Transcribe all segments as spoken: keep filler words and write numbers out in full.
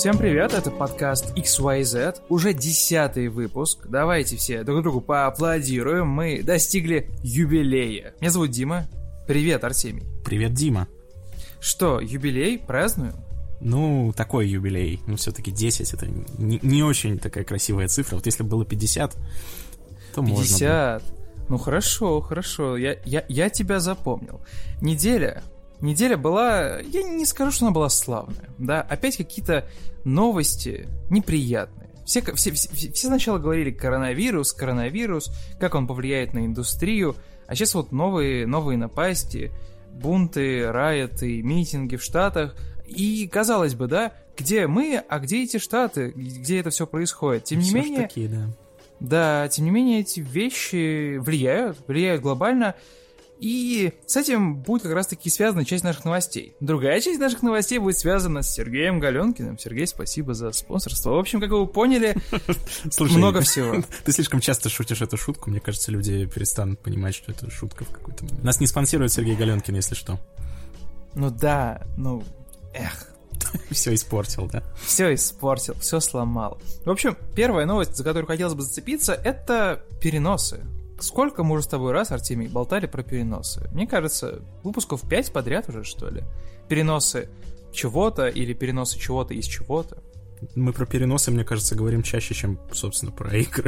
Всем привет, это подкаст икс уай зет, уже десятый выпуск. Давайте все друг другу поаплодируем, мы достигли юбилея. Меня зовут Дима. Привет, Артемий. Привет, Дима. Что, юбилей? Празднуем? Ну, такой юбилей. Ну, все-таки десять, это не, не очень такая красивая цифра. Вот если бы было пятьдесят, то можно пятьдесят. Ну, хорошо, хорошо, я, я, я тебя запомнил. Неделя... Неделя была, я не скажу, что она была славная, да, опять какие-то новости неприятные. Все, все, все, все сначала говорили коронавирус, коронавирус, как он повлияет на индустрию, а сейчас вот новые, новые напасти, бунты, райоты, митинги в Штатах. И, казалось бы, да, где мы, а где эти Штаты, где это все происходит? Тем не все менее... такие, да. Да, тем не менее, эти вещи влияют, влияют глобально. И с этим будет как раз-таки связана часть наших новостей. Другая часть наших новостей будет связана с Сергеем Галенкиным. Сергей, спасибо за спонсорство. В общем, как вы поняли, Слушай, много всего. Ты слишком часто шутишь эту шутку. Мне кажется, люди перестанут понимать, что это шутка в какой-то момент. Нас не спонсирует Сергей Галенкин, если что. Ну да, ну, эх. Все испортил, да? Все испортил, все сломал. В общем, первая новость, за которую хотелось бы зацепиться, это переносы. Сколько мы уже с тобой раз, Артемий, болтали про переносы? Мне кажется, выпусков пять подряд уже, что ли? Переносы чего-то или переносы чего-то из чего-то. Мы про переносы, мне кажется, говорим чаще, чем, собственно, про игры.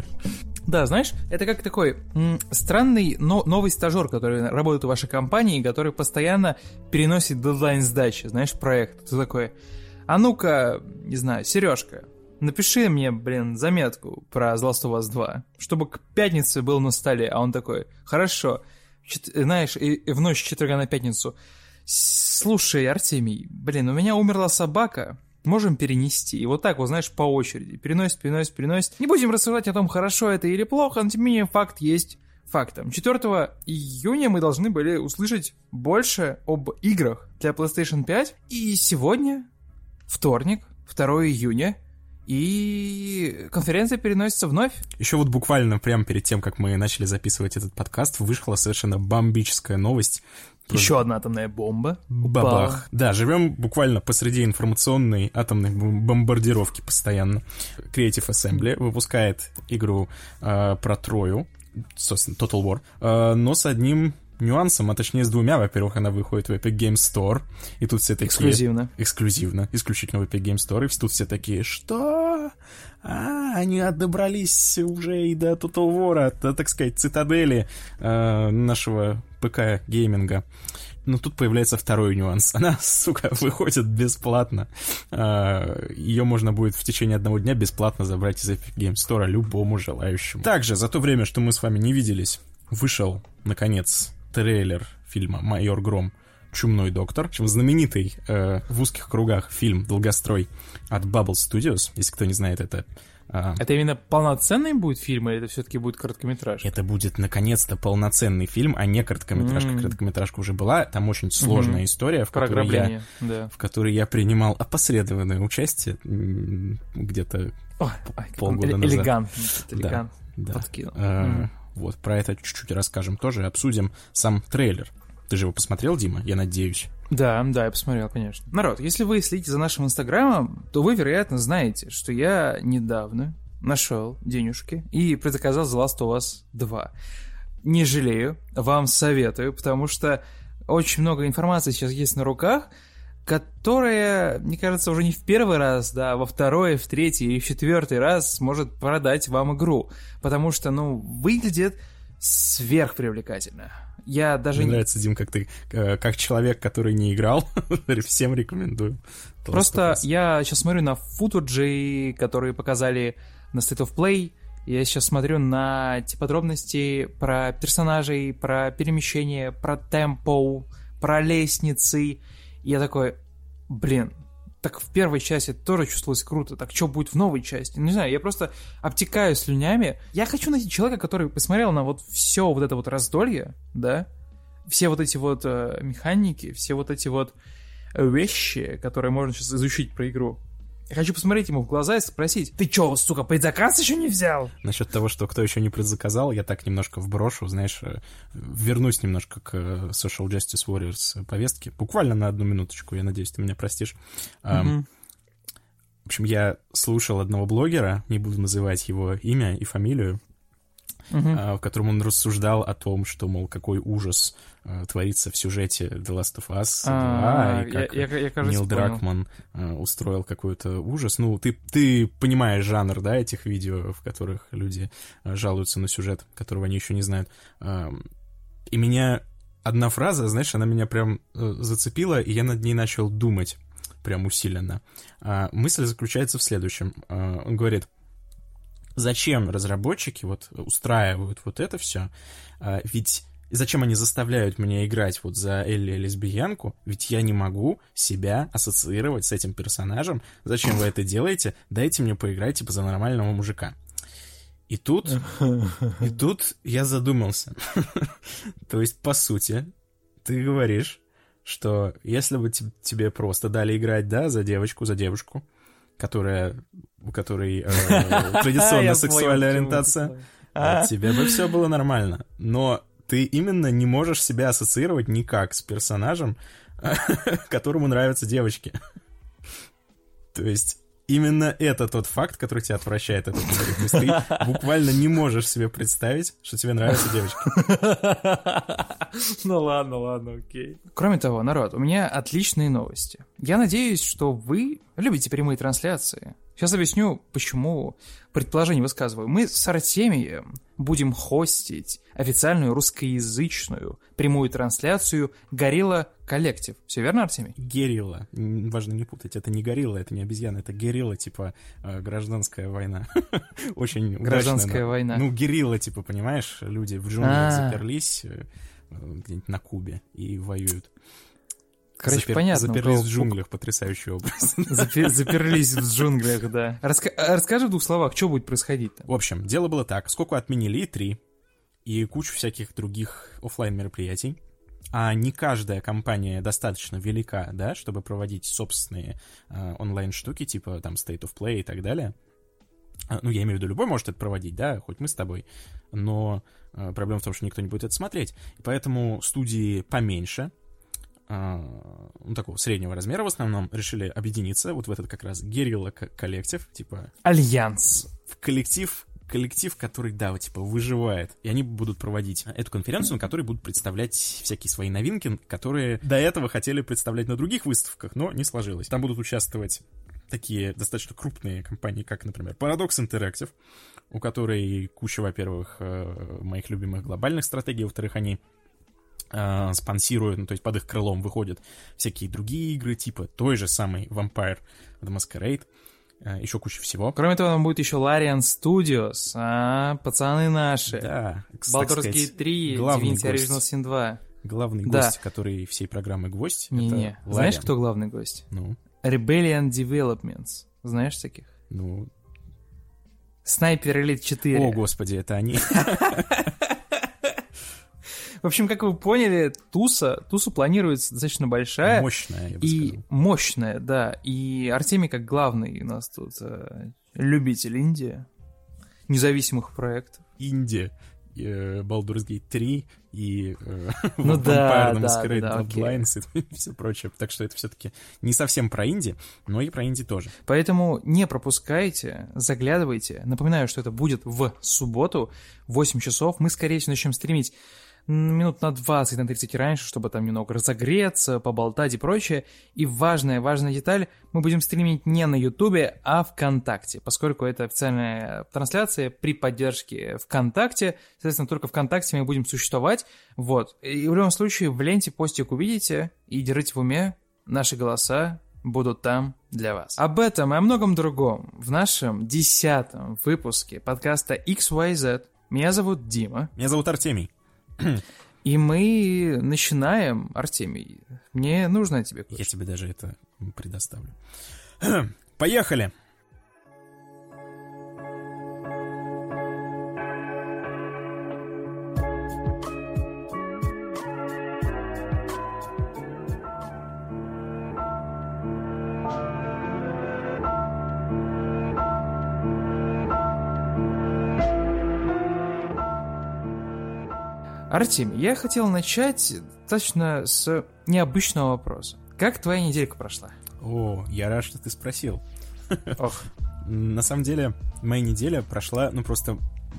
Да, знаешь, это как такой м- странный но- новый стажер, который работает в вашей компании, который постоянно переносит дедлайн сдачи, знаешь, проект. Ты такой, а ну-ка, не знаю, Сережка, напиши мне, блин, заметку про The Last of Us два, чтобы к пятнице был на столе. А он такой, хорошо. Чет- знаешь, и, и в ночь с четверга на пятницу. Слушай, Артемий, блин, у меня умерла собака. Можем перенести. И вот так вот, знаешь, по очереди. Переносит, переносит, переносит. Не будем рассуждать о том, хорошо это или плохо, но тем не менее факт есть фактом. четвёртого июня мы должны были услышать больше об играх для PlayStation пять. И сегодня, вторник, второго июня, и конференция переносится вновь. Еще вот буквально прямо перед тем, как мы начали записывать этот подкаст, вышла совершенно бомбическая новость. Еще одна атомная бомба. Бабах. Да, живем буквально посреди информационной атомной бомбардировки постоянно. Creative Assembly выпускает игру э, про Трою, собственно, Total War, э, но с одним нюансом, а точнее с двумя. Во-первых, она выходит в Epic Games Store, и тут все такие... Эксклюзивно. Эксклюзивно, исключительно в Epic Games Store, и тут все такие, что? А, они добрались уже и до Total War, до, так сказать, цитадели э, нашего ПК-гейминга. Но тут появляется второй нюанс. Она, сука, выходит бесплатно. Э, ее можно будет в течение одного дня бесплатно забрать из Epic Games Store любому желающему. Также, за то время, что мы с вами не виделись, вышел, наконец, трейлер фильма «Майор Гром. Чумной доктор». Чем знаменитый э, в узких кругах фильм «Долгострой» от Bubble Studios. Если кто не знает, это... Э, это именно полноценный будет фильм, или это все-таки будет короткометражка? Это будет, наконец-то, полноценный фильм, а не короткометражка. Mm. Короткометражка уже была. Там очень сложная mm-hmm. история, в которой, я, да. в которой я принимал опосредованное участие где-то Ой, полгода назад. Элегантно. Элегантно. Да, подкинул. Да. Mm. Вот, про это чуть-чуть расскажем тоже, обсудим сам трейлер. Ты же его посмотрел, Дима, я надеюсь? Да, да, я посмотрел, конечно. Народ, если вы следите за нашим инстаграмом, то вы, вероятно, знаете, что я недавно нашел денежки и предзаказал The Last of Us два. Не жалею, вам советую, потому что очень много информации сейчас есть на руках, которая, мне кажется, уже не в первый раз, да, а во второй, в третий или в четвертый раз сможет продать вам игру. Потому что, ну, выглядит сверхпривлекательно. Я даже... Мне нравится, Дим, как ты, как человек, который не играл, всем рекомендую. Просто я сейчас смотрю на футажи, которые показали на State of Play. Я сейчас смотрю на те подробности про персонажей, про перемещение, про темпо, про лестницы. И я такой, блин, так в первой части тоже чувствовалось круто, так что будет в новой части? Не знаю, я просто обтекаю слюнями. Я хочу найти человека, который посмотрел на вот все вот это вот раздолье, да, все вот эти вот э, механики, все вот эти вот вещи, которые можно сейчас изучить про игру. Я хочу посмотреть ему в глаза и спросить: ты чё, сука, предзаказ еще не взял? Насчет того, что кто еще не предзаказал, я так немножко вброшу, знаешь, вернусь немножко к Social Justice Warriors повестке. Буквально на одну минуточку, я надеюсь, ты меня простишь. Mm-hmm. В общем, я слушал одного блогера, не буду называть его имя и фамилию, Uh-huh. в котором он рассуждал о том, что, мол, какой ужас uh, творится в сюжете The Last of Us два, и как я, я, я, кажется, Нил Дракман uh, устроил какой-то ужас. Ну, ты, ты понимаешь жанр, да, этих видео, в которых люди uh, жалуются на сюжет, которого они еще не знают. Uh, и меня одна фраза, знаешь, она меня прям uh, зацепила, и я над ней начал думать прям усиленно. Uh, мысль заключается в следующем. Uh, он говорит... Зачем разработчики вот устраивают вот это все? А, ведь зачем они заставляют меня играть вот за Элли лесбиянку? Ведь я не могу себя ассоциировать с этим персонажем. Зачем вы это делаете? Дайте мне поиграть типа за нормального мужика. И тут, и тут я задумался. То есть, по сути, ты говоришь, что если бы тебе просто дали играть, да, за девочку, за девушку, которая, у которой э, традиционная сексуальная ориентация, а? Тебе бы все было нормально. Но ты именно не можешь себя ассоциировать никак с персонажем, которому нравятся девочки. То есть именно это тот факт, который тебя отвращает от этого. То есть ты буквально не можешь себе представить, что тебе нравятся девочки. Ну ладно, ладно, окей. Кроме того, народ, у меня отличные новости. Я надеюсь, что вы любите прямые трансляции. Сейчас объясню, почему предположение высказываю. Мы с Артемием будем хостить официальную русскоязычную прямую трансляцию Gorilla Collective. Все верно, Артемий? Герилла. Важно не путать. Это не горилла, это не обезьяна, это герилла, типа э, гражданская война. Очень гражданская война. Ну, герилла, типа, понимаешь, люди в джунглях заперлись где-нибудь на Кубе и воюют. Короче, Запер... понятно. Заперлись в джунглях, потрясающий образ. Запер... Заперлись в джунглях, да. Раска... Расскажи в двух словах, что будет происходить-то? В общем, дело было так. Сколько отменили и три, и кучу всяких других офлайн мероприятий, а не каждая компания достаточно велика, да, чтобы проводить собственные э, онлайн-штуки, типа там State of Play и так далее. Ну, я имею в виду, любой может это проводить, да, хоть мы с тобой, но э, проблема в том, что никто не будет это смотреть. И поэтому студии поменьше, ну, такого среднего размера в основном, решили объединиться вот в этот как раз Guerrilla коллектив, типа... Альянс. В коллектив, коллектив, который, да, вот, типа, выживает. И они будут проводить эту конференцию, на которой будут представлять всякие свои новинки, которые до этого хотели представлять на других выставках, но не сложилось. Там будут участвовать такие достаточно крупные компании, как, например, Paradox Interactive, у которой куча, во-первых, моих любимых глобальных стратегий, во-вторых, они спонсируют, ну, то есть под их крылом выходят всякие другие игры, типа той же самой Vampire the Masquerade, еще куча всего. Кроме того, там будет еще Larian Studios, а, пацаны наши. Да. Baldur's Gate три, Divinity Original Sin два. Главный да. гость, который всей программы гость, Не-не. это Знаешь, Larian. кто главный гость? Ну? Rebellion Developments. Знаешь таких? Ну... Sniper Elite четыре. О, господи, это они. В общем, как вы поняли, туса, туса планируется достаточно большая. Мощная, я бы и сказал. Мощная, да. И Артемий, как главный у нас тут э, любитель инди, независимых проектов. Инди, э, Baldur's Gate три и э, ну, Vampire да, the Masquerade да, да, Bloodlines и все прочее. Так что это все-таки не совсем про инди, но и про инди тоже. Поэтому не пропускайте, заглядывайте. Напоминаю, что это будет в субботу в восемь часов. Мы, скорее всего, начнем стримить минут на двадцать, на тридцать раньше, чтобы там немного разогреться, поболтать и прочее. И важная, важная деталь, мы будем стримить не на Ютубе, а ВКонтакте, поскольку это официальная трансляция при поддержке ВКонтакте, соответственно, только ВКонтакте мы будем существовать, вот. И в любом случае в ленте постик увидите, и держите в уме, наши голоса будут там для вас. Об этом и о многом другом в нашем десятом выпуске подкаста икс уай зет. Меня зовут Дима. Меня зовут Артемий. И мы начинаем, Артемий. Мне нужно тебе кое-что. Я тебе даже это предоставлю. Поехали! Артемий, я хотел начать достаточно с необычного вопроса. Как твоя неделька прошла? О, я рад, что ты спросил. Ох. На самом деле, моя неделя прошла, ну, просто...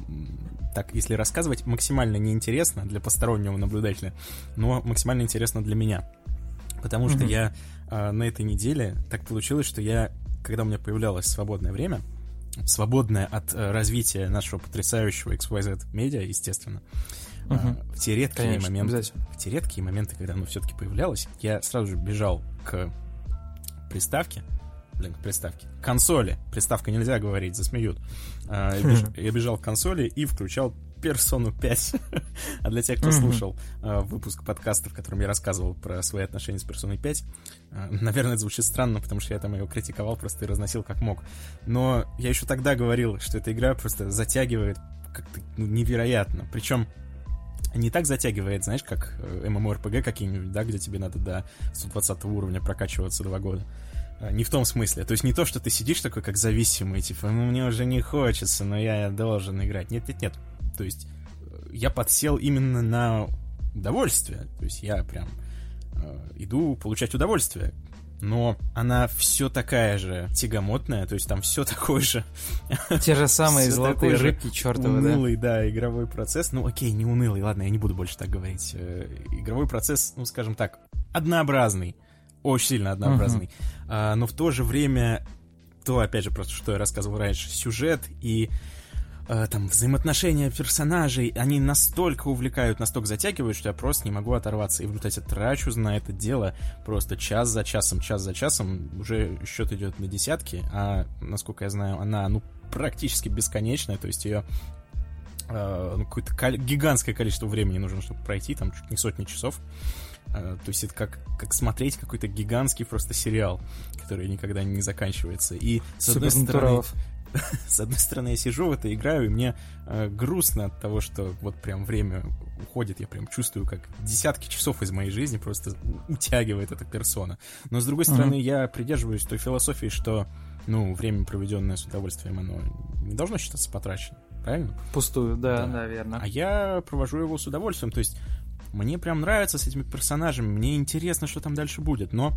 Так, если рассказывать, максимально неинтересно для постороннего наблюдателя, но максимально интересно для меня. Потому что mm-hmm. я э, на этой неделе так получилось, что я, когда у меня появлялось свободное время, свободное от э, развития нашего потрясающего икс уай зет медиа, естественно, uh-huh. э, в те редкие Конечно, моменты, в те редкие моменты, когда оно все-таки появлялось, я сразу же бежал к приставке, блин, к приставке, к консоли, приставка нельзя говорить, засмеют, э, я, беж, я бежал к консоли и включал Персону пять. А для тех, кто mm-hmm. слушал э, выпуск подкаста, в котором я рассказывал про свои отношения с Персоной пять, э, наверное, это звучит странно, потому что я там его критиковал просто и разносил как мог. Но я еще тогда говорил, что эта игра просто затягивает как-то ну, невероятно. Причем не так затягивает, знаешь, как эм эм о эр пи джи какие-нибудь, да, где тебе надо до сто двадцатого уровня прокачиваться два года. Не в том смысле. То есть не то, что ты сидишь такой, как зависимый, типа, ну, мне уже не хочется, но я должен играть. Нет-нет-нет. То есть я подсел именно на удовольствие. То есть я прям э, иду получать удовольствие. Но она все такая же тягомотная, то есть там все такой же... Те же самые золотые рыбки чертовы, да? Унылый, да, игровой процесс. Ну окей, не унылый, ладно, я не буду больше так говорить. Игровой процесс, ну скажем так, однообразный. Очень сильно однообразный. Uh-huh. А, но в то же время, то, опять же, просто что я рассказывал раньше, сюжет и а, там взаимоотношения персонажей, они настолько увлекают, настолько затягивают, что я просто не могу оторваться. И в результате трачу на это дело просто час за часом, час за часом. Уже счет идет на десятки, а, насколько я знаю, она, ну, практически бесконечная, то есть ее а, ну, какое-то кол- гигантское количество времени нужно, чтобы пройти, там чуть не сотни часов. Uh, то есть это как, как смотреть какой-то гигантский просто сериал, который никогда не заканчивается. И с одной стороны, с одной стороны я сижу в это, играю, и мне uh, грустно от того, что вот прям время уходит, я прям чувствую, как десятки часов из моей жизни просто утягивает эта персона. Но с другой стороны, uh-huh. я придерживаюсь той философии, что ну, время, проведенное с удовольствием, оно не должно считаться потраченным, правильно? Пустую, да, да, да, верно. А я провожу его с удовольствием, то есть мне прям нравится с этими персонажами, мне интересно, что там дальше будет, но,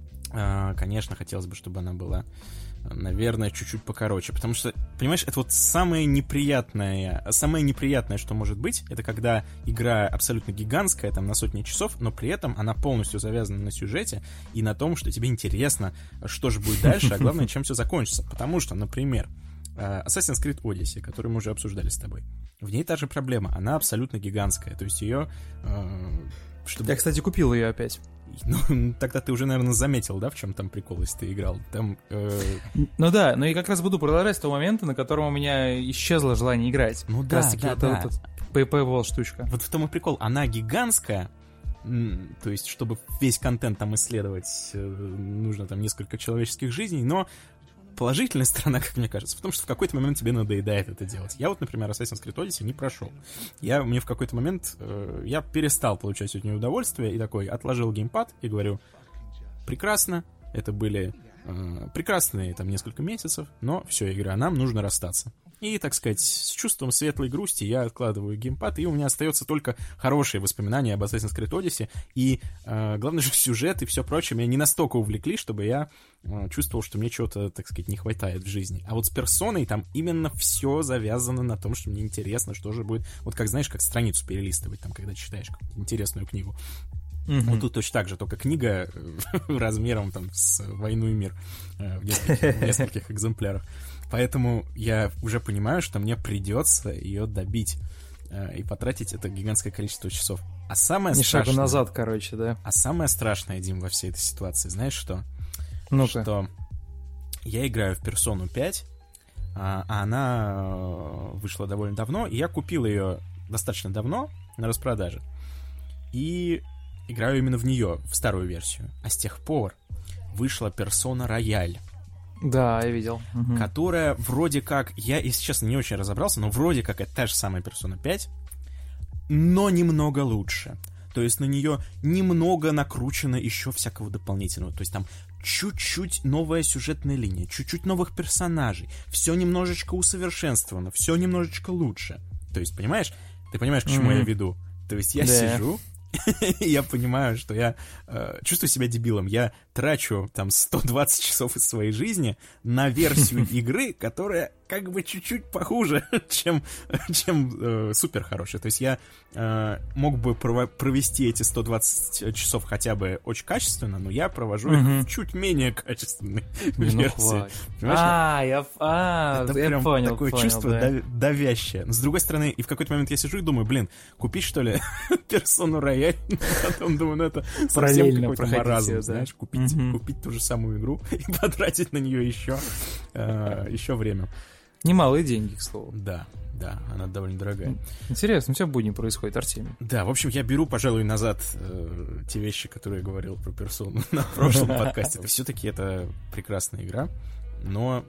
э, конечно, хотелось бы, чтобы она была, наверное, чуть-чуть покороче, потому что, понимаешь, это вот самое неприятное, самое неприятное, что может быть, это когда игра абсолютно гигантская, там, на сотни часов, но при этом она полностью завязана на сюжете и на том, что тебе интересно, что же будет дальше, а главное, чем все закончится, потому что, например, Assassin's Creed Odyssey, который мы уже обсуждали с тобой, в ней та же проблема, она абсолютно гигантская, то есть ее... Э, чтобы... Я, кстати, купил ее опять. Ну, тогда ты уже, наверное, заметил, да, в чем там прикол, если ты играл? Там... Э... Ну да, но я как раз буду продолжать с того момента, на котором у меня исчезло желание играть. Ну как да, раз таки да, вот да. эта пэй-пэй-бол штучка. Вот в том и прикол, она гигантская, то есть, чтобы весь контент там исследовать, нужно там несколько человеческих жизней, но... Положительная сторона, как мне кажется, в том, что в какой-то момент тебе надоедает это делать. Я вот, например, Assassin's Creed Odyssey не прошел. Я, мне в какой-то момент, э, я перестал получать от нее удовольствие и такой отложил геймпад и говорю, прекрасно, это были э, прекрасные там несколько месяцев, но все, игра, нам нужно расстаться. И, так сказать, с чувством светлой грусти я откладываю геймпад, и у меня остается только хорошие воспоминания об Assassin's Creed Odyssey, и, э, главное же, сюжет и все прочее меня не настолько увлекли, чтобы я э, чувствовал, что мне чего-то, так сказать, не хватает в жизни. А вот с Персоной там именно все завязано на том, что мне интересно, что же будет, вот как, знаешь, как страницу перелистывать, там, когда читаешь интересную книгу. Mm-hmm. Вот тут точно так же, только книга размером там с «Войну и мир» в нескольких, в нескольких экземплярах. Поэтому я уже понимаю, что мне придется ее добить э, и потратить это гигантское количество часов. А самое Не страшное... шагу назад, короче, да? А самое страшное, Дим, во всей этой ситуации, знаешь что? Ну-ка. Что я играю в Персону пять, а, а она вышла довольно давно, и я купил ее достаточно давно на распродаже. И играю именно в нее, в старую версию. А с тех пор вышла Persona Royal. Да, я видел. Угу. Которая вроде как, я, если честно, не очень разобрался, но вроде как это та же самая Persona пять, но немного лучше. То есть на нее немного накручено еще всякого дополнительного. То есть там чуть-чуть новая сюжетная линия, чуть-чуть новых персонажей, все немножечко усовершенствовано, все немножечко лучше. То есть, понимаешь? Ты понимаешь, к чему mm-hmm. я веду? То есть я да. сижу... И я понимаю, что я э, чувствую себя дебилом. Я трачу там сто двадцать часов из своей жизни на версию игры, которая как бы чуть-чуть похуже, чем, чем э, супер хорошая. То есть я э, мог бы прово- провести эти сто двадцать часов хотя бы очень качественно, но я провожу Мгм. их в чуть менее качественной Ну, версии. хватит. Понимаешь? А, я, а, Это я прям понял, такое понял, чувство да. дав- давящее. Но с другой стороны, и в какой-то момент я сижу и думаю, блин, купить что ли персону рояль? Потом думаю, ну это совсем Параллельно какой-то проходить маразм, её, да. знаешь, купить, Мгм. купить ту же самую игру и потратить на нее еще, э, еще время. Немалые деньги, к слову. Да, да, она довольно дорогая. Интересно, у тебя в будни происходит, Артемий. Да, в общем, я беру, пожалуй, назад э, те вещи, которые я говорил про персону на прошлом подкасте. Все-таки это прекрасная игра, но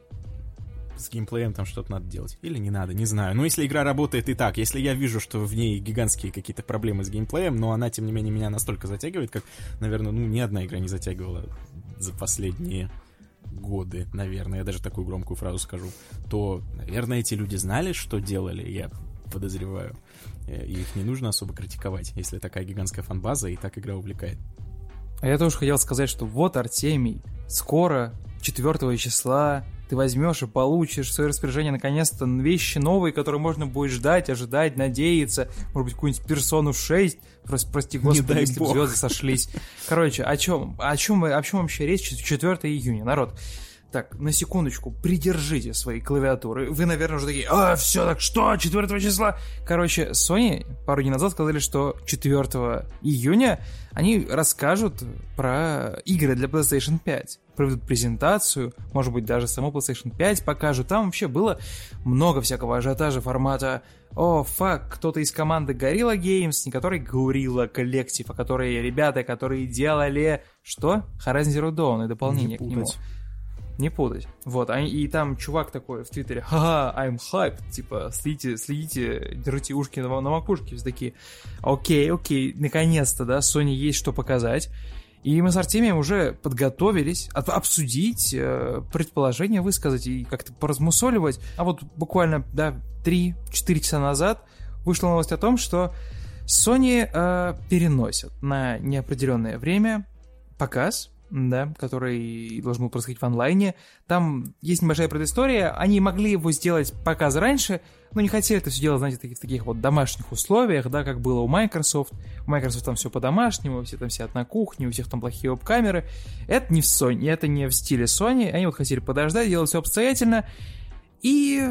с геймплеем там что-то надо делать. Или не надо, не знаю. Но если игра работает и так, если я вижу, что в ней гигантские какие-то проблемы с геймплеем, но она, тем не менее, меня настолько затягивает, как, наверное, ну, ни одна игра не затягивала за последние годы, наверное, я даже такую громкую фразу скажу, то, наверное, эти люди знали, что делали, я подозреваю. И их не нужно особо критиковать, если такая гигантская фан-база и так игра увлекает. А я тоже хотел сказать, что вот, Артемий, скоро, четвёртого числа, ты возьмешь и получишь в свое распоряжение наконец-то вещи новые, которые можно будет ждать, ожидать, надеяться. Может быть, какую-нибудь персону шесть. Просто, прости господи, дай если бы бог. звезды сошлись. Короче, о чем? О чем, о чем вообще речь? четвёртого июня, народ. Так, на секундочку, придержите свои клавиатуры. Вы, наверное, уже такие, а, все, так что, четвёртого числа? Короче, Sony пару дней назад сказали, что четвёртого июня они расскажут про игры для PlayStation пять. Проведут презентацию, может быть, даже саму PlayStation пять покажут. Там вообще было много всякого ажиотажа формата «О, фак, кто-то из команды Guerrilla Games», не который Guerrilla Collective, а которые ребята, которые делали, что? Horizon Zero Dawn и дополнение к нему. Не путать. Вот, а, и там чувак такой в Твиттере, ха-ха, I'm hyped, типа, следите, следите, держите ушки на, на макушке, все такие, окей, окей, наконец-то, да, Sony есть что показать. И мы с Артемием уже подготовились от, обсудить, э, предположения высказать и как-то поразмусоливать. А вот буквально, да, три-четыре часа назад вышла новость о том, что Sony э, переносят на неопределенное время показ, да, который должен был происходить в онлайне. Там есть небольшая предыстория. Они могли его сделать показ раньше, но не хотели это все делать, знаете, в таких, в таких вот домашних условиях, да, как было у Microsoft. У Microsoft там все по-домашнему, все там сидят на кухне, у всех там плохие веб-камеры. Это не в Sony, это не в стиле Sony. Они вот хотели подождать, делать все обстоятельно. И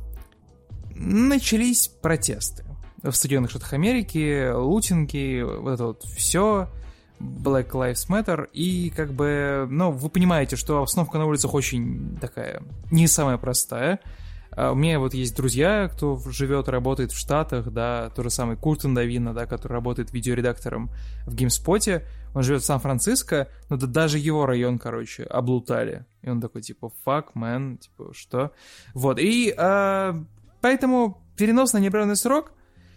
начались протесты в Соединенных Штатах Америки, лутинги, вот это вот все. Black Lives Matter, и как бы, ну, вы понимаете, что обстановка на улицах очень такая, не самая простая. А у меня вот есть друзья, кто живет, работает в Штатах, да, тот же самый Куртен Давина, да, который работает видеоредактором в GameSpot, он живет в Сан-Франциско, но да, даже его район, короче, облутали. И он такой, типа, fuck, man, типа, что? Вот, и а, поэтому перенос на неопределенный срок.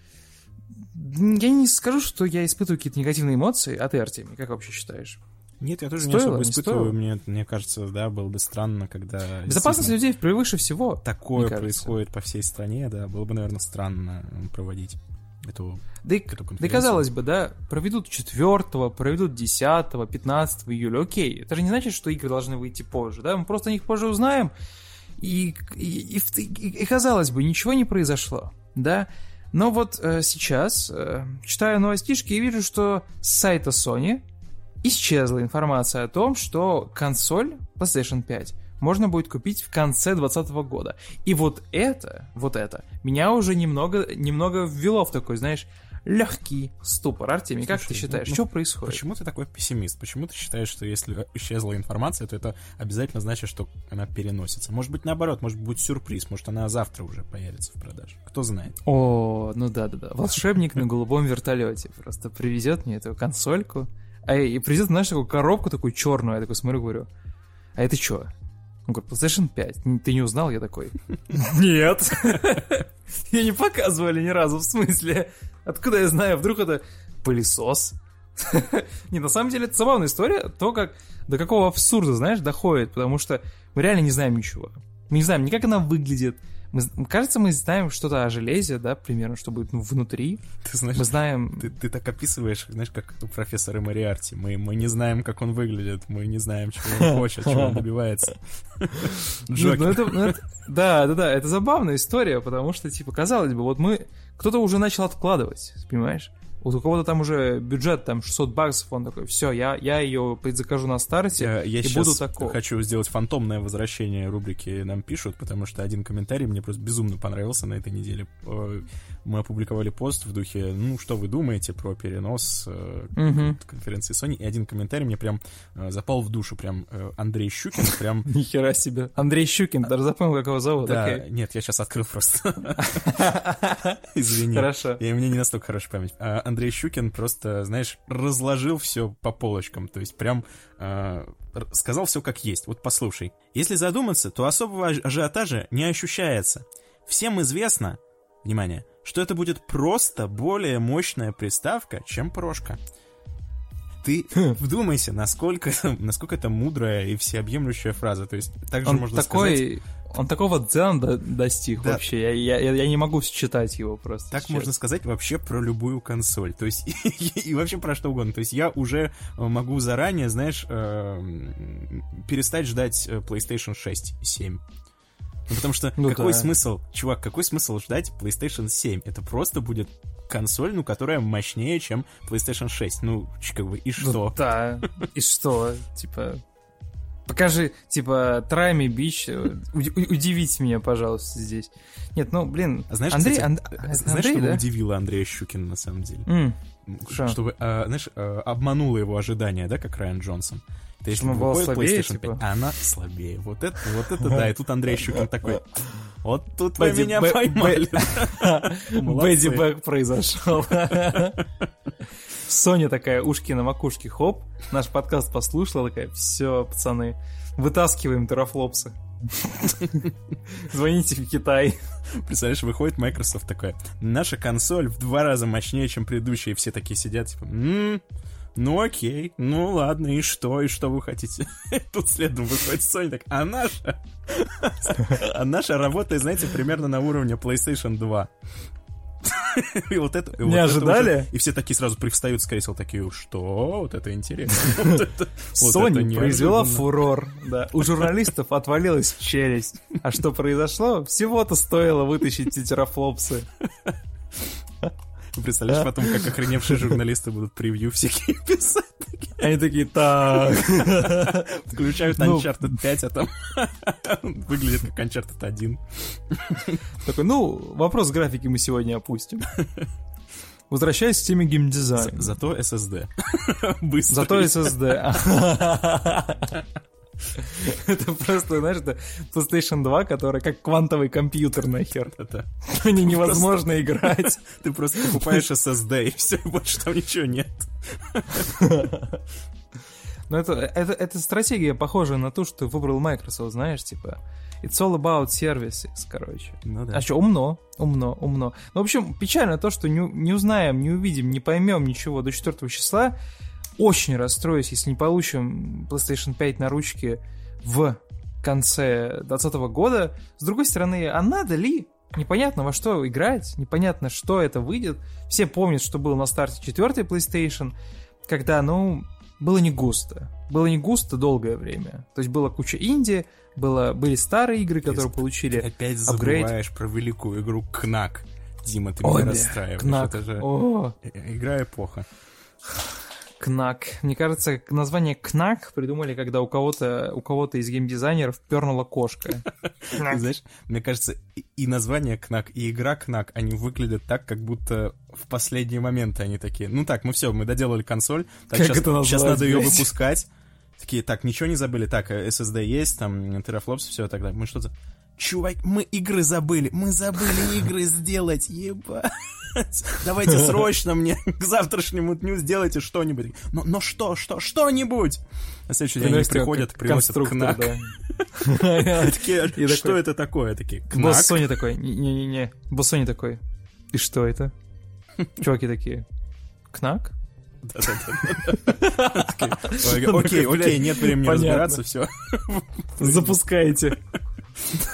Я не скажу, что я испытываю какие-то негативные эмоции, а ты, Артемий, как вообще считаешь? Нет, я тоже Стоило, не особо не испытываю. стоило? Мне, мне кажется, да, было бы странно, когда... Безопасность людей превыше всего. Такое мне происходит по всей стране, да, было бы, наверное, странно проводить эту, да, и, эту да конференцию. и казалось бы, да, проведут четвёртого, проведут десятого, пятнадцатого июля, окей. Это же не значит, что игры должны выйти позже, да, мы просто о них позже узнаем, и, и, и, и, и казалось бы, ничего не произошло, да. Но вот э, сейчас э, читаю новостишки и вижу, что с сайта Sony исчезла информация о том, что консоль PlayStation пять можно будет купить в конце двадцатого года. И вот это, вот это, меня уже немного, немного ввело в такой, знаешь, легкий ступор. Артемий, как ты считаешь, ну, что происходит? Почему ты такой пессимист? Почему ты считаешь, что если исчезла информация, то это обязательно значит, что она переносится? Может быть, наоборот, может быть, будет сюрприз, может, она завтра уже появится в продаже. Кто знает? О, ну да-да-да, волшебник на голубом вертолете просто привезет мне эту консольку, а и привезет, знаешь, такую коробку такую черную, я такой смотрю, говорю, а это что? Он говорит, PlayStation пять. Ты не узнал? Я такой, нет. Я не показывали ни разу, в смысле. Откуда я знаю? Вдруг это пылесос? Не, на самом деле, это забавная история, то, как до какого абсурда, знаешь, доходит, потому что мы реально не знаем ничего. Мы не знаем ни как она выглядит, Мы, кажется, мы знаем что-то о железе, да, примерно, что будет внутри. Ты знаешь, мы знаем... Ты, ты так описываешь, знаешь, как профессор Мориарти. Мы, мы не знаем, как он выглядит, мы не знаем, чего он хочет, чего он добивается. Джокер. Да, да, да, это забавная история, потому что, типа, казалось бы, вот мы... Кто-то уже начал откладывать, понимаешь? Вот у кого-то там уже бюджет, там, шестьсот баксов, он такой, все, я, я ее предзакажу на старте я, я и буду такой. Я хочу сделать фантомное возвращение рубрики «Нам пишут», потому что один комментарий мне просто безумно понравился на этой неделе. Мы опубликовали пост в духе, ну, что вы думаете про перенос uh-huh. конференции Sony, и один комментарий мне прям запал в душу, прям Андрей Щукин, прям... Нихера себе. Андрей Щукин, даже запомнил, как его зовут. Да, нет, я сейчас открыл просто. Извини. Хорошо. У меня не настолько хорошая память. Андрей Щукин просто, знаешь, разложил все по полочкам, то есть прям э, сказал все как есть. Вот послушай. Если задуматься, то особого ажиотажа не ощущается. Всем известно, внимание, что это будет просто более мощная приставка, чем прошка. Ты вдумайся, насколько, насколько это мудрая и всеобъемлющая фраза. То есть также он можно такой... сказать... Он такого дзена достиг да. вообще, я, я, я не могу считать его просто. Так сейчас. Можно сказать вообще про любую консоль, то есть и, и вообще про что угодно. То есть я уже могу заранее, знаешь, э, перестать ждать PlayStation шесть и семь. Ну, потому что ну, какой да. смысл, чувак, какой смысл ждать PlayStation семь? Это просто будет консоль, ну, которая мощнее, чем PlayStation шесть. Ну, как бы, и что? Ну, да, и что? Типа... Покажи, типа, try me, bitch, удивите меня, пожалуйста, здесь. Нет, ну, блин, а знаешь, Андрей... Кстати, Ан... знаешь, Андрей, что да? удивило Андрея Щукина, на самом деле? Mm. Чтобы, а, знаешь, обмануло его ожидания, да, как Райан Джонсон. То есть, она была слабее, PlayStation пять, типа? а она слабее. Вот это, вот это да, и тут Андрей Щукин такой, вот тут вы меня поймали. Бэдди Бэг произошел. Соня такая, ушки на макушке, хоп, наш подкаст послушала, такая, все, пацаны, вытаскиваем терафлопсы. Звоните в Китай. Представляешь, выходит Microsoft такая, наша консоль в два раза мощнее, чем предыдущая, и все такие сидят, типа, м-м, ну окей, ну ладно, и что, и что вы хотите? Тут следом выходит Sony, так, а наша? А наша работает, знаете, примерно на уровне PlayStation два. И вот это, не вот ожидали? Это уже, и все такие сразу привстают с кресел, такие, что? Вот это интересно. Sony произвела фурор. Да. У журналистов отвалилась челюсть. А что произошло? Всего-то стоило вытащить эти терафлопсы. Представляешь, потом, как охреневшие журналисты будут превью всякие писать. Они такие, так... Включают Uncharted пять, а там выглядит как Uncharted один. Такой, ну, вопрос графики мы сегодня опустим. Возвращаясь к теме геймдизайна. Зато эс эс ди. Быстро. Зато эс эс ди. Это просто, знаешь, это PlayStation два, которая как квантовый компьютер нахер. Это в ней невозможно играть. Ты просто покупаешь эс эс ди, и все, больше там ничего нет. Ну, это, это, это стратегия, похожая на ту, что выбрал Microsoft, знаешь, типа it's all about services, короче. Ну, да. А что, умно, умно, умно. Ну, в общем, печально то, что не, не узнаем, не увидим, не поймем ничего до четвёртого числа. Очень расстроюсь, если не получим PlayStation пять на ручки в конце двадцатого года. С другой стороны, а надо ли? Непонятно, во что играть, непонятно, что это выйдет. Все помнят, что было на старте четвертый PlayStation, когда, ну, было не густо. Было не густо долгое время. То есть была куча инди, было, были старые игры, которые ты получили Ты опять апгрейд. забываешь про великую игру Кнак. Дима, ты О, меня да, расстраиваешь. Кнак. Это же О. игра эпоха. Кнак. Мне кажется, название Кнак придумали, когда у кого-то, у кого-то из геймдизайнеров пернула кошка. Ты знаешь, мне кажется, и название Кнак, и игра Кнак, они выглядят так, как будто в последние моменты они такие, ну так, мы все, мы доделали консоль, так, как сейчас, это назвать, сейчас надо ее блядь? выпускать. Такие, так, ничего не забыли, так, эс эс ди есть, там, терафлопс, все, так далее. Мы что-то... Чувак, мы игры забыли, мы забыли игры сделать, ебать. Давайте срочно мне к завтрашнему дню сделайте что-нибудь. Но, но что, что, что-нибудь? На следующий день они приходят, приносят Кнак. Такие, что это такое? Такие, Кнак. Босс Sony такой, не-не-не, босс Sony такой, и что это? Чуваки такие, Кнак? Да-да-да. Окей, окей, нет времени разбираться, все. Запускайте.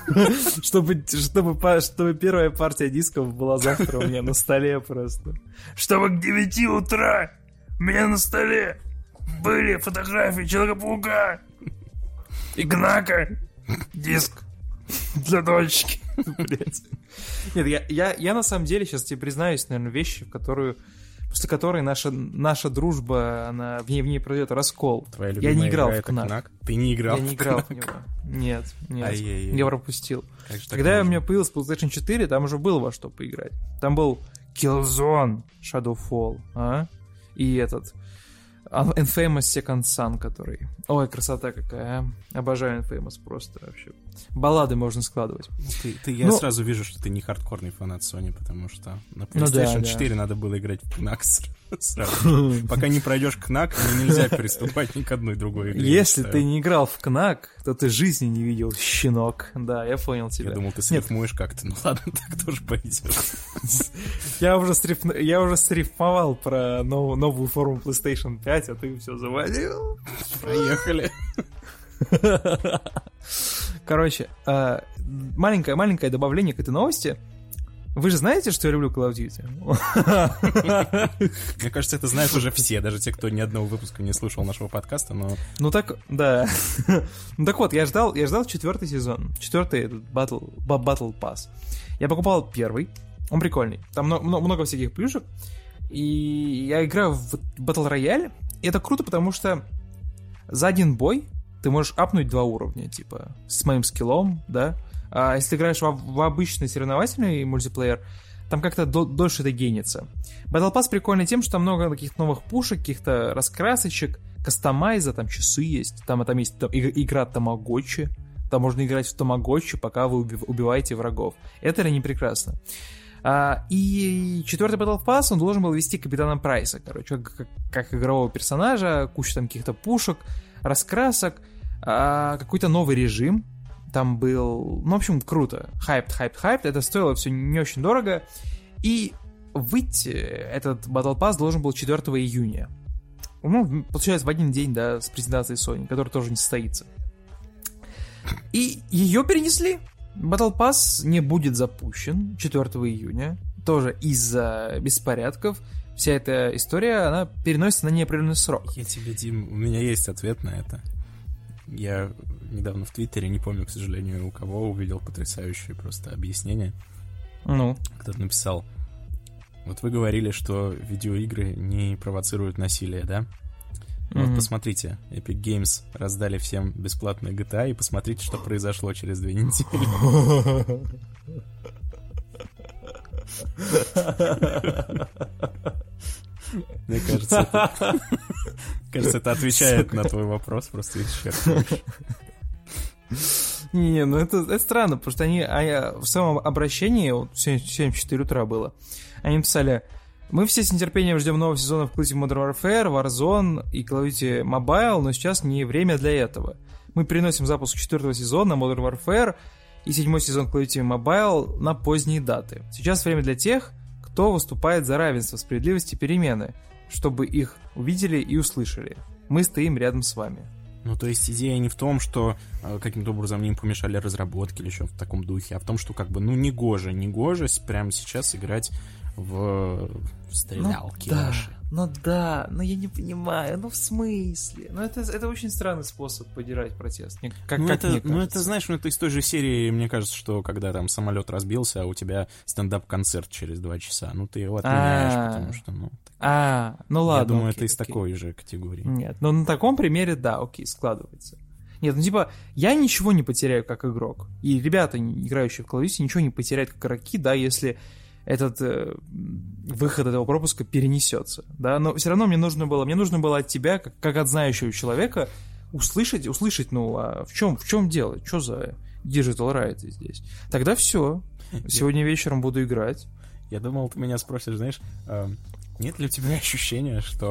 Чтобы, чтобы, чтобы первая партия дисков была завтра у меня на столе просто. Чтобы к девяти утра у меня на столе были фотографии Человека-паука и Гнака. Диск для дочки. Блять. Нет, я, я, я на самом деле сейчас тебе признаюсь, наверное, вещи, в которую, после которой наша, наша дружба, она, в ней, в ней пройдет раскол. Твоя я не играл игра в Кнак. Кнак. Ты не играл я в не играл Кнак. в него. Нет, нет. Ай-яй-яй. Я пропустил. Когда можно? У меня появился PlayStation четыре, там уже было во что поиграть. Там был Killzone Shadowfall, а? И этот Infamous Second Son, который... Ой, красота какая, а? Обожаю Infamous просто вообще. Баллады можно складывать. Ты, ты, я ну, сразу вижу, что ты не хардкорный фанат Sony, потому что на PlayStation ну, да, четыре да. надо было играть в Knack сразу. Пока не пройдешь Knack, нельзя приступать ни к одной другой игре. Если ты не играл в Knack, то ты жизни не видел, щенок. Да, я понял тебя. Я думал, ты срифмуешь как-то. Ну ладно, так тоже пойдет. Я уже, сриф... я уже срифмовал про нов... новую форму PlayStation пять, а ты все завалил. Проехали. Короче, маленькое-маленькое добавление к этой новости. Вы же знаете, что я люблю Call of Duty? Мне кажется, это знают уже все, даже те, кто ни одного выпуска не слушал нашего подкаста, но... Ну так, да. Ну так вот, я ждал, я ждал четвертый сезон, четвертый этот Battle, Battle Pass. Я покупал первый, он прикольный, там много, много всяких плюшек, и я играю в Battle Royale, и это круто, потому что за один бой ты можешь апнуть два уровня, типа, с моим скиллом, да. А если ты играешь в, в обычный соревновательный мультиплеер, там как-то до, дольше это генится. Battle Pass прикольный тем, что там много каких-то новых пушек, каких-то раскрасочек, кастомайза, там часы есть, там, там есть там, игра Тамагочи, там можно играть в Тамагочи, пока вы уби- убиваете врагов. Это ли не прекрасно? А, и четвертый Battle Pass, он должен был вести Капитана Прайса, короче, как, как игрового персонажа, куча там каких-то пушек, раскрасок, а, какой-то новый режим. Там был... Ну, в общем, круто. Хайпт, хайпт, хайпт. Это стоило все не очень дорого. И выйти этот Battle Pass должен был четвёртого июня. Ну, получается, в один день, да, с презентацией Sony, которая тоже не состоится. И ее перенесли. Battle Pass не будет запущен четвёртого июня. Тоже из-за беспорядков. Вся эта история, она переносится на неопределенный срок. Я тебе, Дим, у меня есть ответ на это. Я недавно в Твиттере, не помню, к сожалению, у кого, увидел потрясающее просто объяснение. Ну? Кто-то написал: вот вы говорили, что видеоигры не провоцируют насилие, да? Mm-hmm. Вот посмотрите, Epic Games раздали всем бесплатные джи ти эй, и посмотрите, что произошло через две недели. Мне кажется, это... кажется, это отвечает на твой вопрос, просто исчерпывающе. Не, ну это, это странно, потому что они а, в самом обращении, вот в семь четыре утра было, они написали: мы все с нетерпением ждем нового сезона в Call of Duty Modern Warfare, Warzone и Call of Duty Mobile, но сейчас не время для этого. Мы переносим запуск четвертого сезона Modern Warfare и седьмой сезон Call of Duty Mobile на поздние даты. Сейчас время для тех, кто выступает за равенство, справедливость и перемены, чтобы их увидели и услышали. Мы стоим рядом с вами. Ну, то есть идея не в том, что э, каким-то образом им помешали разработки или еще в таком духе, а в том, что как бы, ну, не гоже, не гоже прямо сейчас играть в, в стрелялки ну, да, ваши. Ну да, но я не понимаю, ну в смысле? Ну это, это очень странный способ подирать протест. Как, ну, как это, мне ну это, знаешь, ну это из той же серии, мне кажется, что когда там самолет разбился, а у тебя стендап-концерт через два часа, ну ты его отменяешь, А-а-а. потому что, ну... А, ну ладно. Я думаю, окей, это из окей. такой же категории. Нет, но на таком примере, да, окей, складывается. Нет, ну типа, я ничего не потеряю как игрок. И ребята, играющие в Call of Duty, ничего не потеряют как игроки, да, если этот э, выход этого пропуска перенесется, да, но все равно мне нужно было, мне нужно было от тебя, как, как от знающего человека, услышать, услышать, ну, а в чем, в чем дело, что за digital rights здесь? Тогда все, сегодня вечером буду играть. Я думал, ты меня спросишь, знаешь, э, нет ли у тебя ощущения, что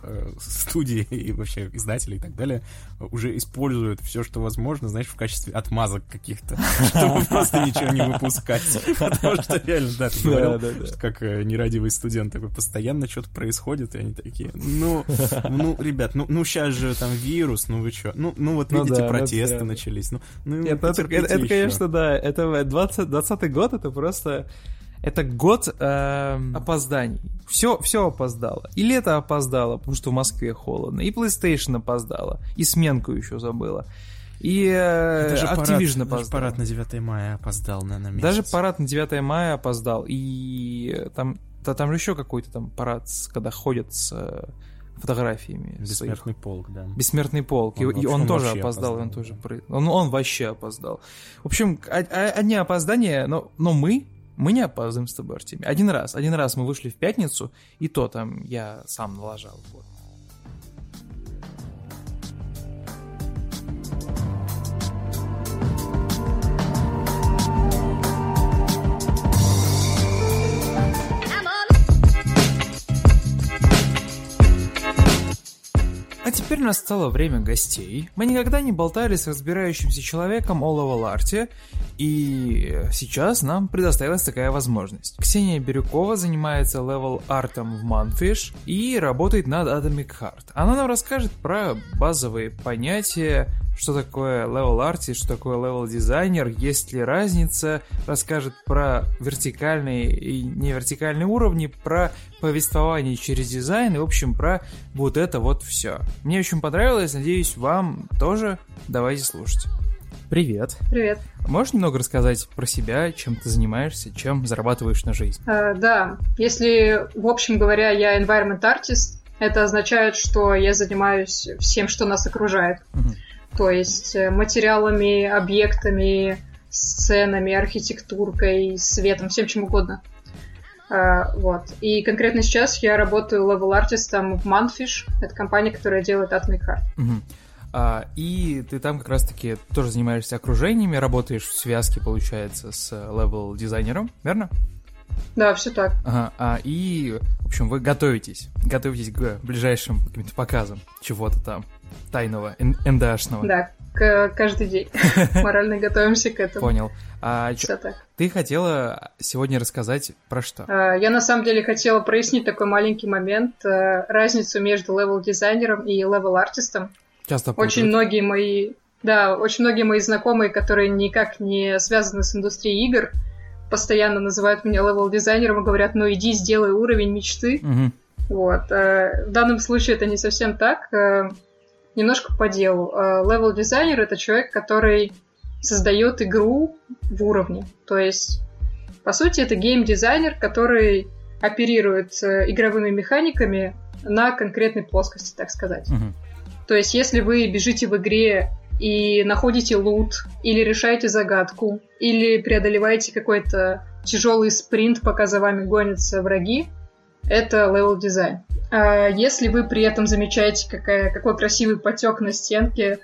э, студии и вообще издатели и так далее уже используют все, что возможно, знаешь, в качестве отмазок каких-то, чтобы просто ничего не выпускать. Потому что реально, да, ты говорил, что как нерадивый студент такой, постоянно что-то происходит, и они такие, ну, ну, ребят, ну, ну сейчас же там вирус, ну вы что? Ну, ну вот видите, протесты начались. Это, конечно, да, это двадцатый год, это просто... Это год э, опозданий. Все, все опоздало. И лето опоздало, потому что в Москве холодно. И PlayStation опоздала. И сменку еще забыла. И э, Activision опоздал. Даже парад на девятое мая опоздал на, на месяц. Даже парад на девятое мая опоздал. И там, да, там же еще какой-то там парад, когда ходят с э, фотографиями. Бессмертный своих. полк, да. Бессмертный полк. Он, и, и он тоже опоздал. опоздал он, тоже, да. он, он вообще опоздал. В общем, одни опоздания, но, но мы... Мы не опаздываем с тобой, Артемий. Один раз, один раз мы вышли в пятницу, и то там я сам налажал. Вот. А теперь настало время гостей. Мы никогда не болтали с разбирающимся человеком о левел-арте, и сейчас нам предоставилась такая возможность. Ксения Бирюкова занимается левел-артом в Manfish и работает над Atomic Heart. Она нам расскажет про базовые понятия, что такое левел-арт, что такое левел-дизайнер, есть ли разница, расскажет про вертикальные и невертикальные уровни, про повествование через дизайн и, в общем, про вот это вот все. Мне очень понравилось, надеюсь, вам тоже. Давайте слушать. Привет. Привет. Можешь немного рассказать про себя, чем ты занимаешься, чем зарабатываешь на жизнь? Uh, да, если, в общем говоря, я environment artist, это означает, что я занимаюсь всем, что нас окружает. Uh-huh. То есть материалами, объектами, сценами, архитектуркой, светом, всем чем угодно. Uh, вот. И конкретно сейчас я работаю левел-артистом в Manfish. Это компания, которая делает Atomic Heart. Uh-huh. А, и ты там как раз-таки тоже занимаешься окружениями, работаешь в связке, получается, с левел-дизайнером, верно? Да, все так. Ага, а, и, в общем, вы готовитесь, готовитесь к ближайшим каким-то показам чего-то там тайного, эн дэ аш-ного. Да, к- каждый день морально готовимся к этому. Понял. А все так. Ты хотела сегодня рассказать про что? Я на самом деле хотела прояснить такой маленький момент, разницу между левел-дизайнером и левел-артистом. Часто путают. Очень многие мои, да, очень многие мои знакомые, которые никак не связаны с индустрией игр, постоянно называют меня левел-дизайнером и говорят, ну иди сделай уровень мечты. Угу. Вот. В данном случае это не совсем так. Немножко по делу. Левел-дизайнер — это человек, который создает игру в уровне. То есть, по сути, это гейм-дизайнер, который оперирует игровыми механиками на конкретной плоскости, так сказать. Угу. То есть, если вы бежите в игре и находите лут, или решаете загадку, или преодолеваете какой-то тяжелый спринт, пока за вами гонятся враги, это левел-дизайн. А если вы при этом замечаете, какая, какой красивый потек на стенке,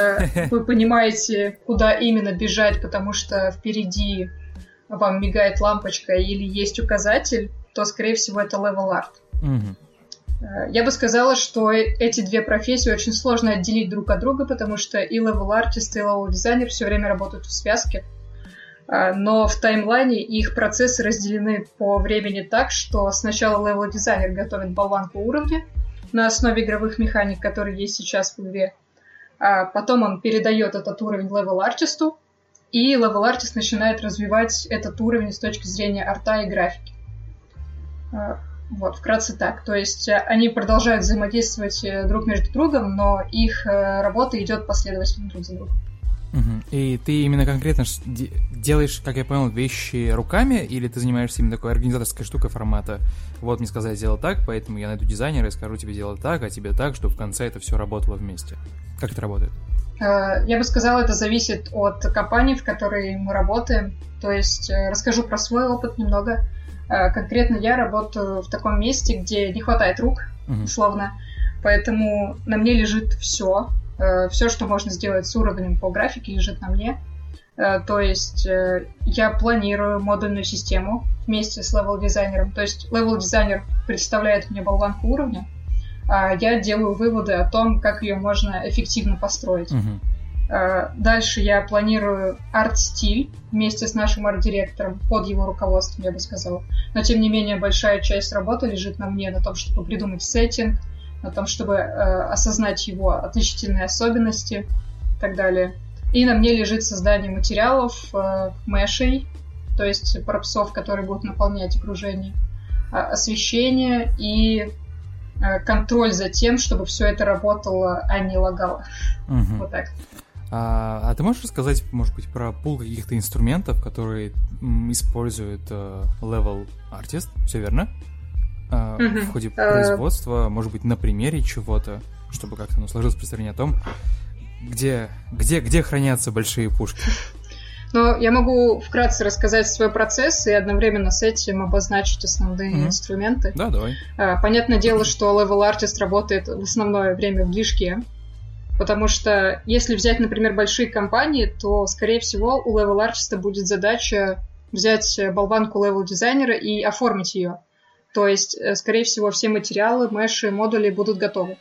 вы понимаете, куда именно бежать, потому что впереди вам мигает лампочка или есть указатель, то, скорее всего, это левел-арт. Mm-hmm. Я бы сказала, что эти две профессии очень сложно отделить друг от друга, потому что и левел-артист, и левел-дизайнер все время работают в связке. Но в таймлайне их процессы разделены по времени так, что сначала левел-дизайнер готовит болванку уровня на основе игровых механик, которые есть сейчас в игре. А потом он передает этот уровень левел-артисту, и левел-артист начинает развивать этот уровень с точки зрения арта и графики. Вот, вкратце так. То есть они продолжают взаимодействовать друг между другом, но их работа идет последовательно друг за другом. Угу. И ты именно конкретно делаешь, как я понял, вещи руками, или ты занимаешься именно такой организаторской штукой формата вот мне сказали сделать так, поэтому я найду дизайнера и скажу тебе делать так, а тебе так, чтобы в конце это все работало вместе? Как это работает? Я бы сказала, это зависит от компании, в которой мы работаем. То есть расскажу про свой опыт немного. Конкретно я работаю в таком месте, где не хватает рук, uh-huh. условно, поэтому на мне лежит все. Все, что можно сделать с уровнем по графике, лежит на мне. То есть я планирую модульную систему вместе с левел-дизайнером. То есть левел-дизайнер представляет мне болванку уровня, а я делаю выводы о том, как ее можно эффективно построить. Uh-huh. Дальше я планирую арт-стиль вместе с нашим арт-директором, под его руководством, я бы сказала. Но, тем не менее, большая часть работы лежит на мне, на том, чтобы придумать сеттинг, на том, чтобы э, осознать его отличительные особенности и так далее. И на мне лежит создание материалов, э, мэшей, то есть пропсов, которые будут наполнять окружение, э, освещение и э, контроль за тем, чтобы все это работало, а не лагало. Uh-huh. Вот так. А, а ты можешь рассказать, может быть, про пул каких-то инструментов, которые м, использует э, Level Artist, все верно? А, uh-huh. В ходе производства, uh-huh. может быть, на примере чего-то, чтобы как-то ну, сложилось представление о том, где, где, где хранятся большие пушки. Ну, я могу вкратце рассказать свой процесс и одновременно с этим обозначить основные uh-huh. инструменты. Да, давай. А, понятное дело, что Level Artist работает в основное время в движке. Потому что если взять, например, большие компании, то, скорее всего, у Level Artist будет задача взять болванку Level дизайнера и оформить ее. То есть, скорее всего, все материалы, мэши, модули будут готовы.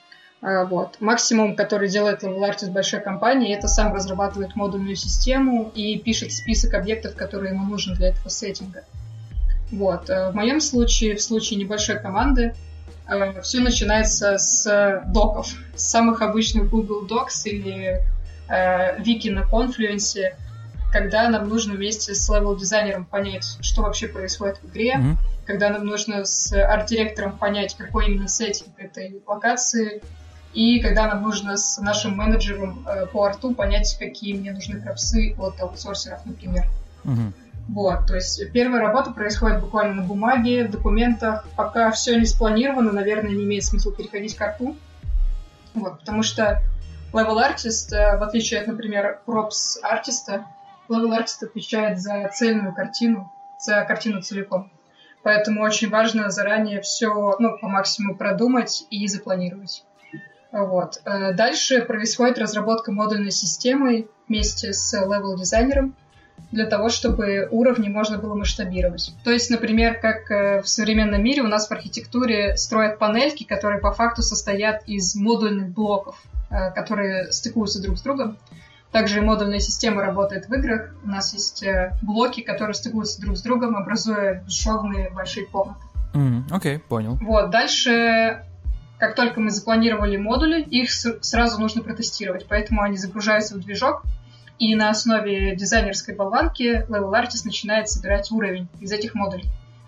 Вот. Максимум, который делает Level Artist большой компании, это сам разрабатывает модульную систему и пишет список объектов, которые ему нужны для этого сеттинга. Вот. В моем случае, в случае небольшой команды, все начинается с доков, с самых обычных Google Docs или э, вики на Confluence, когда нам нужно вместе с левел-дизайнером понять, что вообще происходит в игре, mm-hmm. когда нам нужно с арт-директором понять, какой именно сеттинг этой локации, и когда нам нужно с нашим менеджером э, по арту понять, какие мне нужны пропсы от аутсорсеров, например. Mm-hmm. Вот, то есть первая работа происходит буквально на бумаге, в документах. Пока все не спланировано, наверное, не имеет смысла переходить к арту. Вот, потому что Level Artist, в отличие от, например, Props артиста, Level Artist отвечает за цельную картину, за картину целиком. Поэтому очень важно заранее все, ну, по максимуму продумать и запланировать. Вот. Дальше происходит разработка модульной системы вместе с Level-дизайнером, для того, чтобы уровни можно было масштабировать. То есть, например, как в современном мире у нас в архитектуре строят панельки, которые по факту состоят из модульных блоков, которые стыкуются друг с другом. Также и модульная система работает в играх. У нас есть блоки, которые стыкуются друг с другом, образуя бесшовные большие комнаты. Окей, mm, okay, понял. Вот, дальше, как только мы запланировали модули, их сразу нужно протестировать, поэтому они загружаются в движок, и на основе дизайнерской болванки Level Artist начинает собирать уровень из этих модулей.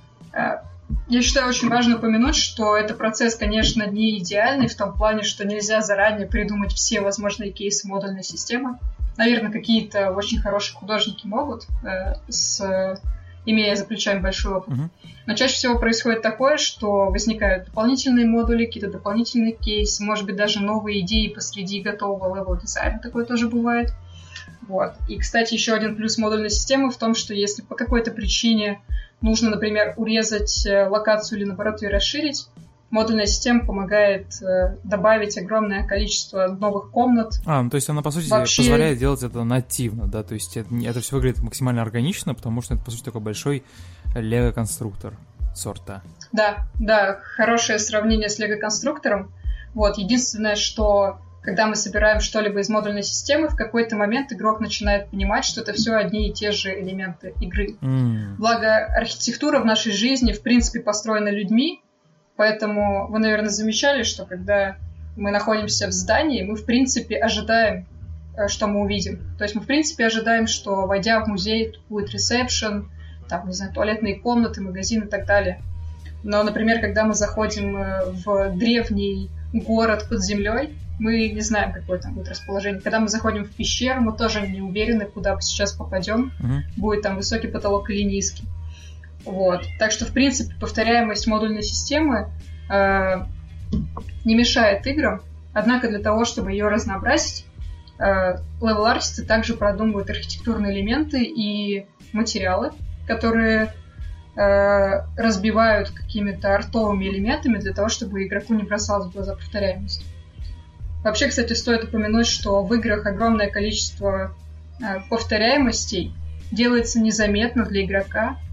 Я считаю, очень важно упомянуть, что этот процесс, конечно, не идеальный в том плане, что нельзя заранее придумать все возможные кейсы модульной системы. Наверное, какие-то очень хорошие художники могут, с, имея за плечами большой опыт. Uh-huh. Но чаще всего происходит такое, что возникают дополнительные модули, какие-то дополнительные кейсы, может быть, даже новые идеи посреди готового левел дизайна. Такое тоже бывает. Вот. И, кстати, еще один плюс модульной системы в том, что если по какой-то причине нужно, например, урезать локацию или, наоборот, ее расширить, модульная система помогает э, добавить огромное количество новых комнат. А, ну то есть она, по сути, Вообще... позволяет делать это нативно, да? То есть это, это все выглядит максимально органично, потому что это, по сути, такой большой лего-конструктор сорта. Да, да, хорошее сравнение с лего-конструктором. Вот, единственное, что когда мы собираем что-либо из модульной системы, в какой-то момент игрок начинает понимать, что это все одни и те же элементы игры. Mm. Благо, архитектура в нашей жизни, в принципе, построена людьми, поэтому вы, наверное, замечали, что когда мы находимся в здании, мы, в принципе, ожидаем, что мы увидим. То есть мы, в принципе, ожидаем, что, войдя в музей, будет ресепшн, там, не знаю, туалетные комнаты, магазины и так далее. Но, например, когда мы заходим в древний город под землей, мы не знаем, какое там будет расположение. Когда мы заходим в пещеру, мы тоже не уверены, куда сейчас попадем. Uh-huh. Будет там высокий потолок или низкий. Вот. Так что, в принципе, повторяемость модульной системы э, не мешает играм. Однако для того, чтобы ее разнообразить, э, Level Artist также продумывают архитектурные элементы и материалы, которые э, разбивают какими-то артовыми элементами для того, чтобы игроку не бросалась в глаза повторяемость. Вообще, кстати, стоит упомянуть, что в играх огромное количество э, повторяемостей делается незаметно для игрока,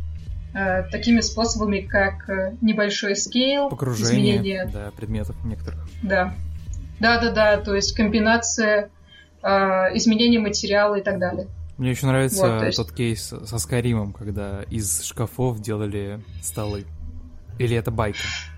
э, такими способами, как э, небольшой скейл, покружение, изменение да, предметов некоторых. Да. Да-да-да, то есть комбинация, э, изменение материала и так далее. Мне еще нравится Вот, то есть- тот кейс со Скайримом, когда из шкафов делали столы. Или это байка?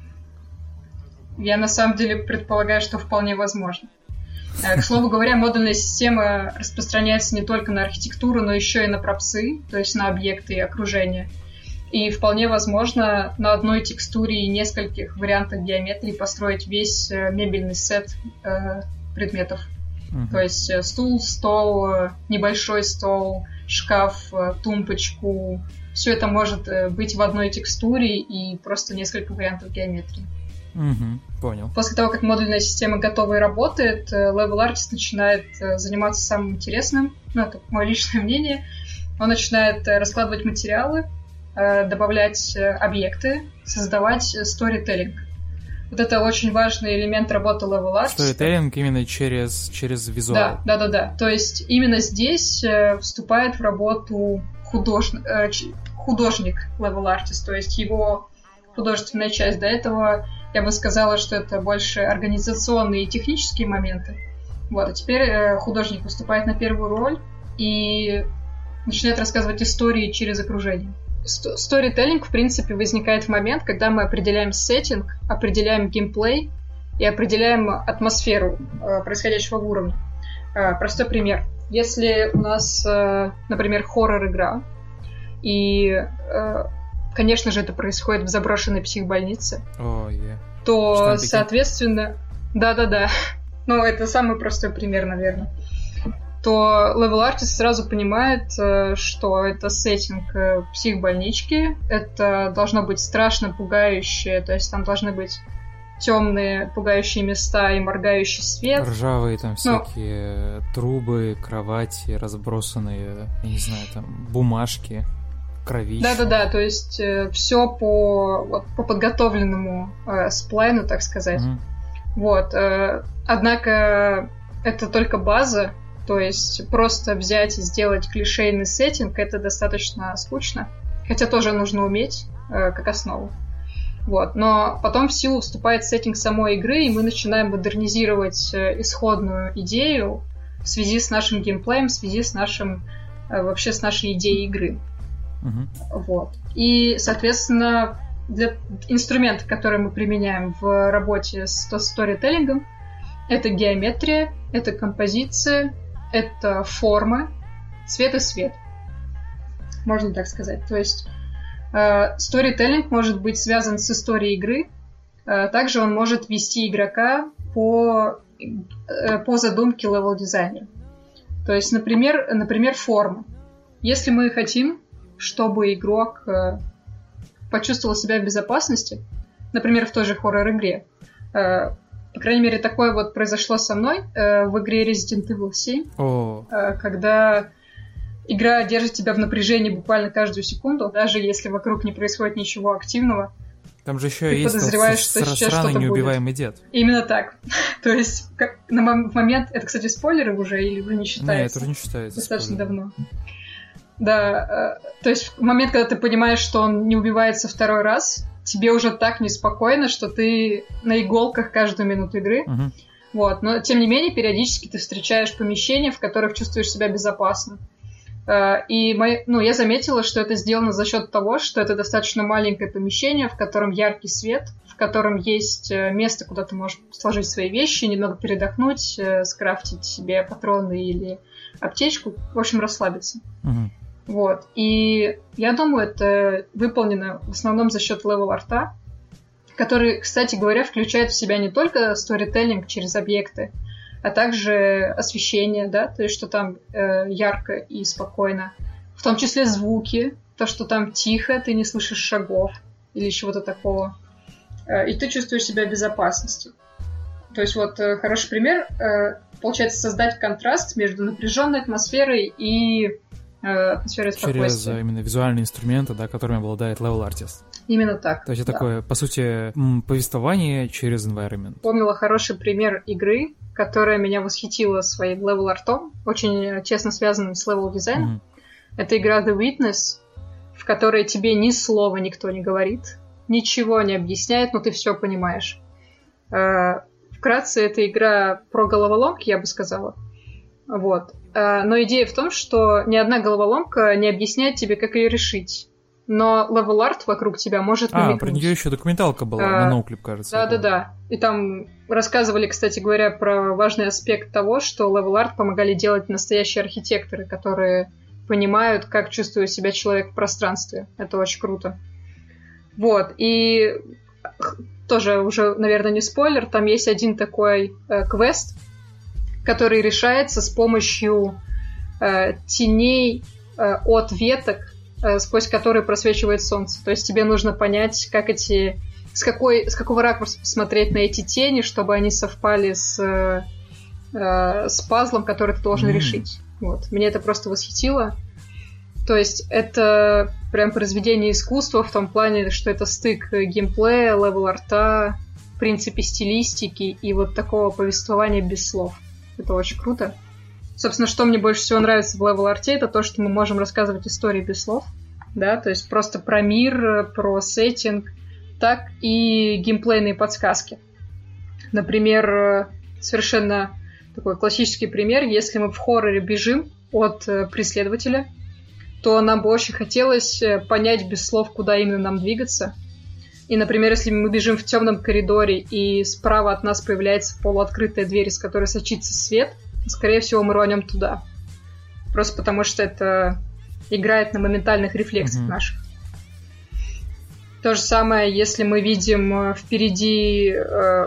Я на самом деле предполагаю, что вполне возможно. Э, К слову говоря, модульная система распространяется не только на архитектуру, но еще и на пропсы, то есть на объекты и окружение. И вполне возможно на одной текстуре и нескольких вариантах геометрии построить весь э, мебельный сет э, предметов. Мгм. То есть э, стул, стол, э, небольшой стол, шкаф, э, тумбочку. Все это может э, быть в одной текстуре и просто несколько вариантов геометрии. Мгм, понял. После того, как модульная система готова и работает, э, Level Artist начинает э, заниматься самым интересным, ну, это мое личное мнение. Он начинает э, раскладывать материалы, э, добавлять э, объекты, создавать э, storytelling. Вот это очень важный элемент работы Level Artist. Сторителлинг именно через, через визуал. Да, да, да, да. То есть именно здесь э, вступает в работу художник, э, ч- художник Level Artist, то есть его художественная часть. До этого я бы сказала, что это больше организационные и технические моменты. Вот, а теперь э, художник выступает на первую роль и начинает рассказывать истории через окружение. Ст- Сторителлинг, в принципе, возникает в момент, когда мы определяем сеттинг, определяем геймплей и определяем атмосферу э, происходящего в уровне. Э, простой пример. Если у нас, э, например, хоррор-игра, и, э, конечно же, это происходит в заброшенной психбольнице, О, е. то, Что-нибудь соответственно... Да-да-да. Ну, это самый простой пример, наверное. То Level Artist сразу понимает, э, что это сеттинг э, психбольнички, это должно быть страшно пугающее, то есть там должны быть темные пугающие места и моргающий свет. Ржавые там всякие трубы, кровати разбросанные, я не знаю, там бумажки, кровища. Да-да-да, то есть э, все по, вот, по подготовленному э, сплайну, так сказать. Мгм. Вот. э, однако это только база, то есть просто взять и сделать клишейный сеттинг, это достаточно скучно. Хотя тоже нужно уметь, э, как основу. Вот. Но потом в силу вступает сеттинг самой игры, и мы начинаем модернизировать э, исходную идею в связи с нашим геймплеем, в связи с нашим, э, вообще с нашей идеей игры. Мгм. Вот. И, соответственно, для инструменты, которые мы применяем в работе с сторителлингом, это геометрия, это композиция, это форма, цвет и свет. Можно так сказать. То есть сторителлинг может быть связан с историей игры, э, также он может вести игрока по, э, по задумке левел-дизайнера. То есть, например, например, форма. Если мы хотим, чтобы игрок э, почувствовал себя в безопасности, например, в той же хоррор-игре, э, по крайней мере, такое вот произошло со мной э, в игре Resident Evil семь, О, э, когда игра держит тебя в напряжении буквально каждую секунду, даже если вокруг не происходит ничего активного. там же еще Ты есть тот подозреваешь, с- что с- сейчас сраный что-то неубиваемый дед. Именно так. То есть, как на мом- в момент... Это, кстати, спойлеры уже или уже не Нет, считается? это уже не считается. Достаточно спойлером. давно. Да, э, то есть в момент, когда ты понимаешь, что он не убивается второй раз, тебе уже так неспокойно, что ты на иголках каждую минуту игры. Мгм. Вот. Но, тем не менее, периодически ты встречаешь помещения, в которых чувствуешь себя безопасно. Э, И мои- ну, я заметила, что это сделано за счет того, что это достаточно маленькое помещение, в котором яркий свет, в котором есть э, место, куда ты можешь сложить свои вещи, немного передохнуть, э, скрафтить себе патроны или аптечку, в общем, расслабиться. Мгм. Вот. И я думаю, это выполнено в основном за счет левел-арта, который, кстати говоря, включает в себя не только сторителлинг через объекты, а также освещение, да, то есть что там э, ярко и спокойно. В том числе звуки, то, что там тихо, ты не слышишь шагов или чего-то такого. Э, и ты чувствуешь себя в безопасности. То есть вот э, хороший пример, э, получается создать контраст между напряженной атмосферой и э, атмосферой Через спокойствия. э, именно визуальные инструменты, да, которыми обладает Level Artist. Именно так. То есть это да. такое, по сути, м, повествование через environment. Помнила хороший пример игры, которая меня восхитила своим левел-артом, очень тесно связанным с левел-дизайном. Мгм. Это игра The Witness, в которой тебе ни слова никто не говорит, ничего не объясняет, но ты все понимаешь. Вкратце, это игра про головоломки, я бы сказала. Вот. Но идея в том, что ни одна головоломка не объясняет тебе, как ее решить. Но левел-арт вокруг тебя может намекнуть. А, про нее еще документалка была, а, на NoClip, кажется. Да-да-да. И там рассказывали, кстати говоря, про важный аспект того, что левел-арт помогали делать настоящие архитекторы, которые понимают, как чувствует себя человек в пространстве. Это очень круто. Вот. И тоже уже, наверное, не спойлер, там есть один такой э, квест, который решается с помощью э, теней э, от веток, сквозь который просвечивает солнце. То есть тебе нужно понять, как эти... С, какой, с какого ракурса посмотреть на эти тени, чтобы они совпали с, э, с пазлом, который ты должен mm. решить. Вот. Меня это просто восхитило. То есть это прям произведение искусства в том плане, что это стык геймплея, левел-арта, в принципе, стилистики и вот такого повествования без слов. Это очень круто. Собственно, что мне больше всего нравится в левел-арте, это то, что мы можем рассказывать истории без слов, да, то есть просто про мир, про сеттинг, так и геймплейные подсказки. Например, совершенно такой классический пример, если мы в хорроре бежим от преследователя, то нам бы очень хотелось понять без слов, куда именно нам двигаться. И, например, если мы бежим в темном коридоре, и справа от нас появляется полуоткрытая дверь, из которой сочится свет, скорее всего, мы рванем туда. Просто потому, что это играет на моментальных рефлексах mm-hmm. наших. То же самое, если мы видим впереди э,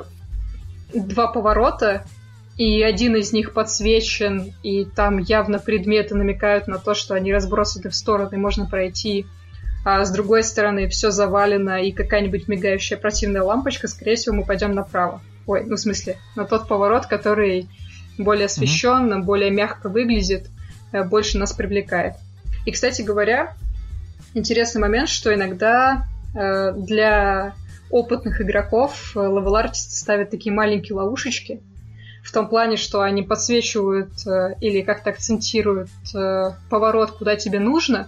два поворота, и один из них подсвечен, и там явно предметы намекают на то, что они разбросаны в стороны, и можно пройти, а с другой стороны все завалено, и какая-нибудь мигающая противная лампочка, скорее всего, мы пойдем направо. Ой, ну в смысле, на тот поворот, который более освещен, mm-hmm. более мягко выглядит, больше нас привлекает. И, кстати говоря, интересный момент, что иногда э, для опытных игроков левел-артисты ставят такие маленькие ловушечки, в том плане, что они подсвечивают э, или как-то акцентируют э, поворот, куда тебе нужно,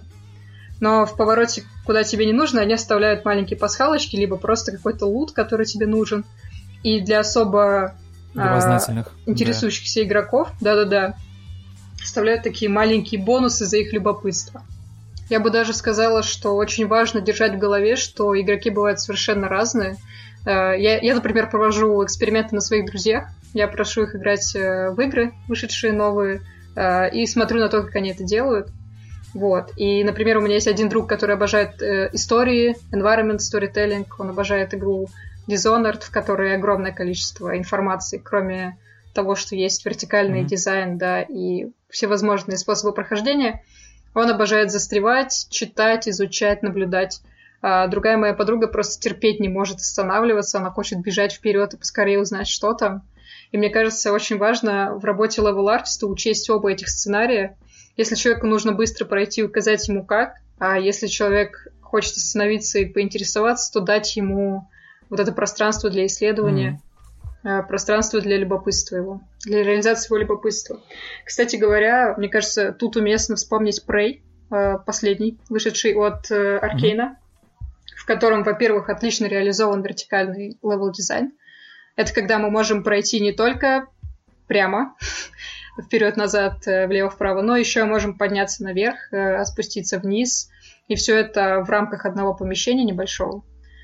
но в повороте, куда тебе не нужно, они оставляют маленькие пасхалочки, либо просто какой-то лут, который тебе нужен. И для особо любознательных, а, интересующихся да. игроков, да-да-да, вставляют такие маленькие бонусы за их любопытство. Я бы даже сказала, что очень важно держать в голове, что игроки бывают совершенно разные. Я, я, например, провожу эксперименты на своих друзьях. Я прошу их играть в игры, вышедшие новые, и смотрю на то, как они это делают. Вот. И, например, у меня есть один друг, который обожает истории, environment storytelling, он обожает игру Dishonored, в которой огромное количество информации, кроме того, что есть вертикальный mm-hmm. дизайн, да, и всевозможные способы прохождения. Он обожает застревать, читать, изучать, наблюдать. А другая моя подруга просто терпеть не может останавливаться, она хочет бежать вперед и поскорее узнать, что там. И мне кажется, очень важно в работе левел-артиста учесть оба этих сценария. Если человеку нужно быстро пройти, указать ему как, а если человек хочет остановиться и поинтересоваться, то дать ему вот это пространство для исследования, mm-hmm. пространство для любопытства его, для реализации его любопытства. Кстати говоря, мне кажется, тут уместно вспомнить Prey, последний, вышедший от Аркейна, mm-hmm. в котором, во-первых, отлично реализован вертикальный левел-дизайн. Это когда мы можем пройти не только прямо, вперед-назад, влево-вправо, но еще можем подняться наверх, спуститься вниз, и все это в рамках одного помещения небольшого.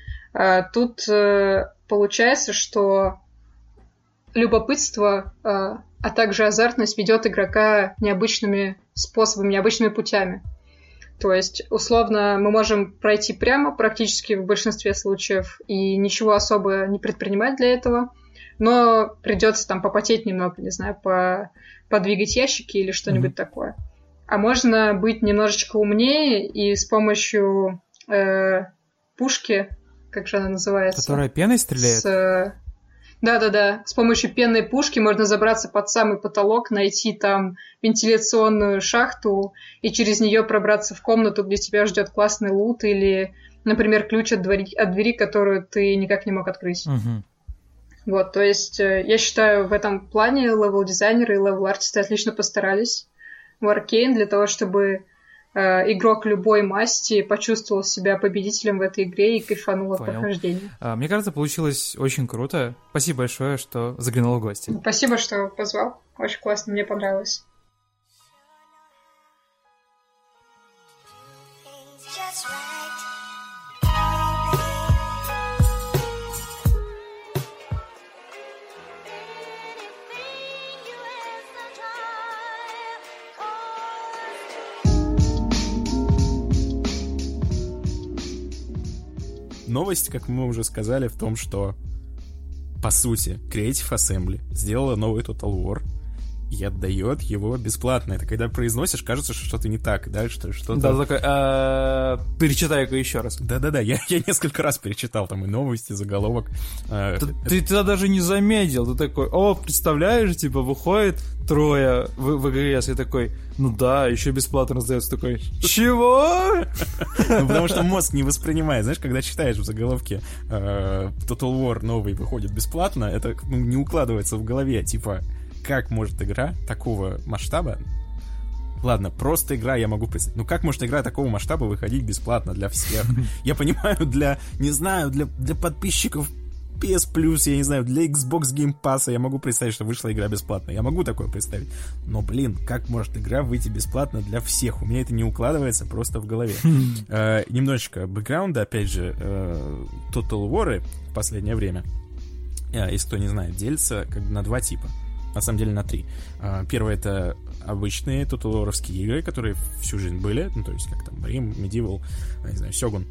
Тут получается, что любопытство, а также азартность ведет игрока необычными способами, необычными путями. То есть, условно, мы можем пройти прямо практически в большинстве случаев и ничего особо не предпринимать для этого, но придется там попотеть немного, не знаю, по... подвигать ящики или что-нибудь mm-hmm. такое. А можно быть немножечко умнее и с помощью э, пушки, как же она называется? Которая пеной стреляет? С... Да-да-да. С помощью пенной пушки можно забраться под самый потолок, найти там вентиляционную шахту и через нее пробраться в комнату, где тебя ждет классный лут или, например, ключ от двери, от двери, которую ты никак не мог открыть. Угу. Вот, то есть я считаю, в этом плане левел-дизайнеры и левел-артисты отлично постарались в Аркейн для того, чтобы э, игрок любой масти почувствовал себя победителем в этой игре и кайфанул от прохождения. А, мне кажется, получилось очень круто. Спасибо большое, что заглянул в гости. Спасибо, что позвал. Очень классно, мне понравилось. Новость, как мы уже сказали, в том, что, по сути, Creative Assembly сделала новый Total War и отдает его бесплатно. Это когда произносишь, кажется, что что-то не так. Дальше что-то... Да, такой, а, перечитай-ка еще раз. Да-да-да, я, я несколько раз перечитал там и новости, и заголовок. Ты, ты тогда даже не заметил. Ты такой, о, представляешь, типа, выходит трое в, в эр эс, и такой, ну да, еще бесплатно раздается. Такой, чего? Потому что мозг не воспринимает. Знаешь, когда читаешь в заголовке Total War новый выходит бесплатно, это не укладывается в голове. Типа, как может игра такого масштаба... Ладно, просто игра я могу представить. Ну как может игра такого масштаба выходить бесплатно для всех? Я понимаю, для, не знаю, для, для подписчиков пи эс Plus, я не знаю, для Xbox Game Pass я могу представить, что вышла игра бесплатно. Я могу такое представить. Но, блин, как может игра выйти бесплатно для всех? У меня это не укладывается просто в голове. э, немножечко бэкграунда, опять же, э, Total War в последнее время, э, если кто не знает, делится как бы на два типа. На самом деле на три. Первое — это обычные тоталворовские игры, которые всю жизнь были, ну, то есть как там Рим, Medieval, не знаю, Сёгун.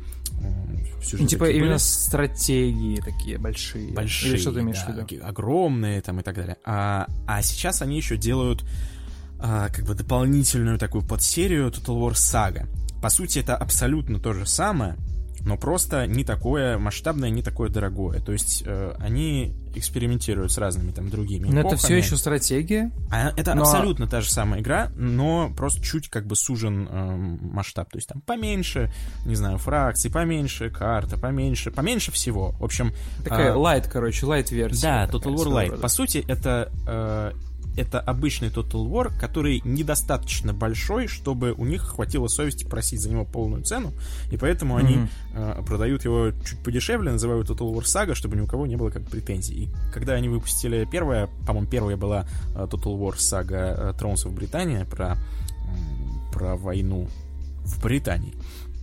Ну, типа именно были. Стратегии такие большие. Большие, или что ты имеешь да, в виду? огромные там и так далее. А, а сейчас они еще делают а, как бы дополнительную такую подсерию Total War Saga. По сути, это абсолютно то же самое, но просто не такое масштабное, не такое дорогое. То есть э, они экспериментируют с разными там другими эпохами. Но это все еще стратегия. А это но... абсолютно та же самая игра, но просто чуть как бы сужен э, масштаб. То есть там поменьше, не знаю, фракций, поменьше, карта, поменьше, поменьше всего. В общем... Такая э, light, короче, light-версия. Да, Total War Light. По сути, это... Э, это обычный Total War, который недостаточно большой, чтобы у них хватило совести просить за него полную цену, и поэтому они mm-hmm. э, продают его чуть подешевле, называют Total War Saga, чтобы ни у кого не было как претензий. И когда они выпустили первое, по-моему, первая была э, Total War Saga э, Thrones of Britannia про, э, про войну в Британии.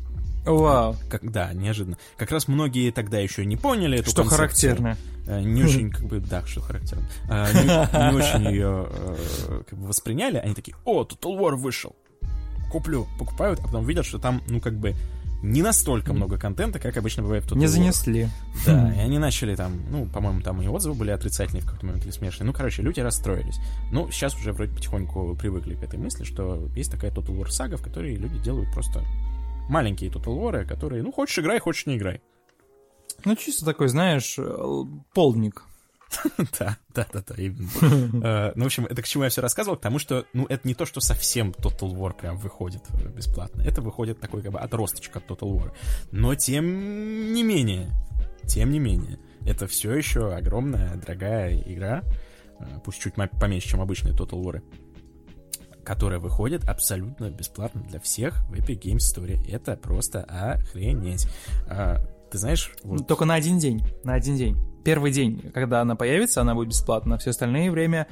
Вау. Как, да, неожиданно. Как раз многие тогда еще не поняли эту что концепцию. Характерно. Не очень, как бы, да, что характерно. Не, не очень ее как бы восприняли. Они такие, о, Total War вышел. Куплю. Покупают, а потом видят, что там, ну, как бы, не настолько много контента, как обычно бывает в Total War. Не занесли. Да, и они начали там, ну, по-моему, там и отзывы были отрицательные в какой-то момент или смешные. Ну, короче, люди расстроились. Ну, сейчас уже вроде потихоньку привыкли к этой мысли, что есть такая Total War сага, в которой люди делают просто маленькие Total War, которые, ну, хочешь играй, хочешь не играй. Ну, чисто такой, знаешь, полдник. Да, да, да, да, именно. Ну, в общем, это к чему я все рассказывал, к тому, что, ну, это не то, что совсем Total War прям выходит бесплатно. Это выходит такой, как бы, отросточек от Total War. Но, тем не менее, тем не менее, это все еще огромная, дорогая игра, пусть чуть поменьше, чем обычные Total War, которая выходит абсолютно бесплатно для всех в Epic Games Store. Это просто охренеть. Ты знаешь... Вот... Только на один день. На один день. Первый день, когда она появится, она будет бесплатна. Все остальное время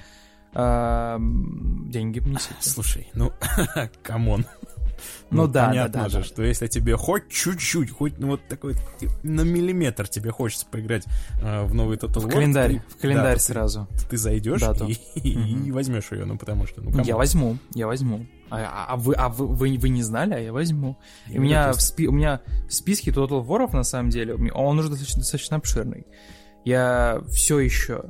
э, деньги внесите. Слушай, ну, камон. Ну, ну да, понятно да, да, же, да, что если тебе хоть чуть-чуть, хоть ну, вот такой на миллиметр тебе хочется поиграть э, в новый Total War... В календарь, ты, в календарь да, сразу. Ты, ты зайдешь Дату. и, и, угу. и возьмешь ее, ну потому что... Ну, я возьму, я возьму. А, а, вы, а вы, вы, вы не знали, а я возьму. И у, меня в спи- у меня в списке Total War'ов, на самом деле, он уже достаточно, достаточно обширный. Я все еще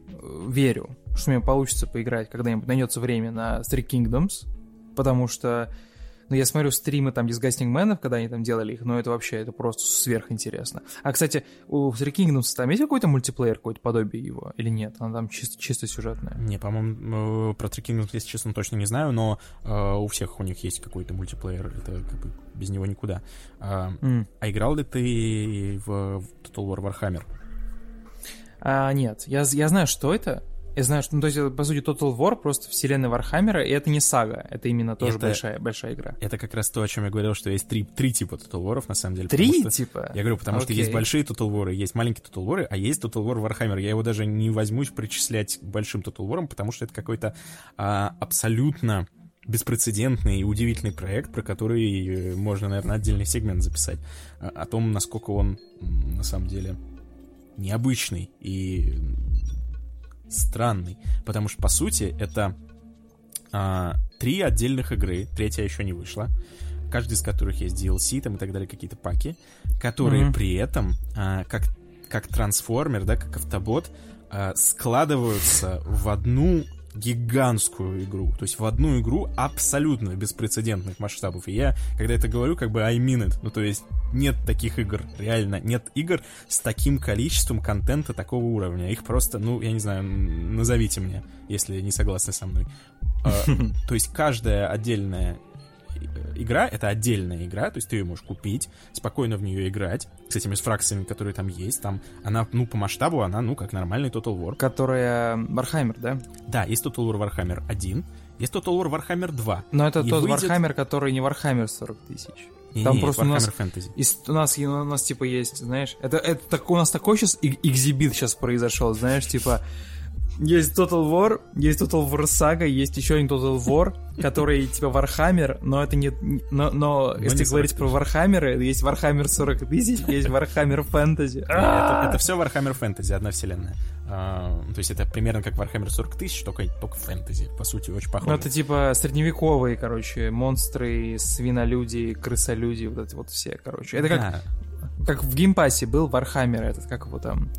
верю, что мне получится поиграть, когда-нибудь найдется время на Three Kingdoms, потому что, ну, я смотрю стримы там Disgusting Man'ов, когда они там делали их, но это вообще, это просто сверхинтересно. А, кстати, у Three Kingdoms там есть какой-то мультиплеер, какое-то подобие его, или нет? Она там чисто, чисто сюжетная. Не, по-моему, про Three Kingdoms, если честно, точно не знаю, но э, у всех у них есть какой-то мультиплеер, это как бы без него никуда. А, mm. а играл ли ты в, в Total War Warhammer? А, нет, я, я знаю, что это. Я знаю, что, ну, то есть, по сути, Total War просто вселенная Вархаммера, и это не сага, это именно тоже это, большая, большая игра. Это как раз то, о чем я говорил, что есть три, три типа Total War'ов, на самом деле. Три что, типа? Я говорю, потому Окей. что есть большие Total War'ы, есть маленькие Total War'ы, а есть Total War Warhammer. Я его даже не возьмусь причислять к большим Total War'ам, потому что это какой-то а, абсолютно беспрецедентный и удивительный проект, про который можно, наверное, отдельный сегмент записать. О том, насколько он, на самом деле, необычный и странный. Потому что, по сути, это а, три отдельных игры, третья еще не вышла, каждый из которых есть ди эл си там, и так далее, какие-то паки, которые mm-hmm. при этом, а, как, как трансформер, да, как автобот, а, складываются в одну гигантскую игру, то есть в одну игру абсолютно беспрецедентных масштабов. И я, когда это говорю, как бы I mean it, ну то есть нет таких игр, реально нет игр с таким количеством контента такого уровня. Их просто, ну, я не знаю, назовите мне, если не согласны со мной. То есть каждая отдельная игра — это отдельная игра, то есть ты ее можешь купить, спокойно в нее играть, с этими с фракциями, которые там есть, там она, ну, по масштабу, она, ну, как нормальный Total War. Которая Warhammer, да? Да, есть Total War Warhammer один, есть Total War Warhammer два. Но это тот выйдет... Warhammer, который не Warhammer сорок тысяч. Не, там не, просто Warhammer у нас, Fantasy. Из, у, нас, у нас, типа, есть, знаешь, это, это так, у нас такой сейчас экзибит сейчас произошел, знаешь, типа, есть Total War, есть Total War Saga, есть еще один Total War, который типа Warhammer, но это не... Но, но, но если не говорить про Warhammer, есть Warhammer сорок тысяч, есть Warhammer Fantasy. Это, это все Warhammer Fantasy, одна вселенная. А, то есть это примерно как Warhammer сорок тысяч, только, только фэнтези, по сути, очень похоже. Ну это типа средневековые, короче, монстры, свинолюди, крысолюди, вот эти вот все, короче. Это как, да. как в геймпассе был Warhammer, этот, как его там,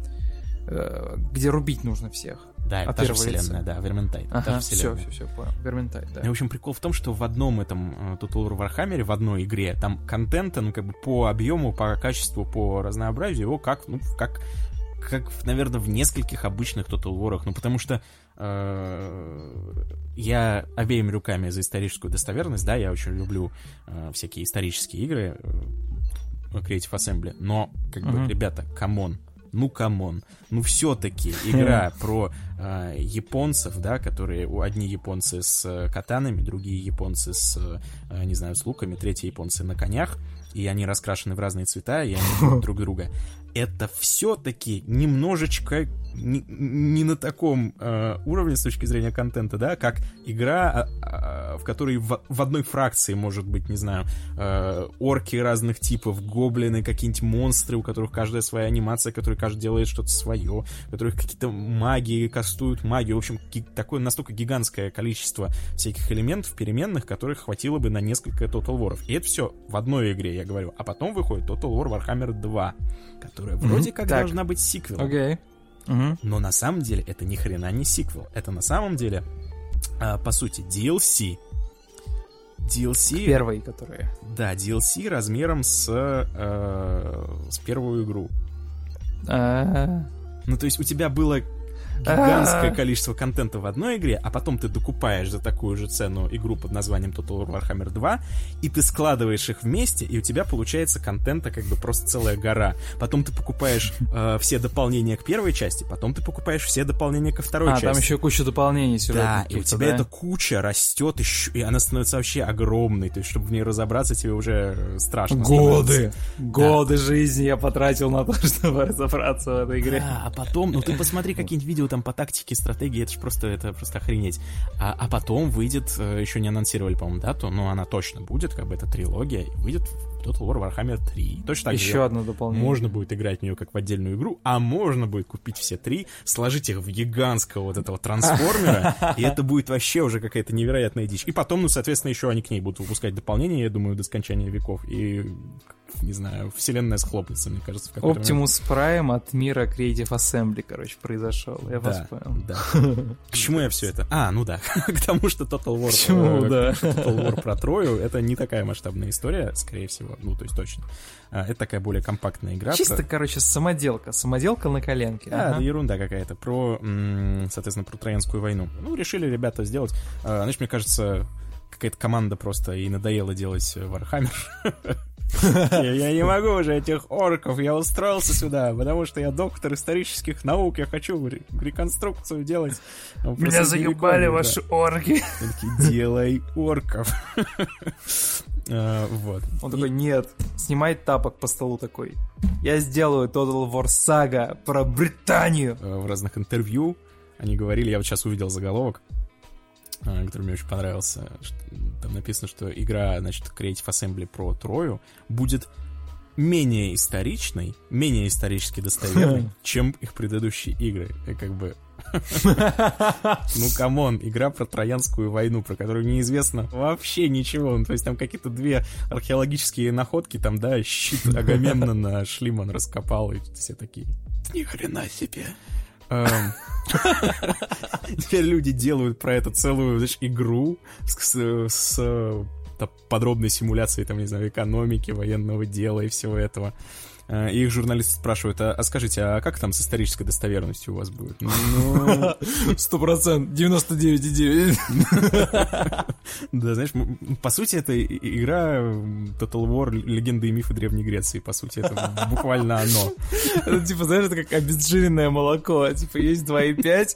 э, где рубить нужно всех. Да, это та же вселенная, да, Vermintide. Ага, все, все, все, понял. Vermintide, да. И, в общем, прикол в том, что в одном этом Total War Warhammer, в одной игре, там контента, ну, как бы по объему, по качеству, по разнообразию, его как, ну, как, как, наверное, в нескольких обычных Total War'ах. Ну, потому что э, я обеими руками за историческую достоверность, да, я очень люблю э, всякие исторические игры, э, Creative Assembly, но, как uh-huh. бы, ребята, камон. Ну, камон. Ну, все-таки игра про э, японцев, да, которые... Одни японцы с э, катанами, другие японцы с, э, не знаю, с луками, третьи японцы на конях, и они раскрашены в разные цвета, и они друг друга. Это все-таки немножечко не, не на таком э, уровне с точки зрения контента, да, как игра, э, э, в которой в, в одной фракции может быть, не знаю, э, орки разных типов, гоблины, какие-нибудь монстры, у которых каждая своя анимация, которые каждый делает что-то свое, у которых какие-то магии, кастуют магию. В общем, ги- такое настолько гигантское количество всяких элементов, переменных, которых хватило бы на несколько Total War'ов. И это все в одной игре, я говорю. А потом выходит Total War Warhammer два, которая вроде mm-hmm. как так. должна быть сиквелом. Okay. Uh-huh. Но на самом деле это ни хрена не сиквел. Это на самом деле, а, по сути, ди эл си. ди эл си... Первые, которые... Да, ди эл си размером с, э, с первую игру. Uh-huh. Ну, то есть у тебя было гигантское количество контента в одной игре, а потом ты докупаешь за такую же цену игру под названием Total War Warhammer два, и ты складываешь их вместе, и у тебя получается контента как бы просто целая гора. Потом ты покупаешь э, все дополнения к первой части, потом ты покупаешь все дополнения ко второй а, части. А, там еще куча дополнений сюда. Да, и у тебя да? эта куча растет, еще, и она становится вообще огромной, то есть чтобы в ней разобраться, тебе уже страшно. Годы! Годы да. жизни я потратил на то, чтобы разобраться в этой игре. Да, а потом, ну ты посмотри какие-нибудь видео там по тактике, стратегии, это же просто, это просто охренеть. А, а потом выйдет, еще не анонсировали, по-моему, дату, но она точно будет, как бы это трилогия, и выйдет Total War Warhammer три. Точно так еще же одно дополнение. Можно будет играть в нее как в отдельную игру, а можно будет купить все три, сложить их в гигантского вот этого трансформера, и это будет вообще уже какая-то невероятная дичь. И потом, ну, соответственно, еще они к ней будут выпускать дополнения, я думаю, до скончания веков, и... не знаю, вселенная схлопнется, мне кажется, в какой-то Optimus Prime от мира Creative Assembly, короче, произошел. Я да, вас понял. Да. К чему я все это? А, ну да, к тому, что Total War, Почему, да. Total War про Трою, это не такая масштабная история, скорее всего, ну, то есть точно. Это такая более компактная игра. Чисто, про... короче, самоделка. Самоделка на коленке. Да, ага. это ерунда какая-то. Про, соответственно, про Троянскую войну. Ну, решили ребята сделать. Знаешь, мне кажется, какая-то команда просто ей надоело делать Warhammer. Я не могу уже этих орков, я устроился сюда, потому что я доктор исторических наук, я хочу реконструкцию делать. Меня заебали ваши орки. Делай орков. Вот. Он такой, нет, снимай тапок по столу такой. Я сделаю Total War Saga про Британию. В разных интервью они говорили, я вот сейчас увидел заголовок, который мне очень понравился. Там написано, что игра, значит, Creative Assembly про Трою будет менее историчной, менее исторически достоверной, чем их предыдущие игры. И как бы... Ну, камон, игра про Троянскую войну, про которую неизвестно вообще ничего. Ну, то есть там какие-то две археологические находки, там, да, щит Агамемнона Шлиман раскопал, и все такие, ни хрена себе. Теперь люди делают про это целую, знаешь, игру с, с, с подробной симуляцией, там, не знаю, экономики, военного дела и всего этого. И их журналисты спрашивают, а, а скажите, а как там с исторической достоверностью у вас будет? Ну... Сто процентов, девяносто девять и девять. Да, знаешь, по сути, это игра Total War, легенды и мифы Древней Греции. По сути, это буквально оно. Это, типа, знаешь, это как обезжиренное молоко. Типа, есть два и пять.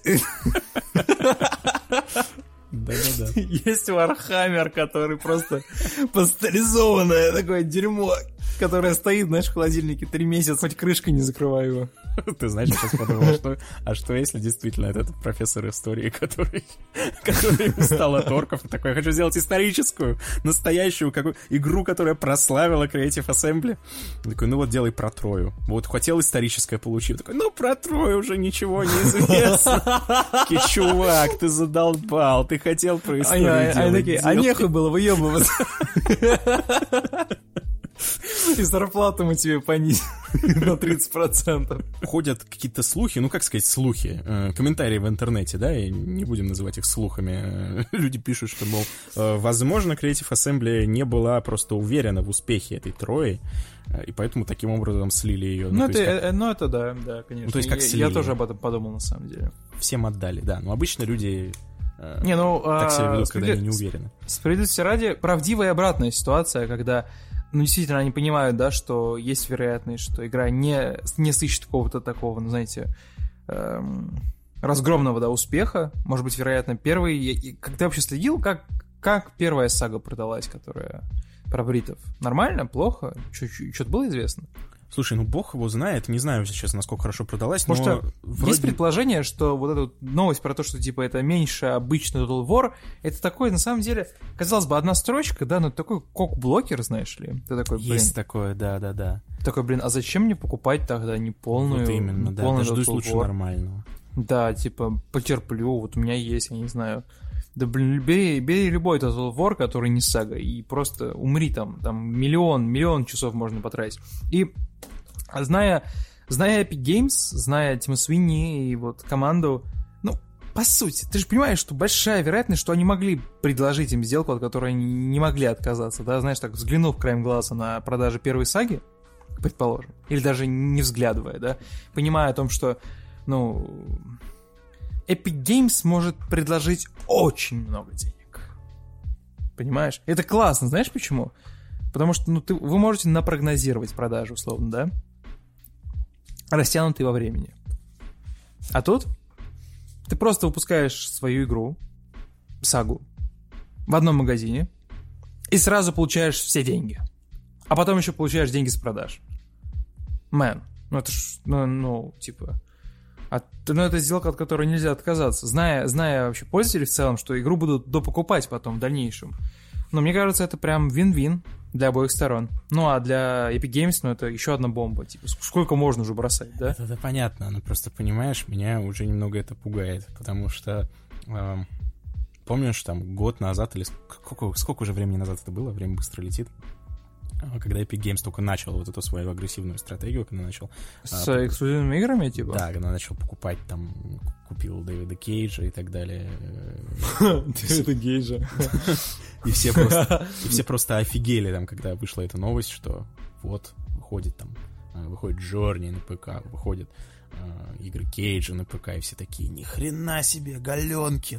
Да-да-да. Есть Warhammer, который просто пастеризованное такое дерьмо, которое стоит, знаешь, в холодильнике три месяца, хоть крышкой не закрывай его. Ты знаешь, я сейчас подумал, что, а что если действительно это этот профессор истории, который, который устал от орков и такой, я хочу сделать историческую, настоящую какую, игру, которая прославила Creative Assembly. Он такой, ну вот делай про Трою. Вот хотел историческое, получил. Такой, ну про Трою уже ничего не известно. Такие, чувак, ты задолбал, ты хотел про историю а, делать. А, такие, а нехуй было выебываться. И зарплату мы тебе понизим на тридцать процентов. Ходят какие-то слухи, ну как сказать слухи, э, комментарии в интернете, да, и не будем называть их слухами. Люди пишут, что, мол, э, возможно, Creative Assembly не была просто уверена в успехе этой Трои, э, и поэтому таким образом слили ее. Ну, ну, это, как... э, ну это да, да, конечно. Ну, то есть, как я, я тоже об этом подумал, на самом деле. Всем отдали, да, но обычно люди... Не, ну, так себя ведут, а, когда они не уверены. Справедливости ради, правдивая обратная ситуация, когда, ну, действительно, они понимают, да, что есть вероятность, что игра не, не сыщет какого-то такого, ну, знаете, эм, разгромного, да, успеха. Может быть, вероятно, первый... Как ты вообще следил, как, как первая сага продалась, которая про бритов? Нормально? Плохо? Что-то было известно? Слушай, ну бог его знает, не знаю сейчас, насколько хорошо продалась, Потому но... что вроде... есть предположение, что вот эта вот новость про то, что, типа, это меньше обычный Total War, это такой, на самом деле, казалось бы, одна строчка, да, но такой кок-блокер, знаешь ли. Ты такой, блин... Есть такое, да-да-да. Такой, блин, а зачем мне покупать тогда не полную... Вот именно, да, дождусь лучше нормального. Да, типа, потерплю, вот у меня есть, я не знаю... Да, блин, бери, бери любой Total War, который не сага, и просто умри там, там миллион, миллион часов можно потратить. И зная, зная Epic Games, зная Тима Свинни и вот команду, ну, по сути, ты же понимаешь, что большая вероятность, что они могли предложить им сделку, от которой они не могли отказаться, да, знаешь, так взглянув краем глаза на продажи первой саги, предположим, или даже не взглядывая, да, понимая о том, что, ну... Epic Games может предложить очень много денег. Понимаешь? Это классно, знаешь почему? Потому что ну, ты, вы можете напрогнозировать продажи, условно, да? Растянутые во времени. А тут ты просто выпускаешь свою игру, сагу, в одном магазине и сразу получаешь все деньги. А потом еще получаешь деньги с продаж. Мэн, ну это ж, ну, ну типа... А, ну, это сделка, от которой нельзя отказаться. Зная, зная вообще пользователей в целом, что игру будут допокупать потом в дальнейшем. Но мне кажется, это прям вин-вин для обоих сторон. Ну, а для Epic Games, ну, это еще одна бомба. Типа, сколько можно уже бросать, да? Это, это понятно, но просто, понимаешь, меня уже немного это пугает. Потому что, э, помнишь, там, год назад, или сколько, сколько уже времени назад это было? Время быстро летит. Когда Epic Games только начал вот эту свою агрессивную стратегию, когда начал... С а, эксклюзивными играми, типа? Да, когда начал покупать, там, купил Дэвида Кейджа и так далее. Дэвида Кейджа. И все просто, и все просто офигели, там, когда вышла эта новость, что вот, выходит там, выходит Джорни на ПК, выходят игры Кейджа на ПК, и все такие, ни хрена себе, Галенкин!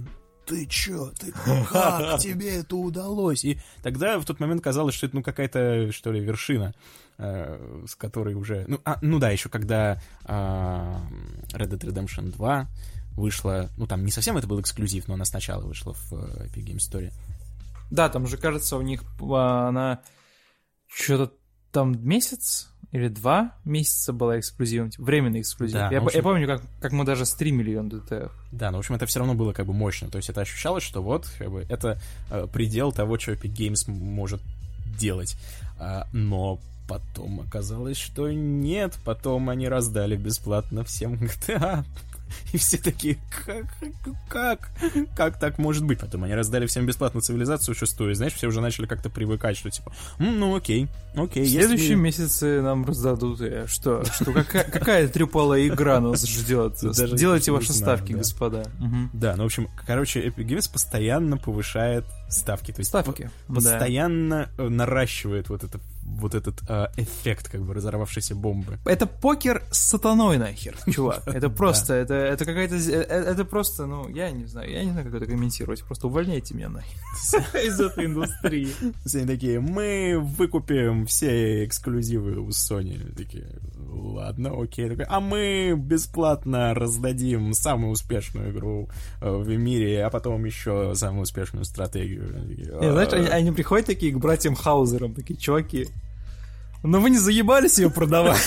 ты чё, ты, как тебе это удалось? И тогда в тот момент казалось, что это, ну, какая-то, что ли, вершина, э, с которой уже... Ну, а, ну да, еще когда э, Red Dead Redemption два вышла, ну, там не совсем это был эксклюзив, но она сначала вышла в Epic Games Store. Да, там же, кажется, у них она что-то там месяц или два месяца была эксклюзивом, типа, временный эксклюзив. Да, я, ну, общем... я помню, как, как мы даже стримили ее на ди ти эф. Да, но, в общем, это все равно было как бы мощно. То есть это ощущалось, что вот, как бы, это э, предел того, что Epic Games может делать. А, но потом оказалось, что нет. Потом они раздали бесплатно всем джи ти эй. И все такие, как, как, как так может быть? Потом они раздали всем бесплатно цивилизацию шестую, и, знаешь, все уже начали как-то привыкать, что типа, ну окей, окей. В следующем если... месяце нам раздадут, э, что, что какая, какая трипл-эй игра нас ждет? Делайте ваши ставки, господа. Да, ну, в общем, короче, Epic Games постоянно повышает ставки. То есть ставки. Постоянно наращивает вот это вот этот э, эффект, как бы, разорвавшейся бомбы. Это покер с сатаной, нахер, чувак. Это просто, это, это какая-то... Это просто, ну, я не знаю, я не знаю, как это комментировать. Просто увольняйте меня, нахер, из этой индустрии. Все они такие, мы выкупим все эксклюзивы у Sony. Такие, ладно, окей. А мы бесплатно раздадим самую успешную игру в мире, а потом еще самую успешную стратегию. Не, знаешь, они, они приходят такие к братьям Хаузерам, такие, чуваки, но вы не заебались ее продавать?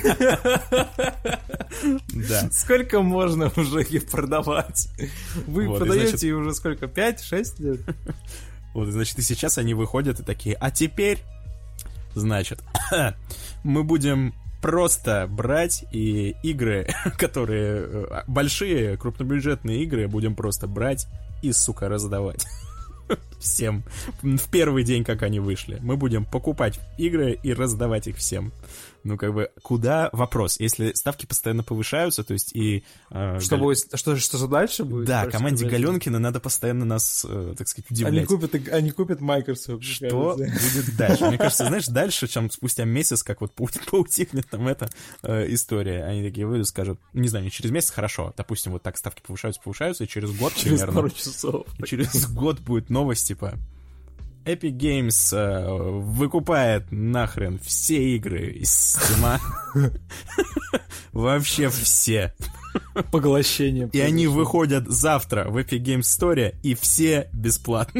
Да. Сколько можно уже ее продавать? Вы вот, продаете значит... ее уже сколько? пять-шесть лет? Вот, значит, и сейчас они выходят и такие, а теперь, значит, мы будем просто брать и игры, которые... Большие, крупнобюджетные игры будем просто брать и, сука, раздавать. Всем. В первый день, как они вышли. Мы будем покупать игры и раздавать их всем. Ну, как бы, куда вопрос? Если ставки постоянно повышаются, то есть и... Э, что Гал... будет? Что, что же дальше будет? Да, команде Галенкина надо постоянно нас, э, так сказать, удивлять. Они купят, они купят Microsoft. Что будет дальше? Мне кажется, знаешь, дальше, чем спустя месяц, как вот поутихнет там эта э, история, они такие выйдут, скажут, не знаю, не через месяц, хорошо, допустим, вот так ставки повышаются, повышаются, и через год через примерно... пару часов. Через год будет новость, типа... Epic Games э, выкупает нахрен все игры из Steam. Вообще все. Поглощение. И они выходят завтра в Epic Games Store, и все бесплатно.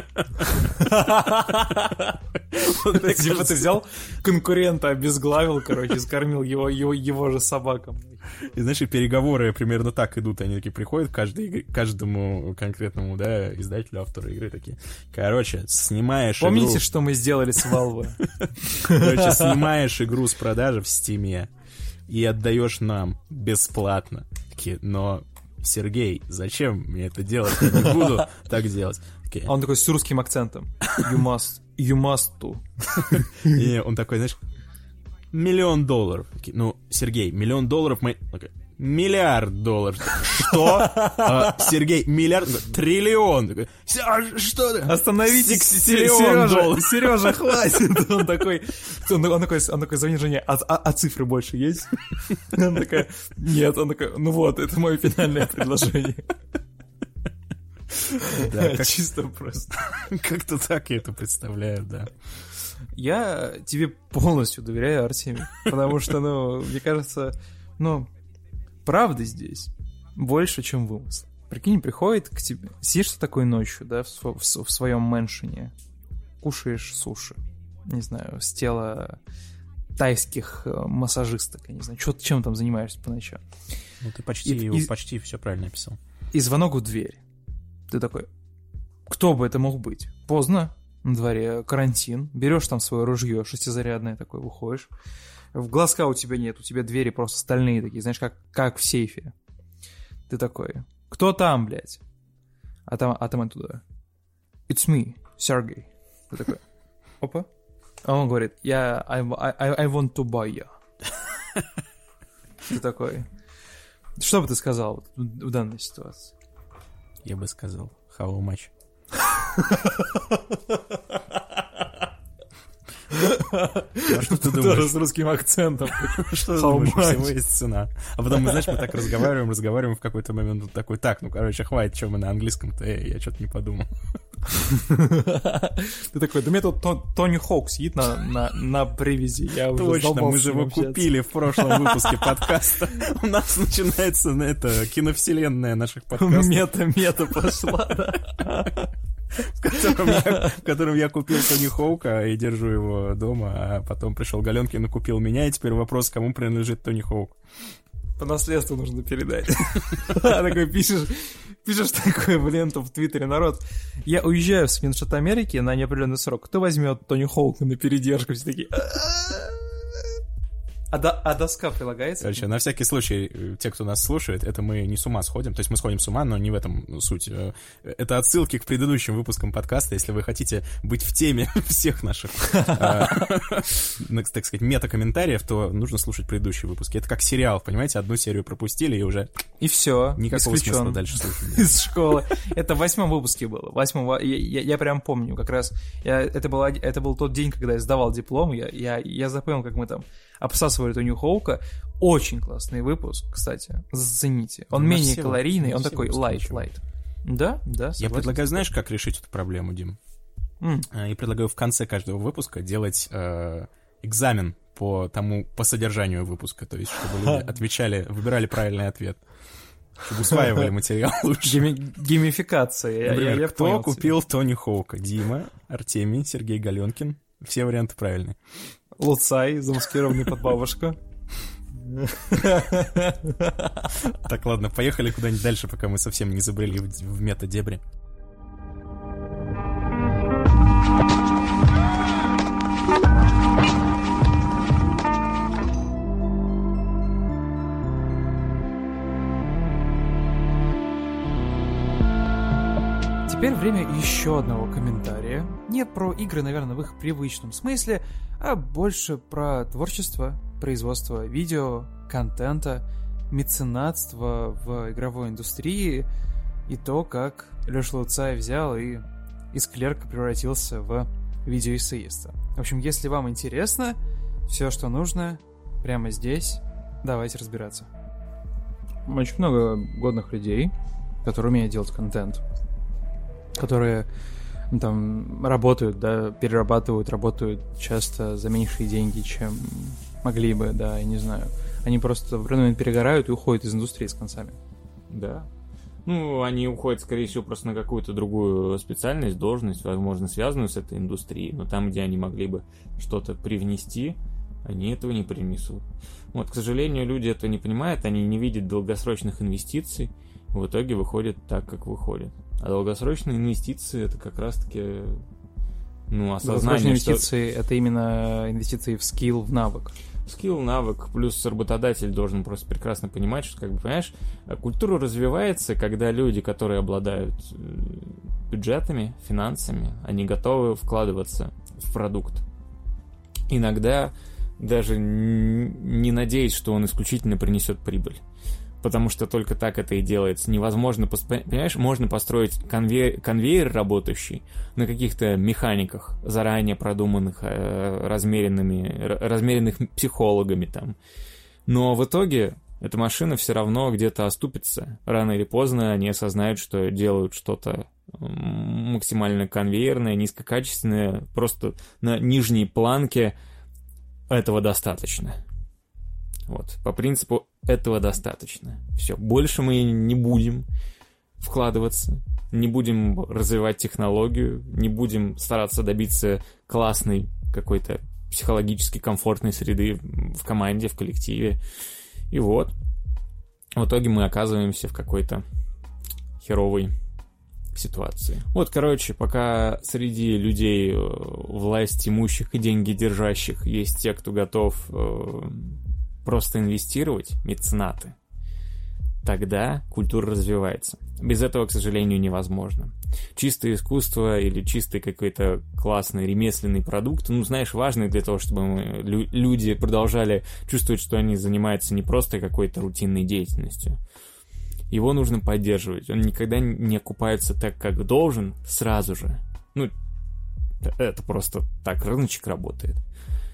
Типа ты взял конкурента, обезглавил, короче, скормил его его же собакам. И, знаешь, и переговоры примерно так идут. Они такие приходят каждый, каждому конкретному, да, издателю, автору игры такие. Короче, снимаешь Помните, игру... что мы сделали с Valve? Короче, снимаешь игру с продажи в Steam и отдаешь нам бесплатно. Такие, но, Сергей, зачем мне это делать? Я не буду так делать. Такие. А он такой с русским акцентом. You must, you must to. И он такой, знаешь, миллион долларов. Такие, ну, Сергей, миллион долларов мы... Okay. Миллиард долларов. Что? А, Сергей, миллиард... Триллион. Что? Остановитесь, Сережа, Сережа, хватит. Он такой, он, он такой, он такой, звонит жене, а, а, а цифры больше есть? Он такая, нет, он такой, ну вот, это мое финальное предложение. Да, как... чисто просто. Как-то так я это представляю, да. Я тебе полностью доверяю, Артемий, потому что, ну, мне кажется, ну, правда здесь больше, чем вымысл. Прикинь, приходит к тебе, сидишь ты такой ночью, да, в, в, в своем мэншине, кушаешь суши, не знаю, с тела тайских массажисток, я не знаю, чё, чем там занимаешься по ночам. Ну, ты почти, и, и, почти все правильно описал. И звонок в дверь. Ты такой, кто бы это мог быть? Поздно, на дворе карантин, берешь там свое ружье шестизарядное такое, выходишь, в глазка у тебя нет, у тебя двери просто стальные такие, знаешь, как, как в сейфе. Ты такой, кто там, блядь? А там, а там оттуда, it's me, Сергей. Ты такой, опа. А он говорит, я, I, I, I want to buy you. Ты такой, что бы ты сказал в данной ситуации? Я бы сказал, how much? А что ты Тоже думаешь? с русским акцентом. Что ты думаешь? У всего есть цена. А потом, мы, знаешь, мы так разговариваем, разговариваем в какой-то момент, вот такой, так, ну, короче, хватит, что мы на английском-то, эй, я что-то не подумал. Ты такой, да мне тут Тони Хоук сидит на, на, на привязи. Я уже Точно, мы же его купили в прошлом выпуске подкаста. У нас начинается на это киновселенная наших подкастов. Мета-мета пошла, да. В котором, я, в котором я купил Тони Хоука и держу его дома, а потом пришел Галенкин и купил меня, и теперь вопрос, кому принадлежит Тони Хоук. По наследству нужно передать. Такой пишешь, пишешь такое в ленту в Твиттере, народ, я уезжаю в Соединенные Штаты Америки на неопределенный срок, кто возьмет Тони Хоука на передержку? Все такие... А, до, а доска прилагается? Короче, на всякий случай, те, кто нас слушает, это мы не с ума сходим. То есть мы сходим с ума, но не в этом суть. Это отсылки к предыдущим выпускам подкаста. Если вы хотите быть в теме всех наших, так сказать, мета-комментариев, то нужно слушать предыдущие выпуски. Это как сериал, понимаете? Одну серию пропустили, и уже... И все. Никакого смысла дальше слушать. Из школы. Это в восьмом выпуске было. Восьмом, я, я, я прям помню, как раз. Я, это, был, это был тот день, когда я сдавал диплом. Я, я, я запомнил, как мы там обсасывали Тони Хоука. Очень классный выпуск, кстати. Зацените. Он ну, менее все, калорийный, он такой light, light. Да, да, я предлагаю, знаешь, как решить эту проблему, Дим? Mm. Я предлагаю в конце каждого выпуска делать э, экзамен по тому, по содержанию выпуска. То есть, чтобы люди отвечали, выбирали правильный ответ. Чтобы усваивали материал лучше. Гейми- геймификация. Например, я, я кто понял купил тебя. Тони Хоука? Дима, Артемий, Сергей Галенкин. Все варианты правильные. Луцай, замаскированный под бабушку. Так, ладно, поехали куда-нибудь дальше, пока мы совсем не забрели в, в мета-дебри. Теперь время еще одного комментария. Не про игры, наверное, в их привычном смысле, а больше про творчество, производство видео, контента, меценатство в игровой индустрии и то, как Леша Луцай взял и из клерка превратился в видеоэссеиста. В общем, если вам интересно, все, что нужно, прямо здесь, давайте разбираться. Очень много годных людей, которые умеют делать контент, которые ну, там работают, да, перерабатывают, работают часто за меньшие деньги, чем могли бы, да, я не знаю. Они просто в определенный момент перегорают и уходят из индустрии с концами. Да. Ну, они уходят, скорее всего, просто на какую-то другую специальность, должность, возможно, связанную с этой индустрией, но там, где они могли бы что-то привнести, они этого не привнесут. Вот, к сожалению, люди это не понимают, они не видят долгосрочных инвестиций, в итоге выходит так, как выходит. А долгосрочные инвестиции — это как раз-таки, ну, осознание, долгосрочные инвестиции что... — это именно инвестиции в скилл, в навык. Скилл, навык, плюс работодатель должен просто прекрасно понимать, что, как бы, понимаешь, культура развивается, когда люди, которые обладают бюджетами, финансами, они готовы вкладываться в продукт. Иногда даже не надеясь, что он исключительно принесет прибыль. Потому что только так это и делается. Невозможно, понимаешь, можно построить конвейер, конвейер работающий на каких-то механиках, заранее продуманных, размеренными, размеренных психологами там. Но в итоге эта машина все равно где-то оступится. Рано или поздно они осознают, что делают что-то максимально конвейерное, низкокачественное, просто на нижней планке этого достаточно. Вот, по принципу этого достаточно. Все, больше мы не будем вкладываться, не будем развивать технологию, не будем стараться добиться классной какой-то психологически комфортной среды в команде, в коллективе. И вот, в итоге мы оказываемся в какой-то херовой ситуации. Вот, короче, пока среди людей власть имущих и деньги держащих есть те, кто готов просто инвестировать, меценаты, тогда культура развивается. Без этого, к сожалению, невозможно. Чистое искусство или чистый какой-то классный ремесленный продукт, ну, знаешь, важный для того, чтобы мы, лю- люди продолжали чувствовать, что они занимаются не просто какой-то рутинной деятельностью. Его нужно поддерживать. Он никогда не окупается так, как должен, сразу же. Ну, это просто так рыночек работает.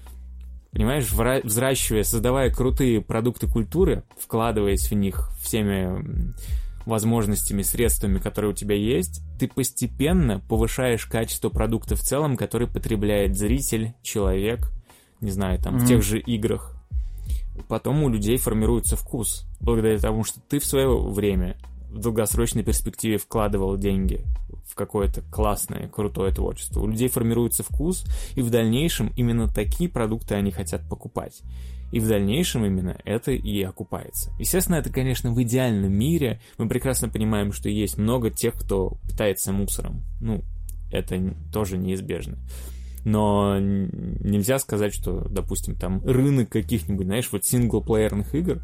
Понимаешь, вра- взращивая, создавая крутые продукты культуры, вкладываясь в них всеми возможностями, средствами, которые у тебя есть, ты постепенно повышаешь качество продукта в целом, который потребляет зритель, человек, не знаю, там, mm-hmm. в тех же играх. Потом у людей формируется вкус, благодаря тому, что ты в свое время в долгосрочной перспективе вкладывал деньги в какое-то классное, крутое творчество. У людей формируется вкус, и в дальнейшем именно такие продукты они хотят покупать. И в дальнейшем именно это и окупается. Естественно, это, конечно, в идеальном мире. Мы прекрасно понимаем, что есть много тех, кто питается мусором. Ну, это тоже неизбежно. Но нельзя сказать, что, допустим, там рынок каких-нибудь, знаешь, вот синглплеерных игр,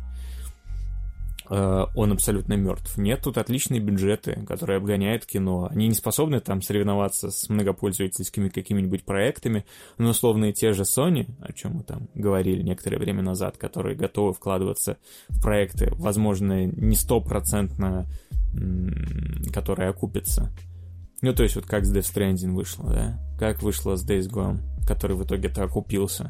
он абсолютно мертв. Нет, тут отличные бюджеты, которые обгоняют кино. Они не способны там соревноваться с многопользовательскими какими-нибудь проектами, но условные те же Sony, о чем мы там говорили некоторое время назад, которые готовы вкладываться в проекты, возможно, не стопроцентно, которые окупятся. Ну, то есть вот как с Death Stranding вышло, да? Как вышло с Days Gone, который в итоге-то окупился.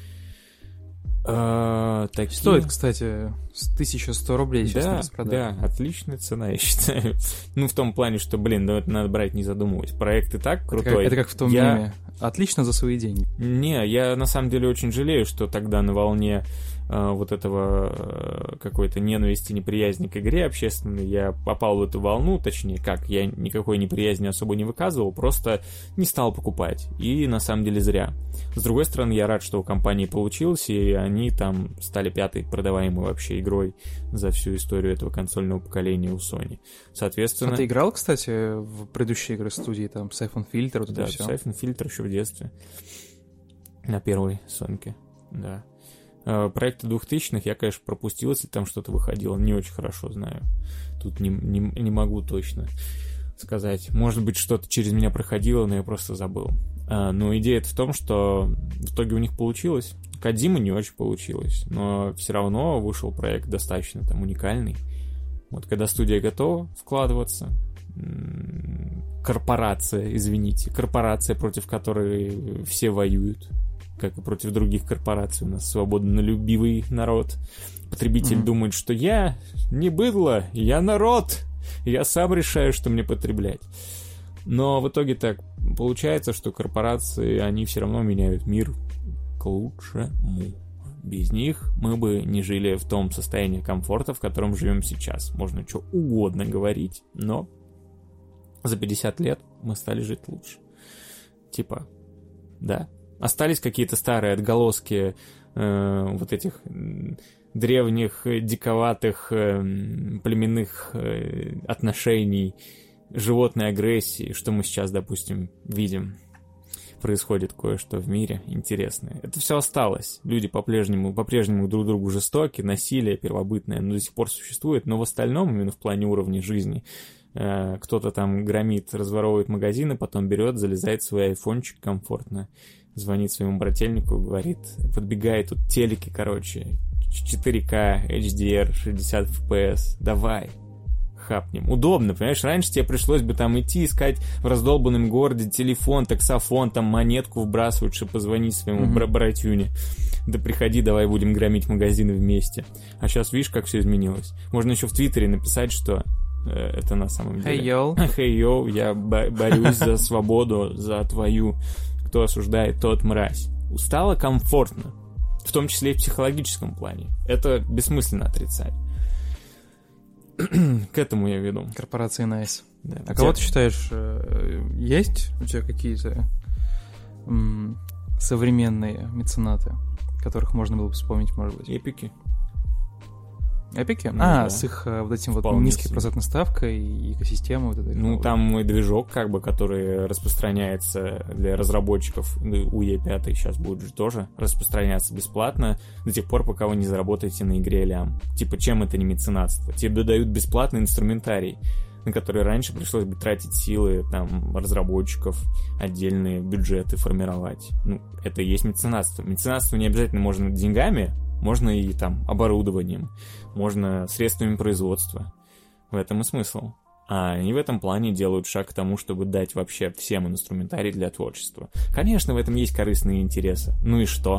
А, такие... Стоит, кстати, тысяча сто рублей сейчас да, на распродаже. Да, отличная цена, я считаю. Ну, в том плане, что, блин, да это надо брать, не задумываясь. Проект и так крутой. Это как, это как в том я... меме. Отлично за свои деньги. Не, я на самом деле очень жалею, что тогда на волне э, вот этого э, какой-то ненависти, неприязни к игре общественной я попал в эту волну, точнее, как, я никакой неприязни особо не выказывал, просто не стал покупать. И на самом деле зря. С другой стороны, я рад, что у компании получилось, и они там стали пятой продаваемой вообще игрой за всю историю этого консольного поколения у Sony. Соответственно... А ты играл, ксти, в предыдущие игры студии, там, Siphon Filter, вот да, это все? Да, Siphon Filter еще в детстве. На первой Соньке, да. Проекты двухтысячных я, конечно, пропустил, если там что-то выходило. Не очень хорошо знаю. Тут не, не, не могу точно сказать. Может быть, что-то через меня проходило, но я просто забыл. Но идея в том, что в итоге у них получилось. Кодзима не очень получилось, но все равно вышел проект достаточно там уникальный. Вот когда студия готова вкладываться, корпорация, извините, корпорация, против которой все воюют, как и против других корпораций, у нас свободнолюбивый народ. Потребитель mm-hmm. думает, что я не быдло, я народ, я сам решаю, что мне потреблять. Но в итоге так получается, что корпорации, они все равно меняют мир к лучшему. Без них мы бы не жили в том состоянии комфорта, в котором живем сейчас. Можно что угодно говорить, но за пятьдесят лет мы стали жить лучше. Типа, да. Остались какие-то старые отголоски э, вот этих древних, диковатых, э, племенных э, отношений, животной агрессии, что мы сейчас, допустим, видим. Происходит кое-что в мире интересное. Это все осталось. Люди по-прежнему, по-прежнему друг другу жестоки, насилие первобытное, но до сих пор существует. Но в остальном, именно в плане уровня жизни, э, кто-то там громит, разворовывает магазины, потом берет, залезает в свой айфончик комфортно, звонит своему брательнику, говорит, подбегает тут телеки, короче, четыре ка, эйч ди ар, шестьдесят эф пи эс, давай. Хапнем. Удобно, понимаешь, раньше тебе пришлось бы там идти искать в раздолбанном городе телефон, таксофон, там монетку вбрасывать, чтобы позвонить своему mm-hmm. бра- братюне. Да приходи, давай будем громить магазины вместе. А сейчас видишь, как все изменилось. Можно еще в Твиттере написать, что э, это на самом деле... Hey, yo. Hey, yo, я бо- борюсь за свободу, за твою. Кто осуждает, тот мразь. Стало комфортно. В том числе и в психологическом плане. Это бессмысленно отрицать. К этому я веду. Корпорации Nice. Да. А кого ты считаешь, есть у тебя какие-то м- современные меценаты, которых можно было бы вспомнить, может быть? Эпики. Эпики? Ну, а, да. с их вот этим вот Вполне низкой себе. процентной ставкой и экосистемой. Вот этой, Ну, вот. там мой движок, как бы, который распространяется для разработчиков, у и пять сейчас будет же тоже распространяться бесплатно до тех пор, пока вы не заработаете на игре лям. Типа, чем это не меценатство? Тебе додают бесплатный инструментарий, на который раньше пришлось бы тратить силы там разработчиков, отдельные бюджеты формировать. Ну, это и есть меценатство. Меценатство не обязательно можно деньгами, можно и там оборудованием, можно средствами производства. В этом и смысл. А они в этом плане делают шаг к тому, чтобы дать вообще всем инструментарий для творчества. Конечно, в этом есть корыстные интересы. Ну и что?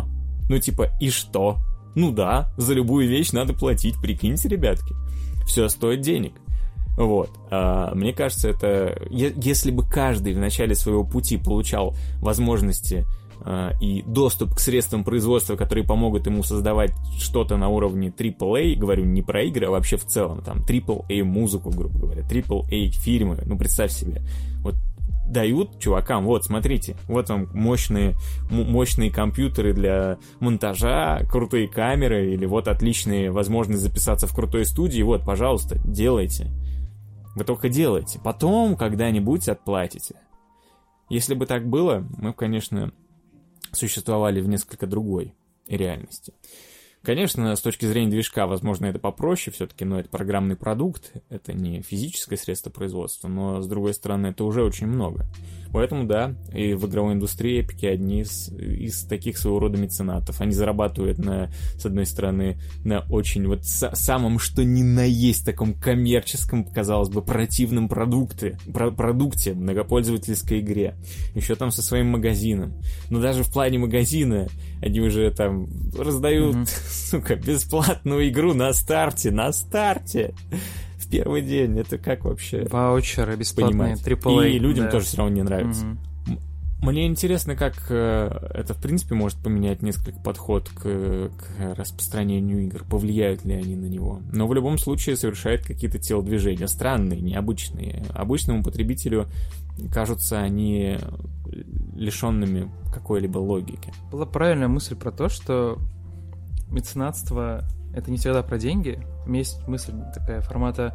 Ну, типа, и что? Ну да, за любую вещь надо платить, прикиньте, ребятки. Все стоит денег. Вот. А, мне кажется, это... Если бы каждый в начале своего пути получал возможности а, и доступ к средствам производства, которые помогут ему создавать что-то на уровне трипл эй, говорю не про игры, а вообще в целом, там, трипл эй музыку, грубо говоря, трипл эй фильмы, ну, представь себе. Вот дают чувакам, вот, смотрите, вот вам мощные, мощные компьютеры для монтажа, крутые камеры, или вот отличные возможности записаться в крутой студии, вот, пожалуйста, делайте. Вы только делайте. Потом когда-нибудь отплатите. Если бы так было, мы бы, конечно, существовали в несколько другой реальности. Конечно, с точки зрения движка, возможно, это попроще все-таки, но это программный продукт, это не физическое средство производства, но, с другой стороны, это уже очень много. Поэтому, да, и в игровой индустрии эпики одни из, из таких своего рода меценатов. Они зарабатывают, на, с одной стороны, на очень вот с, самом что ни на есть таком коммерческом, казалось бы, противном продукте, про, продукте, многопользовательской игре. Еще там со своим магазином. Но даже в плане магазина они уже там раздают, mm-hmm. сука, бесплатную игру на старте, на старте. В первый день. Это как вообще? Ваучеры бесплатные, трипл эй. И людям да. тоже все равно не нравится. Mm-hmm. Мне интересно, как это, в принципе, может поменять несколько подход к, к распространению игр. Повлияют ли они на него? Но в любом случае совершает какие-то телодвижения. Странные, необычные. Обычному потребителю кажутся они лишенными какой-либо логики. Была правильная мысль про то, что меценатство — это не всегда про деньги. У меня есть мысль такая формата,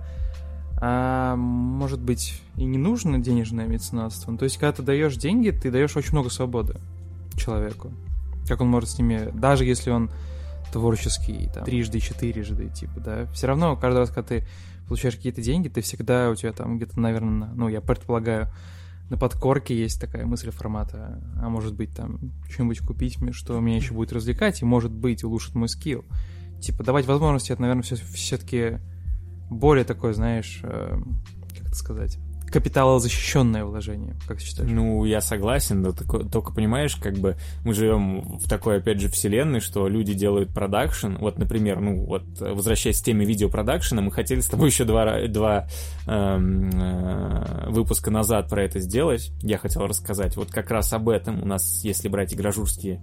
а может быть и не нужно денежное меценатство. Ну, то есть, когда ты даешь деньги, ты даешь очень много свободы человеку. Как он может с ними, даже если он творческий, там, трижды, четырежды, типа, да, все равно каждый раз, когда ты получаешь какие-то деньги, ты всегда, у тебя там где-то, наверное, ну, я предполагаю, на подкорке есть такая мысль формата, а может быть, там, что-нибудь купить, что меня еще будет развлекать, и, может быть, улучшит мой скилл. Типа, давать возможности, это, наверное, все, все-таки более такое, знаешь, э, как это сказать, капиталозащищенное вложение, как ты считаешь? Ну, я согласен, но только, только понимаешь, как бы мы живем в такой, опять же, вселенной, что люди делают продакшн. Вот, например, ну, вот, возвращаясь к теме видеопродакшена, мы хотели с тобой еще два, два эм, э, выпуска назад про это сделать. Я хотел рассказать вот как раз об этом. У нас, если брать игражурские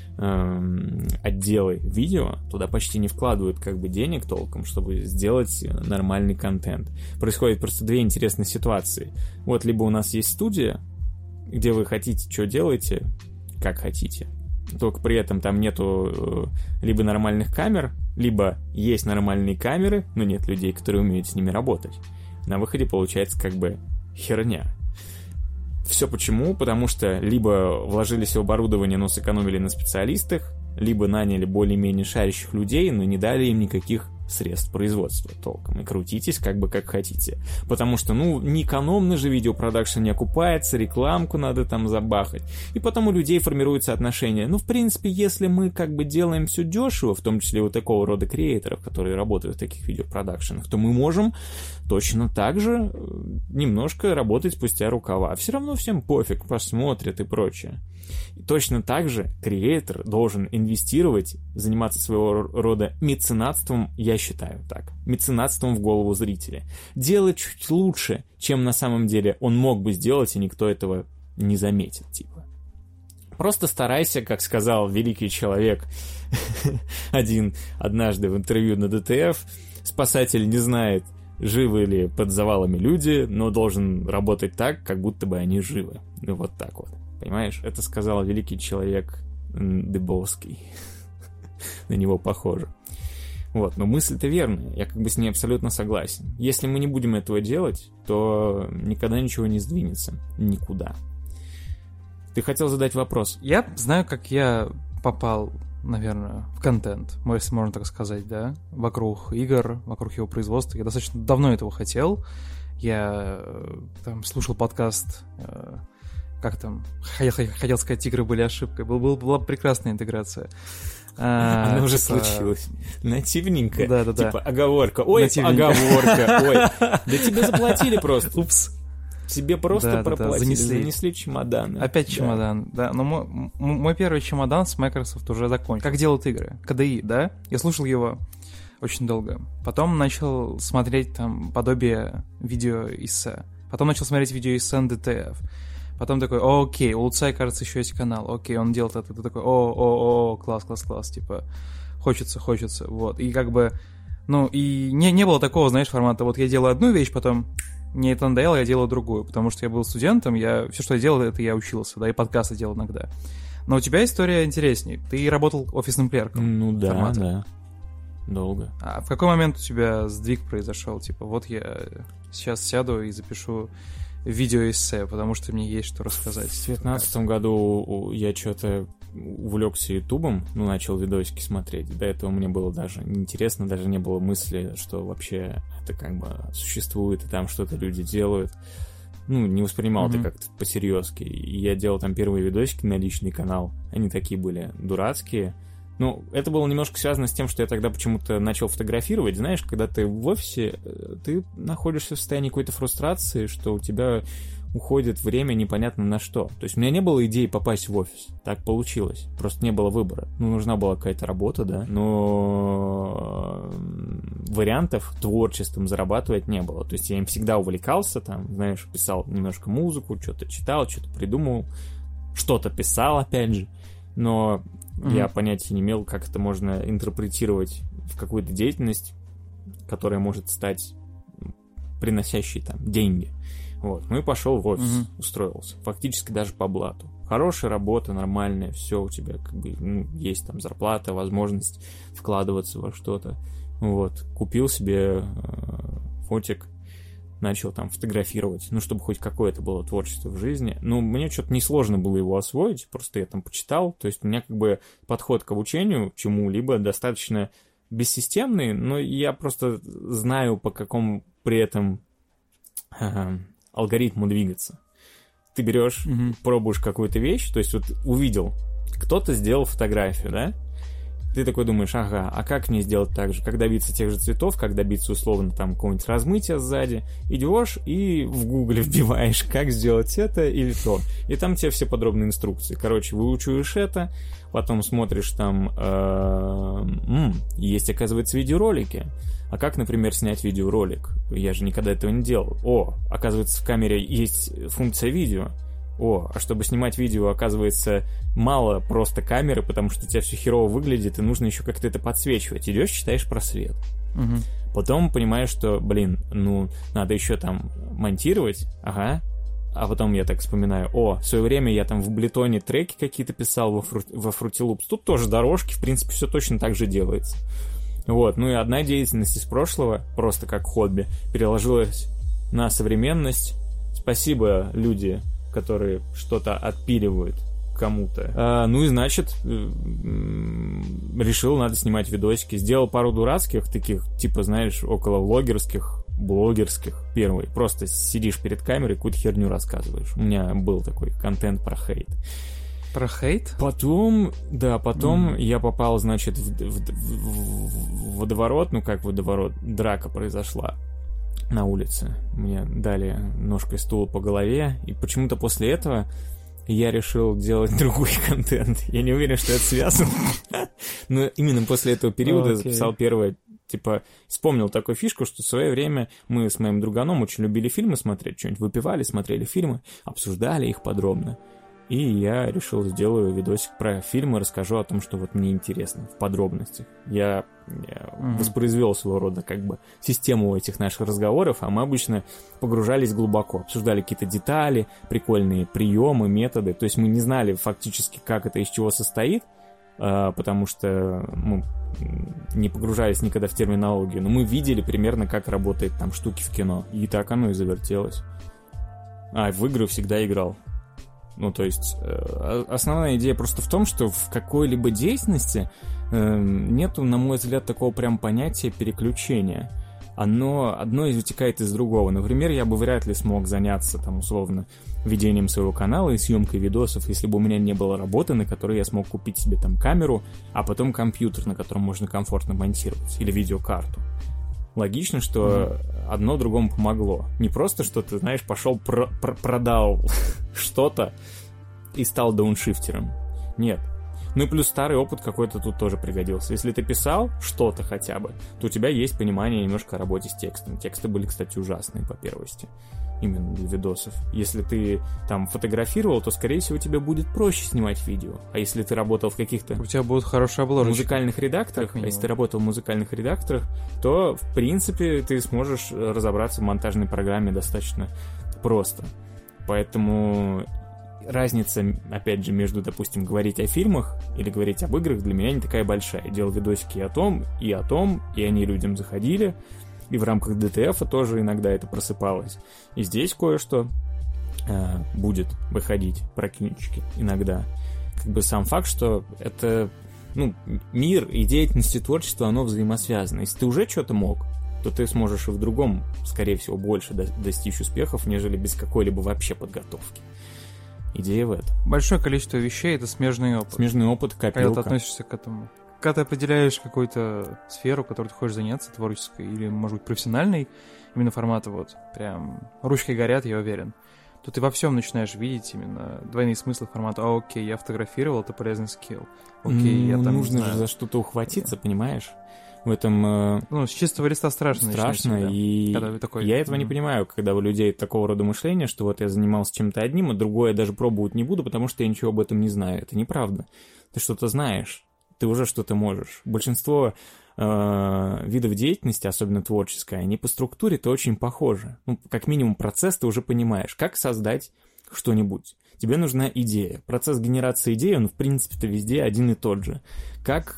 отделы видео, туда почти не вкладывают как бы денег толком, чтобы сделать нормальный контент. Происходят просто две интересные ситуации. Вот либо у нас есть студия, где вы хотите, что делаете, как хотите. Только при этом там нету либо нормальных камер, либо есть нормальные камеры, но нет людей, которые умеют с ними работать. На выходе получается как бы херня. Все почему? Потому что либо вложились в оборудование, но сэкономили на специалистах, либо наняли более-менее шарящих людей, но не дали им никаких средств производства толком. И крутитесь как бы как хотите. Потому что, ну, не экономно же видеопродакшн не окупается, рекламку надо там забахать. И потом у людей формируется отношение. Ну, в принципе, если мы как бы делаем все дешево, в том числе у такого рода креаторов, которые работают в таких видеопродакшенах, то мы можем точно так же немножко работать спустя рукава. Все равно всем пофиг, посмотрят и прочее. И точно так же креатор должен инвестировать, заниматься своего рода меценатством, я считаю так, меценатством в голову зрителя. Делать чуть лучше, чем на самом деле он мог бы сделать, и никто этого не заметит, типа. Просто старайся, как сказал великий человек один однажды в интервью на ди ти эф, спасатель не знает, живы ли под завалами люди, но должен работать так, как будто бы они живы. Ну вот так вот. Понимаешь? Это сказал великий человек Дыбовский. На него похоже. Вот, но мысль-то верная. Я как бы с ней абсолютно согласен. Если мы не будем этого делать, то никогда ничего не сдвинется. Никуда. Ты хотел задать вопрос? Я знаю, как я попал, наверное, в контент, если можно так сказать, да, вокруг игр, вокруг его производства. Я достаточно давно этого хотел. Я там слушал подкаст... Как там? Хотел, хотел сказать, игры были ошибкой. Был, был, была прекрасная интеграция. А, Она уже типа... случилась. Нативненько. Да-да-да. Типа оговорка. Ой, оговорка. Ой, да тебе заплатили просто. Упс. Тебе просто Да, да, да, проплатили, занесли. занесли чемоданы. Опять Да. чемодан, да. Но мой, м- мой первый чемодан с Microsoft уже закончил. Как делают игры? ка дэ и, да? Я слушал его очень долго. Потом начал смотреть там подобие видеоэссе. Потом начал смотреть видеоэссе эн дэ тэ эф. Потом такой, о, окей, у Луцая, кажется, еще есть канал. Окей, он делает это. Ты такой, о, о, о, класс, класс, класс. Типа, хочется, хочется. Вот. И как бы, ну, и не, не было такого, знаешь, формата, вот я делаю одну вещь, потом мне это надоело, я делаю другую. Потому что я был студентом, я все, что я делал, это я учился, да, и подкасты делал иногда. Но у тебя история интереснее. Ты работал офисным клерком. Ну да, формата. да. Долго. А в какой момент у тебя сдвиг произошел? Типа, вот я сейчас сяду и запишу видеоэссе, потому что мне есть что рассказать. В девятнадцатом году я что-то увлекся ютубом, ну, начал видосики смотреть. До этого мне было даже неинтересно, даже не было мысли, что вообще это как бы существует, и там что-то люди делают. Ну, не воспринимал Mm-hmm. это как-то по-серьезки. И я делал там первые видосики на личный канал. Они такие были дурацкие. Ну, это было немножко связано с тем, что я тогда почему-то начал фотографировать. Знаешь, когда ты в офисе, ты находишься в состоянии какой-то фрустрации, что у тебя уходит время непонятно на что. То есть у меня не было идеи попасть в офис. Так получилось. Просто не было выбора. Ну, нужна была какая-то работа, да. Но вариантов творчеством зарабатывать не было. То есть я им всегда увлекался, там, знаешь, писал немножко музыку, что-то читал, что-то придумывал, что-то писал, опять же. Но mm-hmm. я понятия не имел, как это можно интерпретировать в какую-то деятельность, которая может стать приносящей там деньги. Вот. Ну и пошел в офис, mm-hmm. устроился. Фактически даже по блату. Хорошая работа, нормальная, все у тебя как бы ну, есть там зарплата, возможность вкладываться во что-то. Вот. Купил себе э, фотик, начал там фотографировать, ну, чтобы хоть какое-то было творчество в жизни. Ну, мне что-то несложно было его освоить, просто я там почитал. То есть у меня как бы подход к обучению чему-либо достаточно бессистемный, но я просто знаю, по какому при этом э, алгоритму двигаться. Ты берешь, mm-hmm. пробуешь какую-то вещь, то есть вот увидел, кто-то сделал фотографию, да? Ты такой думаешь, ага, а как мне сделать так же? Как добиться тех же цветов, как добиться условно там какого-нибудь размытия сзади? Идешь и в гугле вбиваешь, как сделать это или то. И там тебе все подробные инструкции. Короче, выучиваешь это, потом смотришь там... Есть, оказывается, видеоролики. А как, например, снять видеоролик? Я же никогда этого не делал. О, оказывается, в камере есть функция видео. О, а чтобы снимать видео, оказывается, мало просто камеры, потому что у тебя все херово выглядит, и нужно еще как-то это подсвечивать. Идешь, читаешь про свет. Угу. Потом понимаешь, что, блин, ну, надо еще там монтировать. Ага. А потом я так вспоминаю, о, в свое время я там в Блитоне треки какие-то писал во, фру... во Fruity Loops. Тут тоже дорожки, в принципе, все точно так же делается. Вот, ну и одна деятельность из прошлого, просто как хобби, переложилась на современность. Спасибо, люди, которые что-то отпиливают кому-то. А, ну и значит, решил, надо снимать видосики. Сделал пару дурацких, таких, типа, знаешь, около влогерских, блогерских. Первый. Просто сидишь перед камерой, какую-то херню рассказываешь. У меня был такой контент про хейт. Про хейт? Потом, да, потом mm. я попал, значит, в, в, в, в водоворот, ну как водоворот, драка произошла на улице. Мне дали ножкой стула по голове, и почему-то после этого я решил делать другой контент. Я не уверен, что это связано. Но именно после этого периода я записал первое, типа, вспомнил такую фишку, что в свое время мы с моим друганом очень любили фильмы смотреть, что-нибудь выпивали, смотрели фильмы, обсуждали их подробно. И я решил, сделаю видосик про фильмы, расскажу о том, что вот мне интересно, в подробностях. Я, я mm-hmm. воспроизвел своего рода как бы систему этих наших разговоров, а мы обычно погружались глубоко, обсуждали какие-то детали, прикольные приемы, методы. То есть мы не знали фактически, как это, из чего состоит, потому что мы не погружались никогда в терминологию, но мы видели примерно, как работают там штуки в кино. И так оно и завертелось. А, в игры всегда играл. Ну, то есть, э, основная идея просто в том, что в какой-либо деятельности э, нету, на мой взгляд, такого прям понятия переключения. Оно одно вытекает из другого. Например, я бы вряд ли смог заняться, там, условно, ведением своего канала и съемкой видосов, если бы у меня не было работы, на которой я смог купить себе там камеру, а потом компьютер, на котором можно комфортно монтировать, или видеокарту. логично, что mm-hmm. одно другому помогло. Не просто, что ты, знаешь, пошел про- про- продал что-то и стал дауншифтером. Нет. Ну и плюс старый опыт какой-то тут тоже пригодился. Если ты писал что-то хотя бы, то у тебя есть понимание немножко о работе с текстом. Тексты были, кстати, ужасные по первости. Именно для видосов. Если ты там фотографировал, то, скорее всего, тебе будет проще снимать видео. А если ты работал в каких-то... У тебя будут хорошие обложки. Музыкальных редакторах, а если ты работал в музыкальных редакторах, то, в принципе, ты сможешь разобраться в монтажной программе достаточно просто. Поэтому разница, опять же, между, допустим, говорить о фильмах или говорить об играх для меня не такая большая. Я делал видосики о том, и о том, и они людям заходили. И в рамках ди ти эф тоже иногда это просыпалось. И здесь кое-что э, будет выходить про кинчики иногда. Как бы сам факт, что это, ну, мир и деятельность и творчество, оно взаимосвязано. Если ты уже что-то мог, то ты сможешь и в другом, скорее всего, больше до- достичь успехов, нежели без какой-либо вообще подготовки. Идея в этом. Большое количество вещей — это смежный опыт. Смежный опыт, копилка. Когда ты относишься к этому. Когда ты определяешь какую-то сферу, которой ты хочешь заняться, творческой или, может быть, профессиональной, именно формата вот, прям ручки горят, я уверен, то ты во всем начинаешь видеть именно двойные смыслы формата: а, окей, я фотографировал, это полезный скилл. Окей, ну, я там, нужно не знаю, же за что-то ухватиться, понимаешь? В этом... Э... Ну, с чистого листа страшно. Страшно, и такой... я этого mm-hmm. не понимаю, когда у людей такого рода мышления, что вот я занимался чем-то одним, а другое я даже пробовать не буду, потому что я ничего об этом не знаю. Это неправда. Ты что-то знаешь. Ты уже что-то можешь. Большинство э, видов деятельности, особенно творческая, они по структуре-то очень похожи. Ну, как минимум процесс ты уже понимаешь, как создать что-нибудь. Тебе нужна идея. Процесс генерации идеи, он в принципе-то везде один и тот же. Как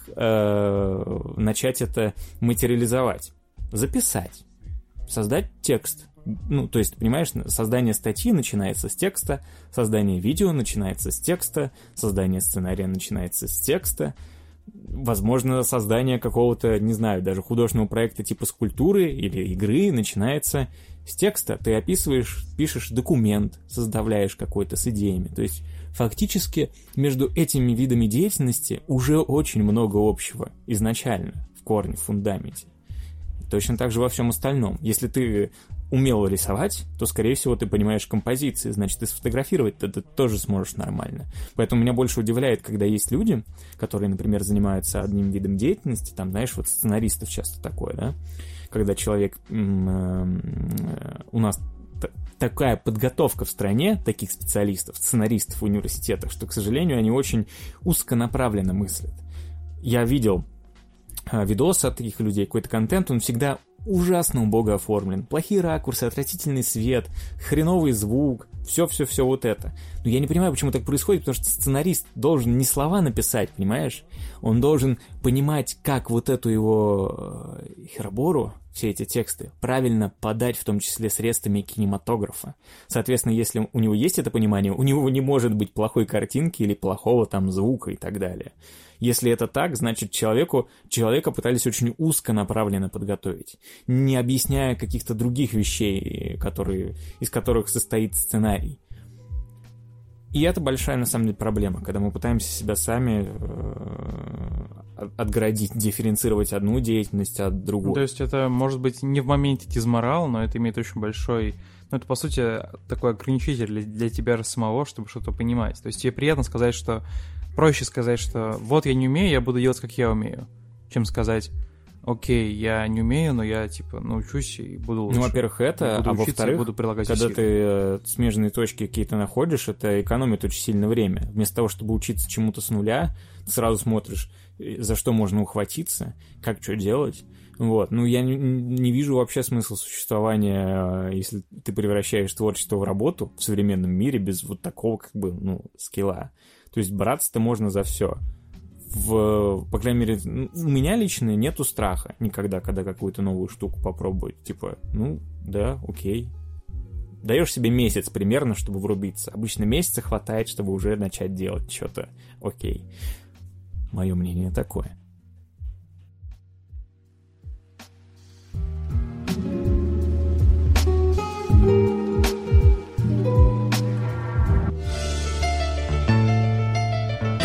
э, начать это материализовать? Записать. Создать текст. Ну, то есть, понимаешь, создание статьи начинается с текста, создание видео начинается с текста, создание сценария начинается с текста. Возможно, создание какого-то, не знаю, даже художественного проекта типа скульптуры или игры начинается с текста. Ты описываешь, пишешь документ, составляешь какой-то с идеями. То есть, фактически, между этими видами деятельности уже очень много общего изначально, в корне, в фундаменте. Точно так же во всем остальном. Если ты умел рисовать, то, скорее всего, ты понимаешь композиции, значит, и сфотографировать ты, ты тоже сможешь нормально. Поэтому меня больше удивляет, когда есть люди, которые, например, занимаются одним видом деятельности, там, знаешь, вот сценаристов часто такое, да, когда человек... У нас т- такая подготовка в стране таких специалистов, сценаристов в университетах, что, к сожалению, они очень узконаправленно мыслят. Я видел видосы от таких людей, какой-то контент, он всегда ужасно убого оформлен. Плохие ракурсы, отвратительный свет, хреновый звук, все-все-все вот это. Но я не понимаю, почему так происходит, потому что сценарист должен не слова написать, понимаешь? Он должен понимать, как вот эту его херобору, все эти тексты, правильно подать, в том числе средствами кинематографа. Соответственно, если у него есть это понимание, у него не может быть плохой картинки или плохого там звука и так далее. Если это так, значит, человеку, человека пытались очень узконаправленно подготовить, не объясняя каких-то других вещей, которые, из которых состоит сценарий. И это большая, на самом деле, проблема, когда мы пытаемся себя сами э, отгородить, дифференцировать одну деятельность от другой. То есть это, может быть, не в моменте дизморал, но это имеет очень большой... Ну, это, по сути, такой ограничитель для, для тебя же самого, чтобы что-то понимать. То есть тебе приятно сказать, что... Проще сказать, что вот я не умею, я буду делать, как я умею, чем сказать, окей, я не умею, но я, типа, научусь и буду лучше. Ну, во-первых, это, буду а учиться, во-вторых, буду прилагать когда усилия. ты э, смежные точки какие-то находишь, это экономит очень сильно время. Вместо того, чтобы учиться чему-то с нуля, ты сразу смотришь, за что можно ухватиться, как что делать. Вот. Ну, я не, не вижу вообще смысла существования, если ты превращаешь творчество в работу в современном мире без вот такого, как бы, ну, скилла. То есть браться-то можно за все. В, по крайней мере, у меня лично нету страха никогда, когда какую-то новую штуку попробовать. Типа, ну, да, окей. Даешь себе месяц примерно, чтобы врубиться. Обычно месяца хватает, чтобы уже начать делать что-то. Окей. Мое мнение такое.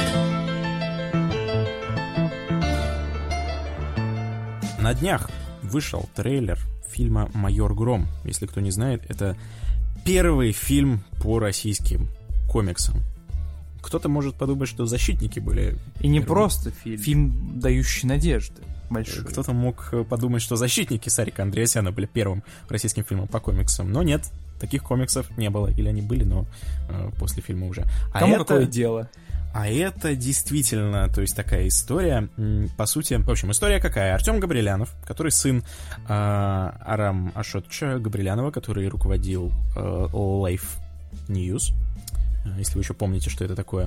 На днях вышел трейлер фильма «Майор Гром». Если кто не знает, это первый фильм по российским комиксам. Кто-то может подумать, что «Защитники» были... И не просто фильм. Фильм, дающий надежды. Большой. Кто-то мог подумать, что «Защитники» Сарика Андреасяна были первым российским фильмом по комиксам. Но нет, таких комиксов не было. Или они были, но э, после фильма уже. А Кому это... какое дело? А это действительно, то есть такая история, по сути, в общем, история какая? Артем Габрилянов, который сын э, Арам Ашотовича Габрилянова, который руководил э, Life News, если вы еще помните, что это такое,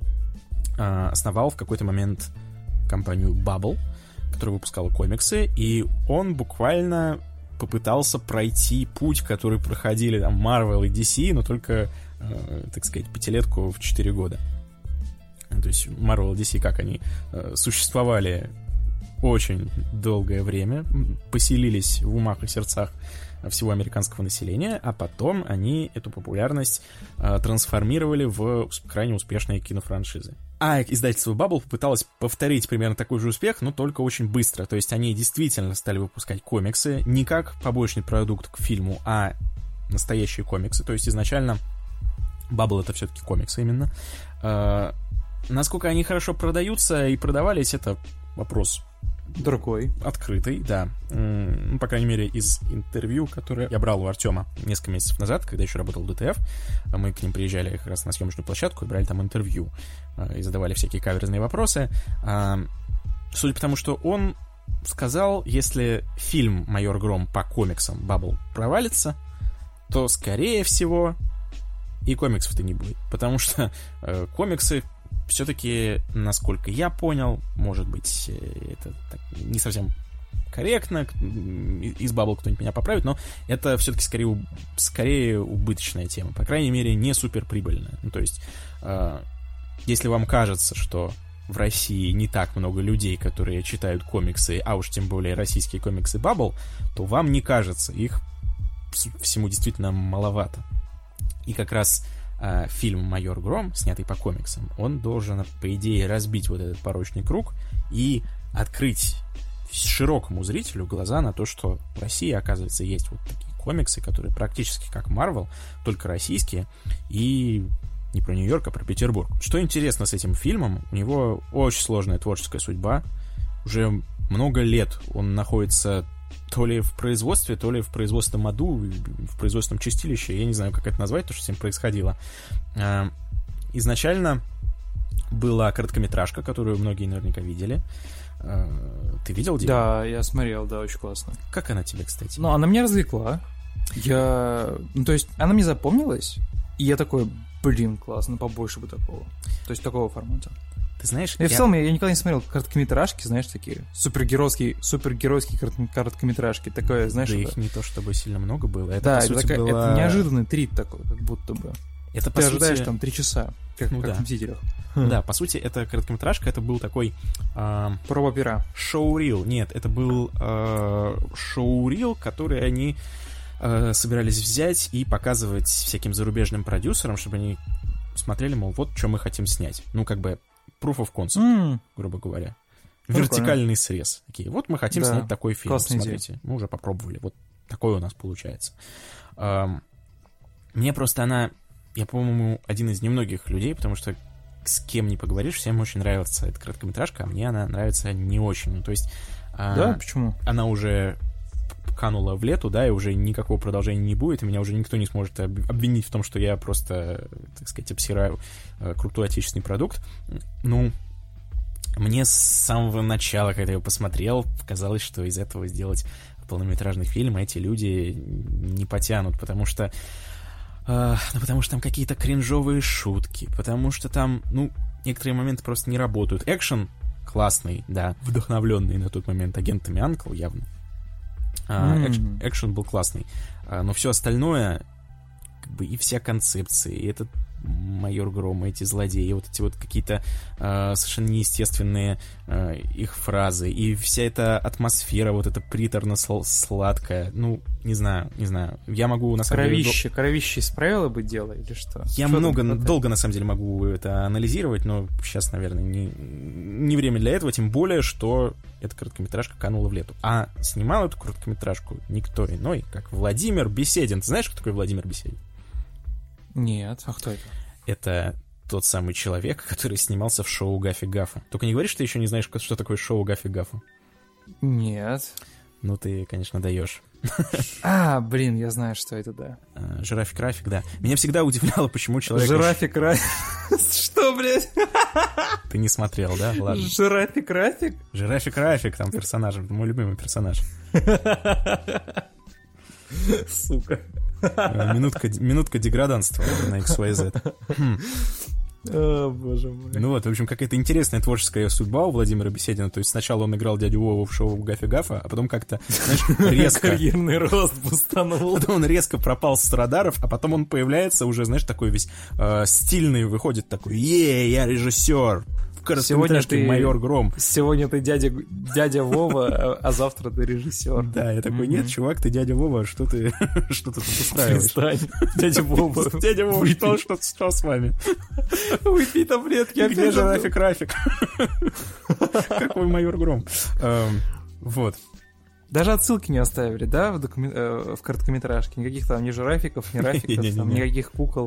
э, основал в какой-то момент компанию Bubble, которая выпускала комиксы, и он буквально попытался пройти путь, который проходили там Marvel и ди си, но только, э, так сказать, пятилетку в четыре года. То есть Marvel и ди си, как они э, существовали очень долгое время, поселились в умах и сердцах всего американского населения, а потом они эту популярность э, трансформировали в крайне успешные кинофраншизы. А издательство Bubble попыталось повторить примерно такой же успех, но только очень быстро. То есть они действительно стали выпускать комиксы не как побочный продукт к фильму, а настоящие комиксы. То есть изначально Bubble — это все-таки комиксы именно. Э, Насколько они хорошо продаются и продавались, это вопрос другой. Открытый, да. Ну, по крайней мере, из интервью, которое я брал у Артема несколько месяцев назад, когда еще работал в ди ти эф, мы к ним приезжали как раз на съемочную площадку и брали там интервью и задавали всякие каверзные вопросы. Судя по тому, что он сказал, если фильм «Майор Гром» по комиксам Bubble провалится, то, скорее всего, и комиксов-то не будет. Потому что э, комиксы все-таки, насколько я понял, может быть, это так, не совсем корректно, из Bubble кто-нибудь меня поправит, но это все-таки скорее, скорее убыточная тема, по крайней мере, не суперприбыльная. Ну, то есть, э, если вам кажется, что в России не так много людей, которые читают комиксы, а уж тем более российские комиксы Bubble, то вам не кажется, их всему действительно маловато. И как раз Uh, фильм «Майор Гром», снятый по комиксам, он должен, по идее, разбить вот этот порочный круг и открыть широкому зрителю глаза на то, что в России, оказывается, есть вот такие комиксы, которые практически как Marvel, только российские, и не про Нью-Йорк, а про Петербург. Что интересно с этим фильмом, у него очень сложная творческая судьба. Уже много лет он находится то ли в производстве, то ли в производственном аду, в производственном чистилище, я не знаю, как это назвать, то, что с ним происходило. Изначально была короткометражка, которую многие наверняка видели. Ты видел, Дима? Да, я смотрел, да, очень классно. Как она тебе, кстати? Ну, она меня развлекла. Я... Ну, то есть, она мне запомнилась, и я такой, блин, классно, побольше бы такого. То есть, такого формата. Ты знаешь, я, я в целом, я, я никогда не смотрел короткометражки, знаешь, такие супергеройские, супергеройские короткометражки, такое, знаешь, да это... их не то чтобы сильно много было. Это, да, по это, сути, такая, была... это неожиданный трит такой, как будто бы. Это, ты по ожидаешь сути... там три часа, как, ну, как да. в «Мстителях». Да, по сути, это короткометражка, это был такой... Э... Проба пера. Шоурил. Нет, это был э, шоурил, который они э, собирались взять и показывать всяким зарубежным продюсерам, чтобы они смотрели, мол, вот что мы хотим снять. Ну, как бы proof of concept, mm. грубо говоря. Прикольно. Вертикальный срез. Такие, вот мы хотим да. снять такой фильм. Классная Смотрите, идея. мы уже попробовали. Вот такой у нас получается. Эм, мне просто она... Я, по-моему, один из немногих людей, потому что с кем не поговоришь, всем очень нравится эта короткометражка, а мне она нравится не очень. Ну, то есть... Э, да? Почему? Она уже канула в лету, да, и уже никакого продолжения не будет, и меня уже никто не сможет обвинить в том, что я просто, так сказать, обсираю э, крутой отечественный продукт. Ну, мне с самого начала, когда я его посмотрел, казалось, что из этого сделать полнометражный фильм эти люди не потянут, потому что э, ну, потому что там какие-то кринжовые шутки, потому что там, ну, некоторые моменты просто не работают. Экшен классный, да, вдохновленный на тот момент агентами Анкл явно. Uh, mm. экшен был классный, uh, но все остальное, как бы и вся концепция, и этот майор Гром, эти злодеи, вот эти вот какие-то э, совершенно неестественные э, их фразы, и вся эта атмосфера, вот эта приторно-сладкая, ну, не знаю, не знаю. Я могу, на самом кровище, деле... Кровище исправило бы дело или что? Я что много, там, долго, на самом деле, могу это анализировать, но сейчас, наверное, не, не время для этого, тем более, что эта короткометражка канула в лету. А снимал эту короткометражку никто иной, как Владимир Беседин. Ты знаешь, кто такой Владимир Беседин? Нет, а кто это? Это тот самый человек, который снимался в шоу Гаффи Гаффа. Только не говори, что ты еще не знаешь, что такое шоу Гаффи Гаффа. Нет. Ну, ты, конечно, даешь. А, блин, я знаю, что это, да. Жирафик Рафик, да. Меня всегда удивляло, почему человек... Жирафик Рафик? Что, блядь? Ты не смотрел, да? Ладно. Жирафик Рафик? Жирафик Рафик, там персонаж, мой любимый персонаж. Сука. Минутка, минутка деграданства на икс уай зет. О, боже мой. Ну вот, в общем, какая-то интересная творческая судьба у Владимира Беседина. То есть сначала он играл дядю Вову в шоу Гаффи Гаффа, а потом как-то, знаешь, резко... Карьерный рост бустанул. Потом он резко пропал с радаров, а потом он появляется уже, знаешь, такой весь э, стильный, выходит такой: «Е, я режиссер!» Короткометражки «Майор Гром». Сегодня ты дядя, дядя Вова, а завтра ты режиссер. Да, я такой: нет, чувак, ты дядя Вова, что ты что ты тут устраиваешь? Дядя Вова. Дядя Вова, что, что, что с вами? Выпей таблетки. Где же Рафик Рафик? Какой «Майор Гром»? Вот. Даже отсылки не оставили, да, в, докумен... э, в короткометражке? Никаких там ни жирафиков, ни рафиков, там, никаких кукол.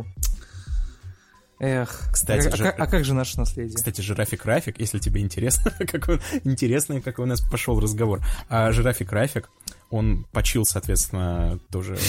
Эх, кстати, а, жир... а, а как же наше наследие? Кстати, Жирафик Рафик, если тебе интересно, как он, интересно, как у нас пошел разговор. А Жирафик Рафик, он почил, соответственно, тоже...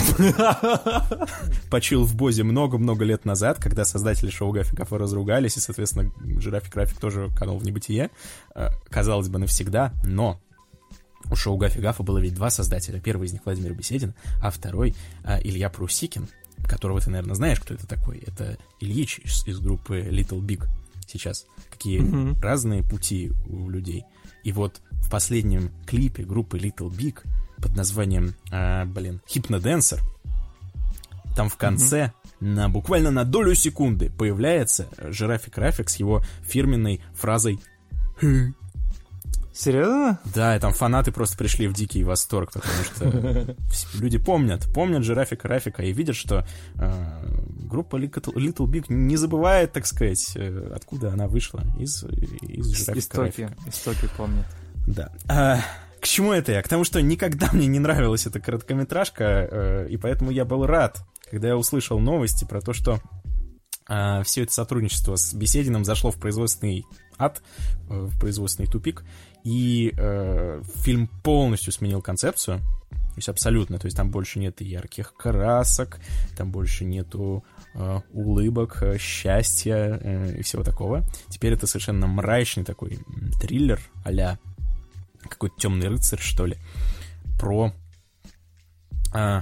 почил в Бозе много-много лет назад, когда создатели шоу Гаффи Гаффа разругались, и, соответственно, Жирафик Рафик тоже канул в небытие. Казалось бы, навсегда, но... У шоу Гаффи Гаффа было ведь два создателя. Первый из них Владимир Беседин, а второй а, Илья Прусикин, которого ты, наверное, знаешь, кто это такой. Это Ильич из, из группы Little Big сейчас. Какие mm-hmm. разные пути у людей. И вот в последнем клипе группы Little Big под названием, а, блин, Hypnodancer, там в конце mm-hmm. на, буквально на долю секунды появляется Жирафик Рафик с его фирменной фразой «Хм». Серьезно? Да, и там фанаты просто пришли в дикий восторг, потому что люди помнят, помнят Жирафика Рафика и видят, что э, группа Little Big не забывает, так сказать, э, откуда она вышла, из, из Жирафика истоки, Рафика. Истоки помнят. Да. А, к чему это я? К тому, что никогда мне не нравилась эта короткометражка, э, и поэтому я был рад, когда я услышал новости про то, что э, все это сотрудничество с Бесединым зашло в производственный ад, э, в производственный тупик. И э, фильм полностью сменил концепцию, то есть абсолютно, то есть там больше нет ярких красок, там больше нету э, улыбок, э, счастья э, и всего такого. Теперь это совершенно мрачный такой триллер а-ля какой-то темный рыцарь, что ли, про... Э,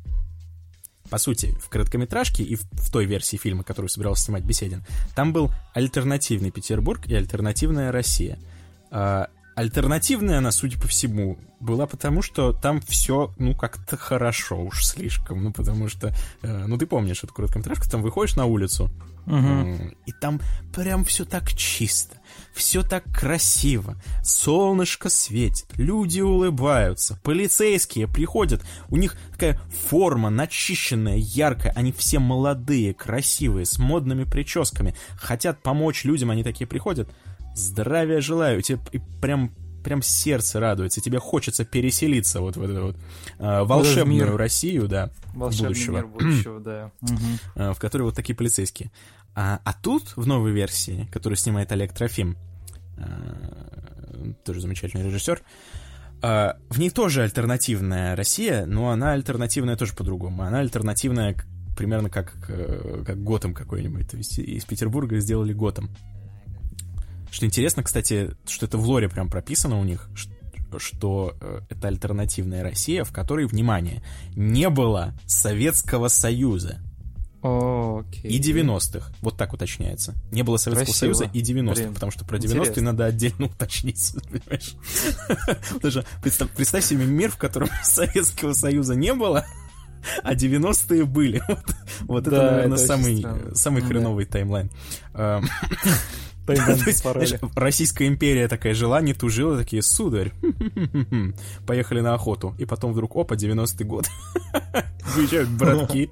по сути, в короткометражке и в, в той версии фильма, которую собирался снимать Беседин, там был альтернативный Петербург и альтернативная Россия. Э, Альтернативная она, судя по всему, была потому, что там все, ну, как-то хорошо уж слишком. Ну, потому что, э, ну, ты помнишь эту короткометражку, там выходишь на улицу, uh-huh. э, и там прям все так чисто, все так красиво, солнышко светит, люди улыбаются, полицейские приходят, у них такая форма начищенная, яркая, они все молодые, красивые, с модными прическами, хотят помочь людям, они такие приходят. Здравия желаю, тебе прям, прям сердце радуется, тебе хочется переселиться вот в эту вот э, волшебную мир. Россию, да, волшебный будущего, мир будущего, да, в которой вот такие полицейские. А, а тут в новой версии, которую снимает Олег Трофим, э, тоже замечательный режиссер, э, в ней тоже альтернативная Россия, но она альтернативная тоже по-другому. Она альтернативная примерно как, как Готэм какой-нибудь, то есть из Петербурга сделали Готэм. Что интересно, кстати, что это в лоре прям прописано у них, что, что э, это альтернативная Россия, в которой, внимание, не было Советского Союза. О, окей. И девяностых, вот так уточняется. Не было Советского Красиво. Союза и девяностых, Блин, потому что про девяностые интересно. Надо отдельно уточнить, понимаешь? Даже представь, представь себе мир, в котором Советского Союза не было, а девяностые были. Вот. Вот это, наверное, самый самый хреновый таймлайн. Российская империя такая жила, не тужила, такие, сударь, поехали на охоту. И потом вдруг, опа, девяностый год. Выезжают братки.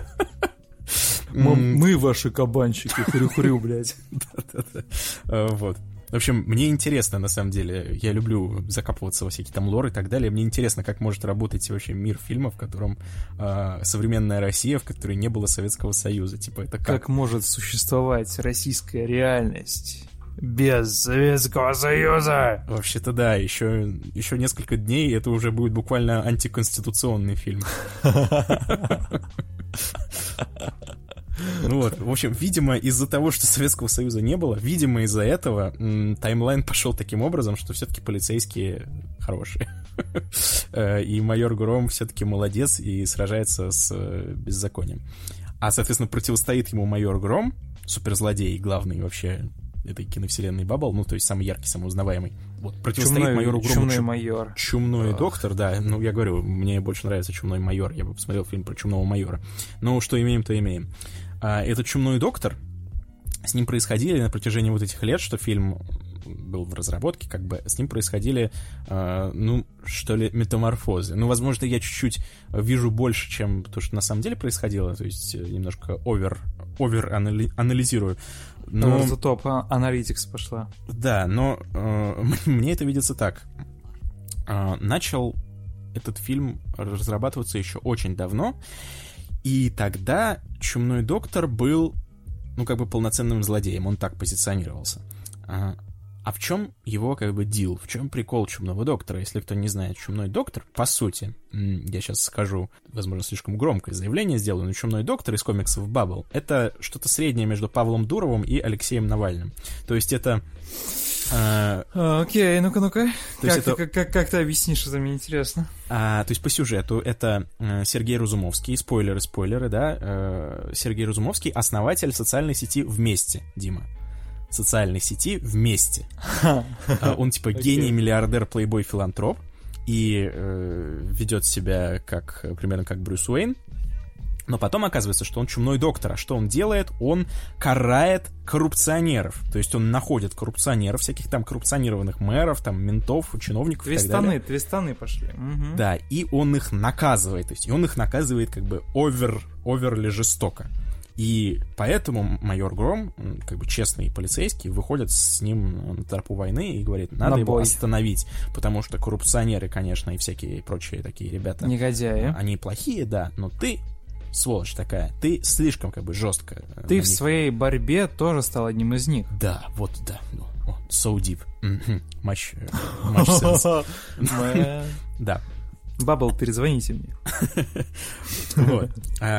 Мы ваши кабанчики, хрю-хрю, блядь. Да-да-да. Вот. В общем, мне интересно, на самом деле, я люблю закапываться во всякие там лор и так далее, мне интересно, как может работать вообще мир фильма, в котором э, современная Россия, в которой не было Советского Союза, типа это как? Как может существовать российская реальность без Советского Союза? Вообще-то да, еще, еще несколько дней, это уже будет буквально антиконституционный фильм. Ну вот, в общем, видимо, из-за того, что Советского Союза не было, видимо, из-за этого м- таймлайн пошел таким образом, что все-таки полицейские хорошие. И майор Гром все-таки молодец и сражается с беззаконием. А, соответственно, противостоит ему майор Гром, суперзлодей, главный вообще этой киновселенной Баббл, ну, то есть самый яркий, самый узнаваемый. Вот, противостоит чумной, майору Грому. Чумной майор. Чумной доктор, да. Ну, я говорю, мне больше нравится Чумной майор. Я бы посмотрел фильм про Чумного майора. Но что имеем, то имеем. А, этот Чумной доктор, с ним происходили на протяжении вот этих лет, что фильм был в разработке, как бы, с ним происходили, э, ну, что ли, метаморфозы. Ну, возможно, я чуть-чуть вижу больше, чем то, что на самом деле происходило, то есть немножко овер, овер анали- анализирую. Но... Over the top Analytics пошла. Да, но э, мне это видится так. Э, начал этот фильм разрабатываться еще очень давно, и тогда Чумной доктор был, ну, как бы полноценным злодеем, он так позиционировался. А, а в чем его, как бы, дил? В чем прикол Чумного доктора? Если кто не знает, Чумной доктор, по сути, я сейчас скажу, возможно, слишком громкое заявление сделаю, но Чумной доктор из комиксов Баббл — это что-то среднее между Павлом Дуровым и Алексеем Навальным. То есть это... Окей, okay, ну-ка, ну-ка. Как, это... как, как, как ты объяснишь, это мне интересно. А, то есть по сюжету это э, Сергей Разумовский, спойлеры, спойлеры, да, э, Сергей Разумовский — основатель социальной сети «Вместе», Дима. Социальной сети «Вместе». Он типа гений, миллиардер, плейбой, филантроп и э, ведет себя как примерно как Брюс Уэйн. Но потом оказывается, что он чумной доктор. А что он делает? Он карает коррупционеров. То есть он находит коррупционеров, всяких там коррупционированных мэров, там, ментов, чиновников и так далее. Твистаны, твистаны пошли. Угу. Да, и он их наказывает. То есть и он их наказывает как бы овер, оверли жестоко. И поэтому майор Гром, как бы честный полицейский, выходит с ним на тропу войны и говорит, надо на его бой. Остановить, потому что коррупционеры, конечно, и всякие прочие такие ребята... Негодяи. Они плохие, да, но ты... сволочь такая, ты слишком как бы жестко. Ты в своей борьбе тоже стал одним из них. Да, вот, да. So deep. Much, much sense. Да. Баббл, перезвоните мне. Вот.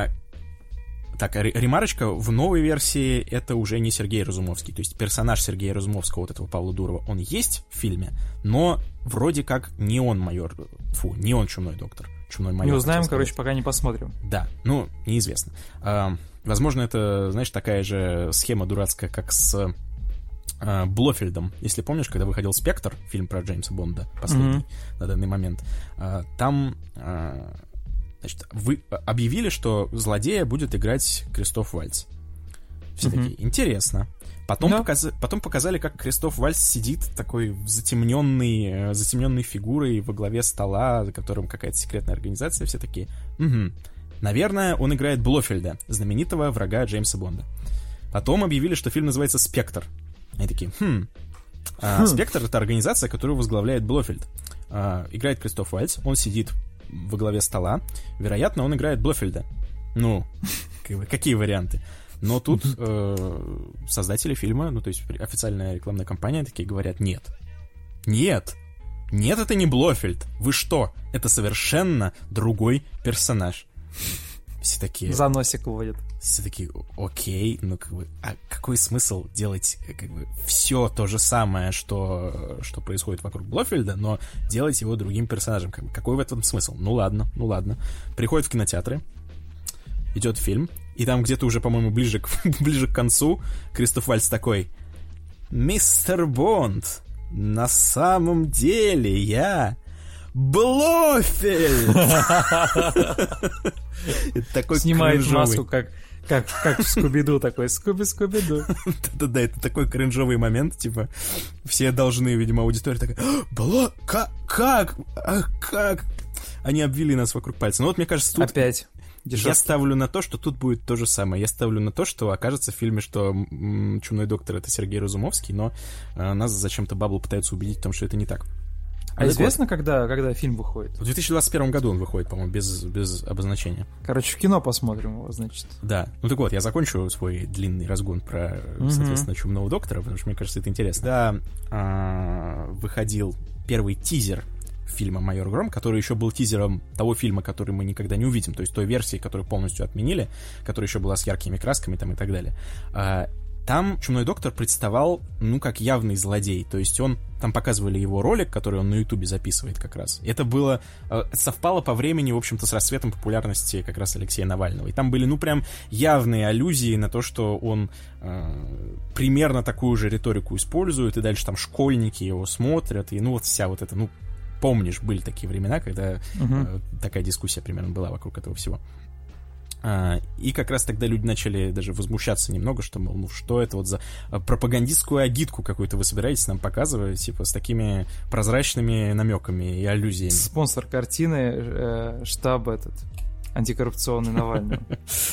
Так, ремарочка, в новой версии это уже не Сергей Разумовский, то есть персонаж Сергея Разумовского, вот этого Павла Дурова, он есть в фильме, но вроде как не он майор, фу, не он Чумной доктор. Чумной майор. Не узнаем, короче, пока не посмотрим. Да, ну, неизвестно. А, возможно, это, знаешь, такая же схема дурацкая, как с а, Блофельдом. Если помнишь, когда выходил «Спектр», фильм про Джеймса Бонда, последний mm-hmm. на данный момент, а, там, а, значит, вы объявили, что злодея будет играть Кристоф Вальц. Все mm-hmm. такие, интересно. Потом, no. показ... Потом показали, как Кристоф Вальц сидит такой затемненной, затемненной фигурой во главе стола, за которым какая-то секретная организация. Все такие, угу. Наверное, он играет Блофельда, знаменитого врага Джеймса Бонда. Потом объявили, что фильм называется «Спектр». Они такие, хм. А, «Спектр» — это организация, которую возглавляет Блофельд. А, играет Кристоф Вальц, он сидит во главе стола. Вероятно, он играет Блофельда. Ну, какие варианты? Но тут э, создатели фильма, ну, то есть официальная рекламная кампания, такие говорят, нет. Нет. Нет, это не Блофельд. Вы что? Это совершенно другой персонаж. Все такие... За носик уводят. Все такие, окей, ну, как бы, а какой смысл делать, как бы, все то же самое, что, что происходит вокруг Блофельда, но делать его другим персонажем? Как бы, какой в этом смысл? Ну, ладно, ну, ладно. Приходят в кинотеатры, идет фильм, и там где-то уже, по-моему, ближе к, ближе к концу Кристоф Вальц такой: «Мистер Бонд, на самом деле я Блофельд!» И Снимает маску, как... Как, как в Скуби-Ду такой, Скуби-Скуби-Ду. Да-да-да, это такой кринжовый момент, типа, все должны, видимо, аудитория такая, было, как, как, а, как? Они обвели нас вокруг пальца. Ну вот, мне кажется, тут... Опять. Дешевки. Я ставлю на то, что тут будет то же самое. Я ставлю на то, что окажется в фильме, что м- «Чумной доктор» — это Сергей Разумовский, но э, нас зачем-то Бабл пытаются убедить в том, что это не так. А так известно, вот, когда, когда фильм выходит? В две тысячи двадцать первом году он выходит, по-моему, без, без обозначения. Короче, в кино посмотрим его, значит. Да. Ну так вот, я закончу свой длинный разгон про, mm-hmm. соответственно, «Чумного доктора», потому что мне кажется, это интересно. Да, а, выходил первый тизер фильма «Майор Гром», который еще был тизером того фильма, который мы никогда не увидим, то есть той версии, которую полностью отменили, которая еще была с яркими красками там и так далее. А, там «Чумной доктор» представал, ну, как явный злодей. То есть он... Там показывали его ролик, который он на Ютубе записывает как раз. Это было... Совпало по времени, в общем-то, с расцветом популярности как раз Алексея Навального. И там были, ну, прям явные аллюзии на то, что он э, примерно такую же риторику использует, и дальше там школьники его смотрят, и, ну, вот вся вот эта... Ну, помнишь, были такие времена, когда угу. э, такая дискуссия примерно была вокруг этого всего. Uh, и как раз тогда люди начали даже возмущаться немного, что, мол, ну что это вот за пропагандистскую агитку какую-то вы собираетесь нам показывать, типа, с такими прозрачными намеками и аллюзиями. Спонсор картины э, штаб этот, антикоррупционный Навального.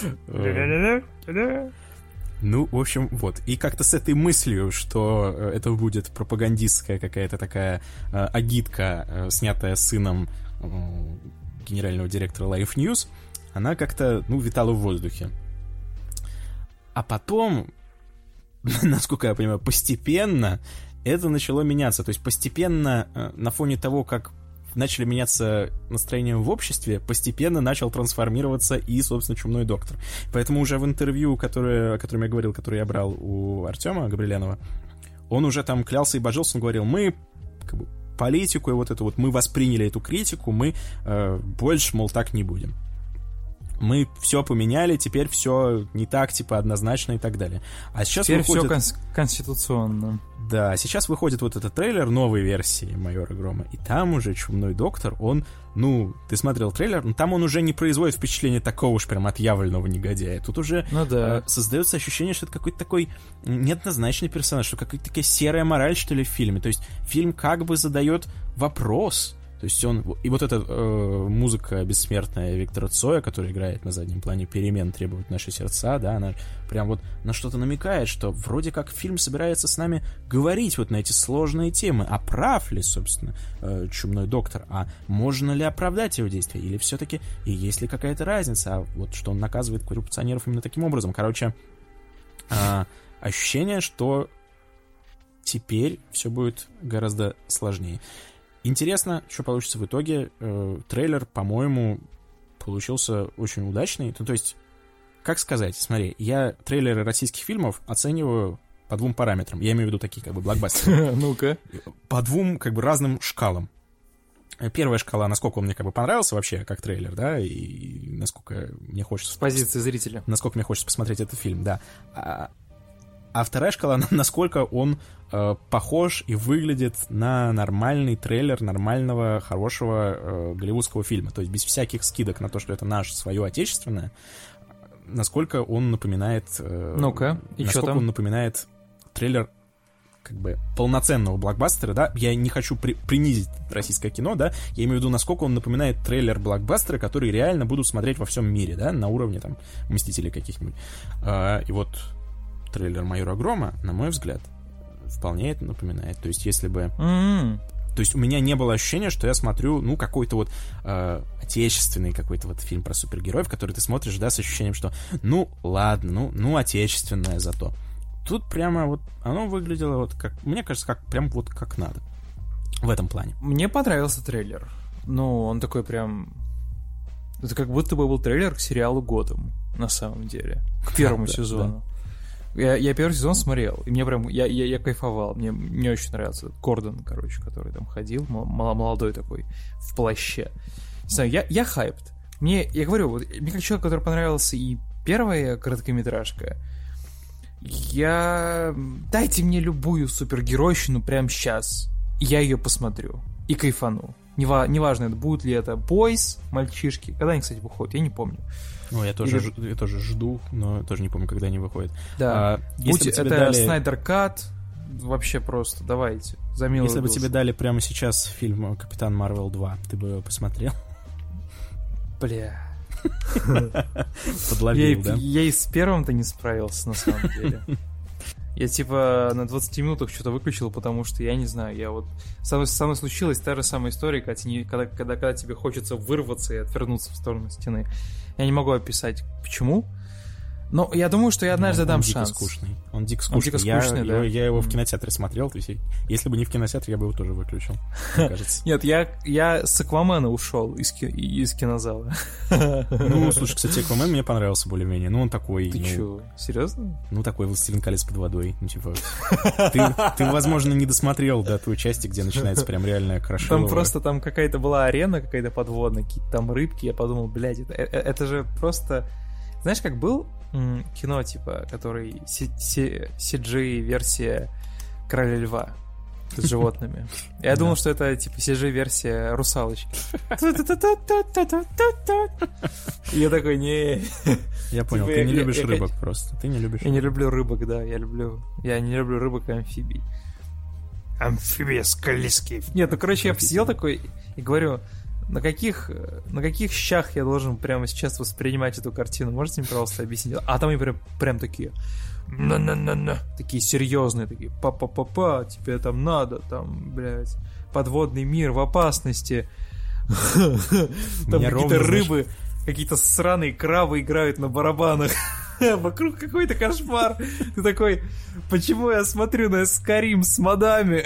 Ну, в общем, вот. И как-то с этой мыслью, что это будет пропагандистская какая-то такая агитка, снятая сыном генерального директора Life News, она как-то, ну, витала в воздухе. А потом, насколько я понимаю, постепенно это начало меняться. То есть постепенно на фоне того, как начали меняться настроения в обществе, постепенно начал трансформироваться и, собственно, «Чумной доктор». Поэтому уже в интервью, которое, о котором я говорил, которое я брал у Артема Габриэлянова, он уже там клялся и божился, он говорил, мы... Как бы, политику и вот это вот, мы восприняли эту критику, мы э, больше, мол, так не будем. Мы все поменяли, теперь все не так, типа, однозначно и так далее. А сейчас теперь выходит... все кон- конституционно. Да, сейчас выходит вот этот трейлер новой версии «Майора Грома», и там уже «Чумной доктор», он, ну, ты смотрел трейлер, но там он уже не производит впечатление такого уж прям отъявленного негодяя. Тут уже ну, да. э, создается ощущение, что это какой-то такой неоднозначный персонаж, что какая-то такая серая мораль, что ли, в фильме. То есть фильм как бы задает вопрос. То есть он... И вот эта э, музыка бессмертная Виктора Цоя, которая играет на заднем плане «Перемен требуют наши сердца», да, она прям вот на что-то намекает, что вроде как фильм собирается с нами говорить вот на эти сложные темы. А прав ли, собственно, э, «Чумной доктор»? А можно ли оправдать его действия? Или все-таки и есть ли какая-то разница? А вот что он наказывает коррупционеров именно таким образом? Короче, э, ощущение, что теперь все будет гораздо сложнее. Интересно, что получится в итоге. Э, трейлер, по-моему, получился очень удачный. Ну, то есть, как сказать, смотри, я трейлеры российских фильмов оцениваю по двум параметрам. Я имею в виду такие, как бы, блокбастеры. Ну-ка. По двум, как бы, разным шкалам. Первая шкала, насколько он мне, как бы, понравился вообще, как трейлер, да, и насколько мне хочется... С позиции зрителя. Насколько мне хочется посмотреть этот фильм, да. А, а вторая шкала, насколько он э, похож и выглядит на нормальный трейлер нормального, хорошего э, голливудского фильма. То есть без всяких скидок на то, что это наше, свое отечественное, насколько он напоминает... Э, Ну-ка, и что там? Насколько он напоминает трейлер как бы полноценного блокбастера, да, я не хочу при, принизить российское кино, да, я имею в виду, насколько он напоминает трейлер блокбастера, который реально будут смотреть во всем мире, да, на уровне там Мстителей каких-нибудь. А, и вот трейлер «Майора Грома», на мой взгляд, вполне это напоминает. То есть, если бы... Mm-hmm. То есть, у меня не было ощущения, что я смотрю, ну, какой-то вот э, отечественный какой-то вот фильм про супергероев, который ты смотришь, да, с ощущением, что, ну, ладно, ну, ну отечественное зато. Тут прямо вот оно выглядело вот как... Мне кажется, как прям вот как надо. В этом плане. Мне понравился трейлер. Ну, он такой прям... Это как будто бы был трейлер к сериалу «Готэм», на самом деле. К первому да, сезону. Да. Я, я первый сезон смотрел, и мне прям... Я, я, я кайфовал. Мне, мне очень нравился Кордон, короче, который там ходил, молодой такой, в плаще. Не знаю, я, я хайпт. Мне, я говорю, вот, мне как человек, который понравился и первая короткометражка, я... Дайте мне любую супергеройщину прямо сейчас, и я ее посмотрю. И кайфану. Нева- неважно, это будет ли это Boys, мальчишки. Когда они, кстати, выходят, я не помню. Ну, я тоже, Или... ж, я тоже жду, но тоже не помню, когда они выходят. Да, а, будь если это дали... Снайдер Кат, вообще просто, давайте, за милую Если бы душу. тебе дали прямо сейчас фильм «Капитан Марвел два», ты бы его посмотрел? Бля. Подловил, я, да? Я и с первым-то не справился, на самом деле. Я типа на двадцати минутах что-то выключил, потому что я не знаю, я вот... Со мной случилась та же самая история, когда, когда, когда, когда тебе хочется вырваться и отвернуться в сторону стены. Я не могу описать, почему. Но я думаю, что я однажды он, дам он дико шанс. Скучный. Он дико скучный. Он дико скучный, я, да. Я, я его в кинотеатре смотрел, то есть если бы не в кинотеатре, я бы его тоже выключил, мне кажется. Нет, я, я с Аквамена ушел из, ки, из кинозала. Ну, слушай, кстати, Аквамен мне понравился более-менее. Ну, он такой... Ты ну, чё, серьезно? Ну, такой «Властелин колец» под водой. Ну, типа... Ты, ты, возможно, не досмотрел до той части, где начинается прям реальная крошилова. Там просто там какая-то была арена, какая-то подводная, какие-то там рыбки. Я подумал, блядь, это, это же просто... Знаешь, как был м, кино, типа, который си джи-версия «Короля льва» с животными? Я думал, что это, типа, си джи-версия «Русалочки». Я такой, не... Я понял, ты не любишь рыбок просто. Ты не любишь Я не люблю рыбок, да, я люблю... Я не люблю рыбок и амфибий. Амфибия скалистский. Нет, ну, короче, я посидел такой и говорю... На каких, на каких щах я должен прямо сейчас воспринимать эту картину? Можете мне, пожалуйста, объяснить? А там они прям, прям такие... На-на-на-на. Такие серьезные, такие... Па-па-па-па, тебе там надо, там, блядь... Подводный мир в опасности. Там какие-то рыбы, какие-то сраные крабы играют на барабанах. Вокруг какой-то кошмар. Ты такой... Почему я смотрю на Скарим с модами?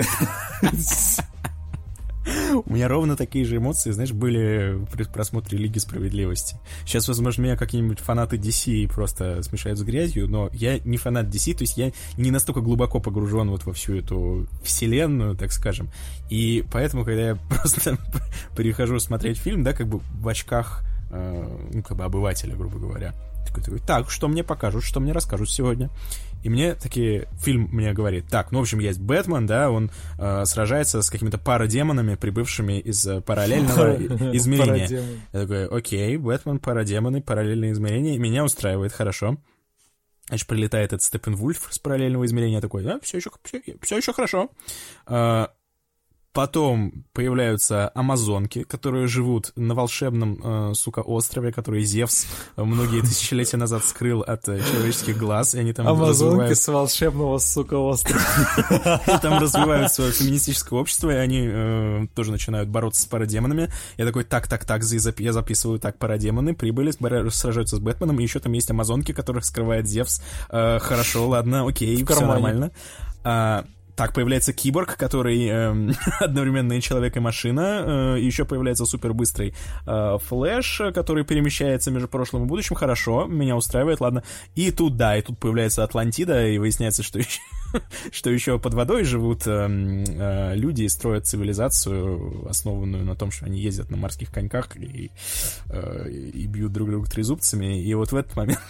У меня ровно такие же эмоции, знаешь, были при просмотре Лиги Справедливости. Сейчас, возможно, меня какие-нибудь фанаты ди си просто смешают с грязью, но я не фанат ди си, то есть я не настолько глубоко погружен вот во всю эту вселенную, так скажем. И поэтому, когда я просто перехожу смотреть фильм, да, как бы в очках, э, ну, как бы обывателя, грубо говоря, такой, такой, так, что мне покажут, что мне расскажут сегодня? И мне такие, фильм мне говорит, так, ну, в общем, есть Бэтмен, да, он э, сражается с какими-то парадемонами, прибывшими из э, параллельного измерения. Я такой, окей, Бэтмен, парадемоны, параллельное измерение, меня устраивает, хорошо. Значит, прилетает этот Степенвульф с параллельного измерения, я такой, да, все еще, все, все еще хорошо. Э, Потом появляются амазонки, которые живут на волшебном, э, сука, острове, который Зевс многие тысячелетия назад скрыл от э, человеческих глаз, и они там амазонки развивают... с волшебного, сука, острова. И там развивают свое феминистическое общество, и они э, тоже начинают бороться с парадемонами. Я такой, так-так-так, я записываю, так, парадемоны прибыли, сражаются с Бэтменом, и еще там есть амазонки, которых скрывает Зевс. Э, хорошо, ладно, окей, все нормально. А, Так, появляется киборг, который э, одновременно и человек, и машина. Э, еще появляется супербыстрый э, Флэш, который перемещается между прошлым и будущим. Хорошо, меня устраивает, ладно. И тут, да, и тут появляется Атлантида, и выясняется, что еще, что еще под водой живут э, э, люди и строят цивилизацию, основанную на том, что они ездят на морских коньках и, э, и бьют друг друга трезубцами. И вот в этот момент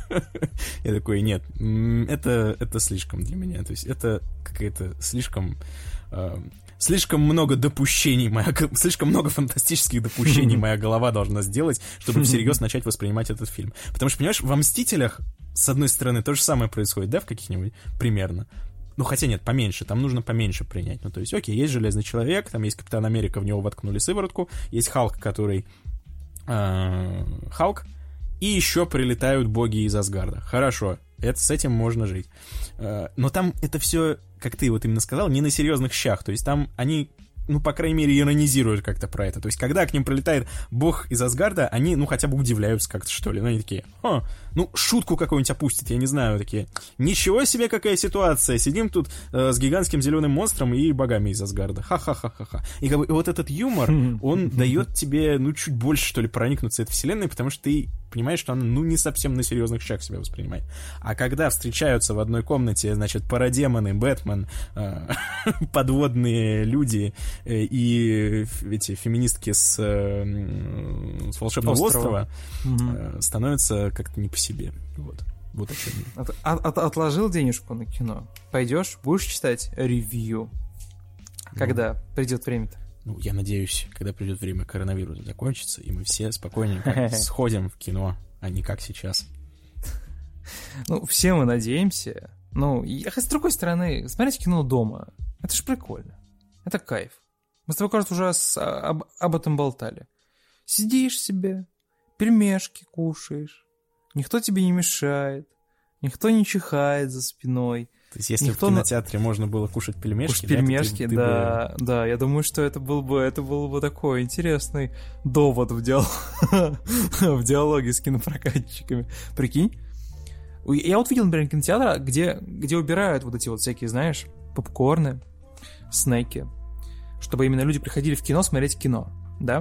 я такой, нет, это, это слишком для меня. То есть это какая-то слишком... Э, слишком много допущений, моя, слишком много фантастических допущений моя голова должна сделать, чтобы всерьез начать воспринимать этот фильм. Потому что, понимаешь, во «Мстителях», с одной стороны, то же самое происходит, да, в каких-нибудь, примерно. Ну, хотя нет, поменьше, там нужно поменьше принять. Ну, то есть, окей, есть Железный Человек, там есть Капитан Америка, в него воткнули сыворотку, есть Халк, который... Э, Халк, и еще прилетают боги из Асгарда. Хорошо, это, с этим можно жить. Э, но там это все, как ты вот именно сказал, не на серьезных щах. То есть там они, ну, по крайней мере, иронизируют как-то про это. То есть когда к ним прилетает бог из Асгарда, они, ну, хотя бы удивляются как-то, что ли. Ну, они такие, а, ну, шутку какую-нибудь опустят, я не знаю, такие. Ничего себе, какая ситуация. Сидим тут э, с гигантским зеленым монстром и богами из Асгарда. Ха-ха-ха-ха-ха. И как бы вот этот юмор, он дает тебе, ну, чуть больше, что ли, проникнуться этой вселенной, потому что ты понимаешь, что она, ну, не совсем на серьезных щах себя воспринимает. А когда встречаются в одной комнате, значит, парадемоны, Бэтмен, э, подводные люди э, и эти феминистки с, э, с волшебного острова, острова э, становятся как-то не по себе. Вот. Вот о чем. От, от, отложил денежку на кино. Пойдешь, будешь читать ревью. Когда ну, придет время-то? Ну, я надеюсь, когда придет время, коронавирус закончится, и мы все спокойненько сходим в кино, а не как сейчас. Ну, все мы надеемся. Ну, и, а с другой стороны, смотреть кино дома, это ж прикольно. Это кайф. Мы с тобой, кажется, уже с, об, об этом болтали. Сидишь себе, пельмешки кушаешь, никто тебе не мешает, никто не чихает за спиной. То есть, если никто в кинотеатре на... можно было кушать пельмешки, кушать пельмешки, да, ты, да, ты бы... да, я думаю, что это был бы, это был бы такой интересный довод в, диал... в диалоге с кинопрокатчиками. Прикинь? Я вот видел, например, кинотеатр, где, где убирают вот эти вот всякие, знаешь, попкорны, снеки, чтобы именно люди приходили в кино смотреть кино, да?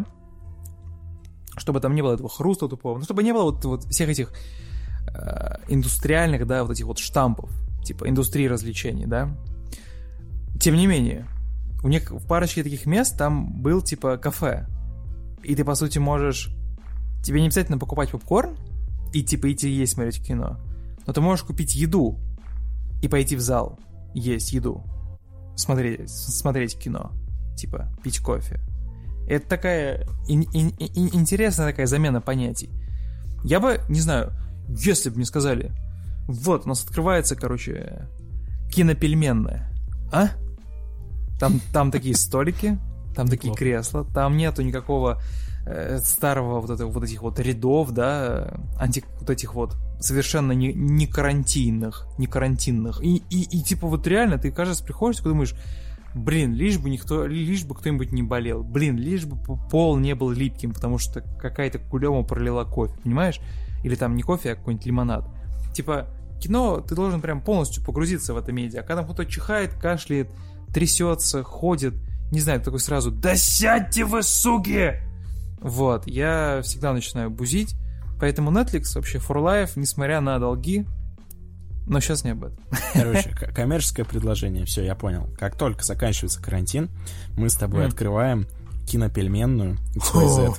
Чтобы там не было этого хруста тупого, ну, чтобы не было вот, вот всех этих э, индустриальных, да, вот этих вот штампов, типа индустрии развлечений, да? Тем не менее, у них в парочке таких мест там был, типа, кафе, и ты, по сути, можешь... Тебе не обязательно покупать попкорн и, типа, идти есть смотреть кино, но ты можешь купить еду и пойти в зал есть еду, смотреть, смотреть кино, типа, пить кофе. Это такая ин- ин- ин- интересная такая замена понятий. Я бы, не знаю, если бы мне сказали, вот, у нас открывается, короче, кинопельменная, а? Там, там такие столики, там такие кресла, там нету никакого э, старого вот, этого, вот этих вот рядов, да, анти, вот этих вот совершенно не, не карантинных, не карантинных. И, и, и типа вот реально ты, кажется, приходишь, ты думаешь, блин, лишь бы никто, лишь бы кто-нибудь не болел, блин, лишь бы пол не был липким, потому что какая-то кулема пролила кофе, понимаешь? Или там не кофе, а какой-нибудь лимонад. Типа, кино, ты должен прям полностью погрузиться в это медиа. А когда там кто-то чихает, кашляет, трясется, ходит, не знаю, такой сразу, да сядьте вы, суки! Вот, я всегда начинаю бузить, поэтому Netflix вообще for life, несмотря на долги, но сейчас не об этом. Короче, коммерческое предложение, все, я понял. Как только заканчивается карантин, мы с тобой mm. открываем кинопельменную икс уай зет.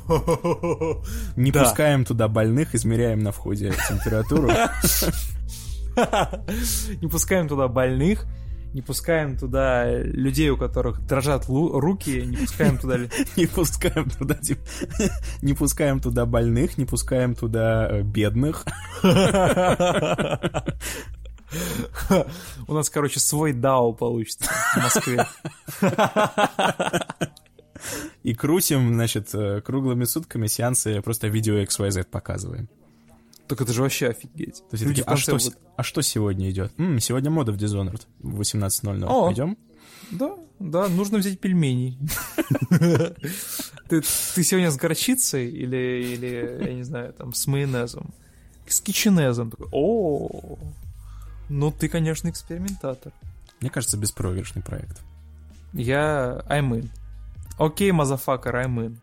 Не да. пускаем туда больных, измеряем на входе температуру. Не пускаем туда больных, не пускаем туда людей, у которых дрожат лу- руки, не пускаем туда... Не пускаем туда... Не пускаем туда больных, не пускаем туда бедных. У нас, короче, свой дао получится в Москве. И крутим, значит, круглыми сутками сеансы, просто видео икс уай зет показываем. Так это же вообще офигеть. То есть, такие, а, что, вот... а что сегодня идет? М-м, сегодня мода в Dishonored в восемнадцать ноль ноль. О, пойдем? Да, да, нужно взять пельменей. Ты сегодня с горчицей или, или, я не знаю, там, с майонезом? С киченезом. О, ну ты, конечно, экспериментатор. Мне кажется, беспроигрышный проект. Я I'm in. Окей, мазафакер, I'm in.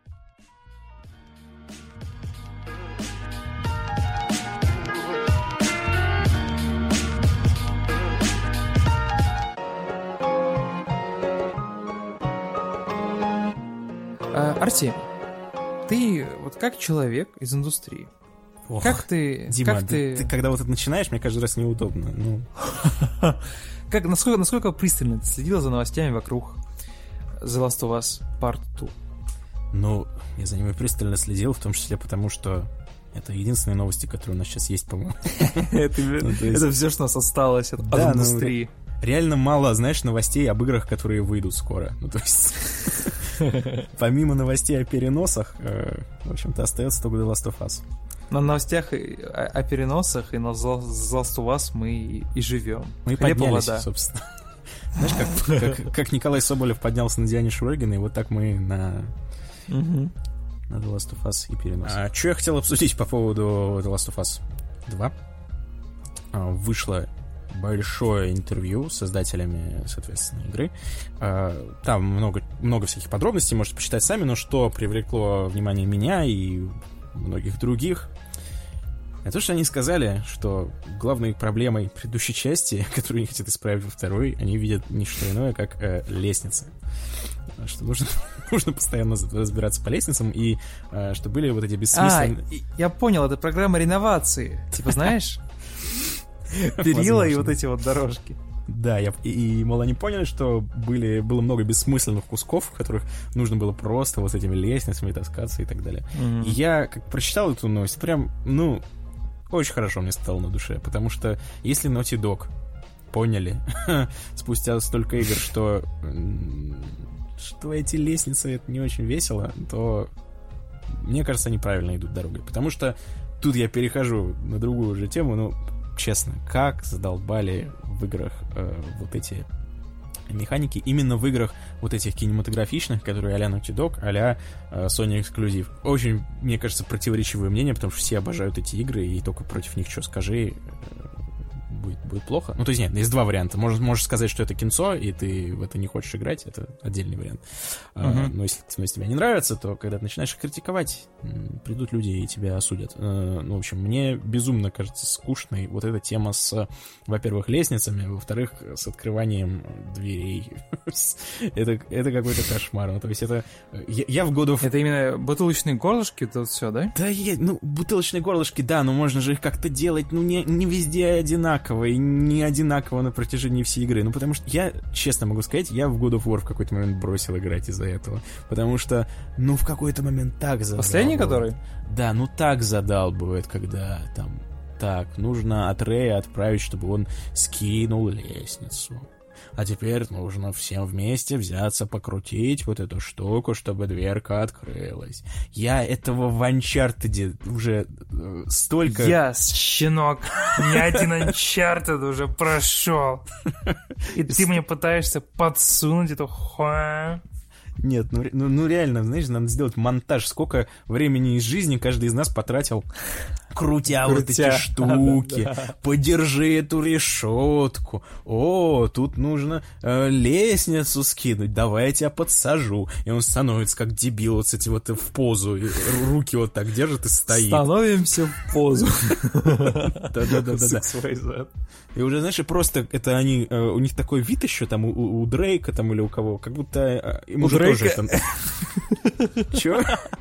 Артемий, ты вот как человек из индустрии, Ох, как ты... Дима, как ты... ты когда вот это начинаешь, мне каждый раз неудобно. Ну. как, насколько, насколько пристально ты следила за новостями вокруг The Last of Us Part два? Ну, я за ними пристально следил, в том числе потому, что это единственные новости, которые у нас сейчас есть, по-моему. Это все, что у нас осталось от индустрии. Реально мало, знаешь, новостей об играх, которые выйдут скоро. Ну, то есть... Помимо новостей о переносах, э, в общем-то, остается только The Last of Us. На новостях о, о переносах и на The Last of Us мы и, и живем. Мы и поднялись, собственно. Знаешь, как, как, как Николай Соболев поднялся на Диане Шурыгиной, вот так мы на, угу. на The Last of Us и переносах. А, что я хотел обсудить по поводу The Last of Us два? А, вышло большое интервью с создателями, соответственно, игры. Там много, много всяких подробностей, можете почитать сами, но что привлекло внимание меня и многих других, это то, что они сказали, что главной проблемой предыдущей части, которую они хотят исправить во второй, они видят не что иное, как э, лестницы. Что нужно, нужно постоянно разбираться по лестницам, и э, что были вот эти бессмысленные... А, я понял, это программа реновации. Типа, знаешь... Перила и вот эти вот дорожки. Да, я, и, и, мол, они поняли, что были, было много бессмысленных кусков, в которых нужно было просто вот с этими лестницами таскаться и так далее. Mm-hmm. И я, как прочитал эту новость, прям, ну, очень хорошо мне стало на душе, потому что если Naughty Dog поняли спустя столько игр, что, что эти лестницы это не очень весело, то, мне кажется, они правильно идут дорогой. Потому что тут я перехожу на другую уже тему, ну, честно, как задолбали в играх э, вот эти механики, именно в играх вот этих кинематографичных, которые а-ля Naughty Dog, а-ля э, Sony Exclusive. Очень, мне кажется, противоречивое мнение, потому что все обожают эти игры, и только против них что скажи, э, будет, будет плохо. Ну, то есть нет, есть два варианта. Можешь, можешь сказать, что это кинцо, и ты в это не хочешь играть, это отдельный вариант. Uh-huh. А, но если, если тебе не нравится, то когда ты начинаешь их критиковать, придут люди и тебя осудят. А, ну, в общем, мне безумно кажется скучной вот эта тема с, во-первых, лестницами, во-вторых, с открыванием дверей. это, это какой-то кошмар. Ну, то есть это... Я, я в году... Это именно бутылочные горлышки, тут все, да? Да, я, ну, бутылочные горлышки, да, но можно же их как-то делать, ну, не, не везде одинаково, и не одинаково на протяжении всей игры. Ну, потому что я, честно могу сказать, я в God of War в какой-то момент бросил играть из-за этого. Потому что, ну, в какой-то момент так задалбывает. Последний, который? Да, ну так задалбывает, когда там, так, нужно Атрея отправить, чтобы он скинул лестницу. А теперь нужно всем вместе взяться покрутить вот эту штуку, чтобы дверка открылась. Я этого в Uncharted уже э, столько... Я, щенок, ни один Uncharted уже прошел. И ты мне пытаешься подсунуть эту хуа... Нет, ну, ну, ну реально, знаешь, надо сделать монтаж. Сколько времени из жизни каждый из нас потратил, крутя, крутя. вот эти штуки. Да, да. Подержи эту решетку. О, тут нужно э, лестницу скинуть. Давай я тебя подсажу. И он становится как дебил, вот, кстати, вот в позу. И руки вот так держит и стоит. Становимся в позу. Да-да-да. И уже, знаешь, просто это они... У них такой вид еще там у Дрейка там или у кого, как будто... Ему же тоже это... Чё?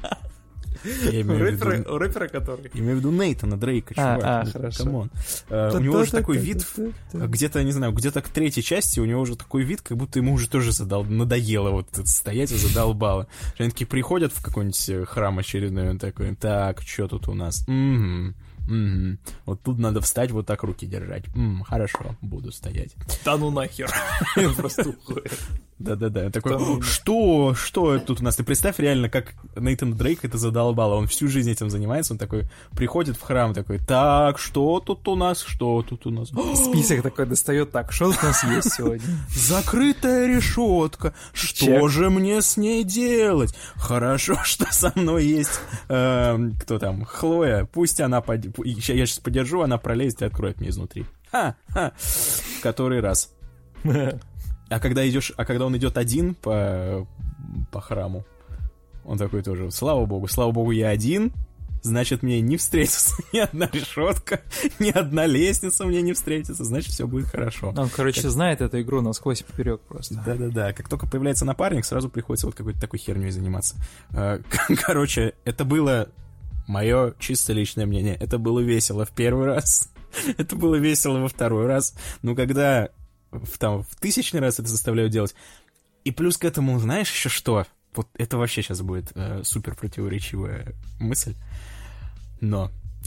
Рэпера, рэпера который? Я имею в виду Нейтана Дрейка, чувак. А, а хорошо. Камон. У него уже такой вид, где-то, не знаю, где-то к третьей части у него уже такой вид, как будто ему уже тоже задал, надоело вот стоять и задолбало. Они такие приходят в какой-нибудь храм очередной, он такой, так, что тут у нас? Угу. Угу. Вот тут надо встать, вот так руки держать. М, хорошо, буду стоять. Да ну нахер. Просто уходит. Да-да-да. Такой, что? Что это тут у нас? Ты представь реально, как Нейтан Дрейк это задолбало. Он всю жизнь этим занимается. Он такой приходит в храм, такой, так, что тут у нас? Что тут у нас? Список такой достает, так, что у нас есть сегодня? Закрытая решетка. Что Чек. же мне с ней делать? Хорошо, что со мной есть... Э, кто там? Хлоя. Пусть она... Под... Я сейчас подержу, она пролезет и откроет мне изнутри. Ха-ха. Который раз. А когда идешь, а когда он идет один по, по храму, он такой тоже, слава богу, слава богу, я один, значит, мне не встретится ни одна решетка, ни одна лестница мне не встретится, значит, все будет хорошо. Он, короче, как... знает эту игру насквозь и поперек просто. Да-да-да, как только появляется напарник, сразу приходится вот какой-то такой херней заниматься. Короче, это было мое чисто личное мнение, это было весело в первый раз, это было весело во второй раз, но когда... В, там, в тысячный раз это заставляют делать. И плюс к этому, знаешь еще что? Вот это вообще сейчас будет э, супер противоречивая мысль. Но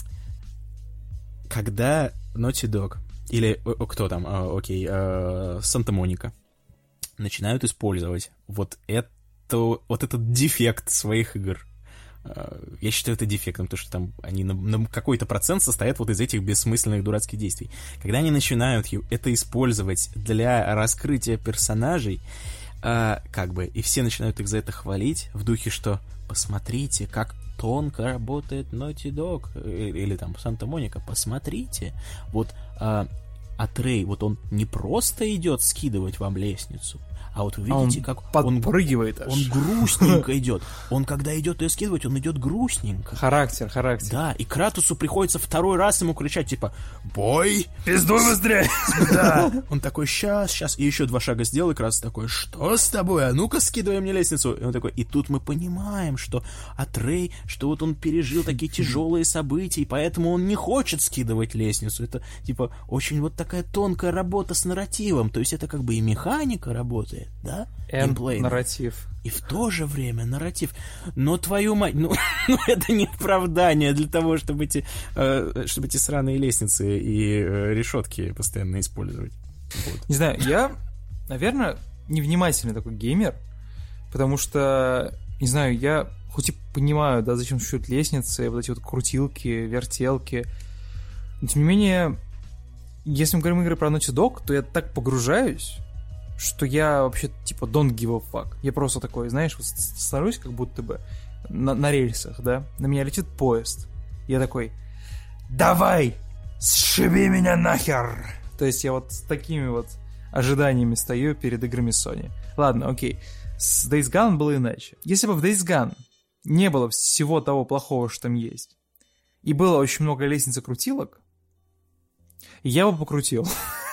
когда Naughty Dog или о, кто там, э, окей, э, Санта-Моника начинают использовать вот, это, вот этот дефект своих игр, я считаю это дефектом, потому что там они на, на какой-то процент состоят вот из этих бессмысленных дурацких действий. Когда они начинают это использовать для раскрытия персонажей, э, как бы, и все начинают их за это хвалить, в духе, что посмотрите, как тонко работает Naughty Dog, или, или там Санта-Моника, посмотрите, вот э, Атрей, вот он не просто идет скидывать вам лестницу, а вот вы видите, а как подпрыгивает он, он грустненько идет. Он, когда идет ее скидывать, он идет грустненько. Характер, характер. Да, и Кратосу приходится второй раз ему кричать, типа, бой! Пиздуй быстрее! Да. Он такой, щас, щас. И еще два шага сделал, и Кратос такой, что с тобой? А ну-ка скидывай мне лестницу. И он такой, и тут мы понимаем, что Атрей, что вот он пережил такие тяжелые события, и поэтому он не хочет скидывать лестницу. Это, типа, очень вот такая тонкая работа с нарративом, то есть это как бы и механика работает, да? And нарратив. И в то же время нарратив. Но твою мать, ну, ну это не оправдание для того, чтобы эти, э, чтобы эти сраные лестницы и э, решетки постоянно использовать. Вот. Не знаю, я, наверное, невнимательный такой геймер, потому что, не знаю, я хоть и понимаю, да, зачем существуют лестницы, вот эти вот крутилки, вертелки, но тем не менее, если мы говорим игры про Naughty Dog, то я так погружаюсь, что я вообще, типа, don't give a fuck. Я просто такой, знаешь, вот становлюсь как будто бы на, на рельсах, да, на меня летит поезд. Я такой, давай, сшиби меня нахер! То есть я вот с такими вот ожиданиями стою перед играми Sony. Ладно, окей. С Days Gone было иначе. Если бы в Days Gone не было всего того плохого, что там есть, и было очень много лестниц и крутилок, я бы покрутил.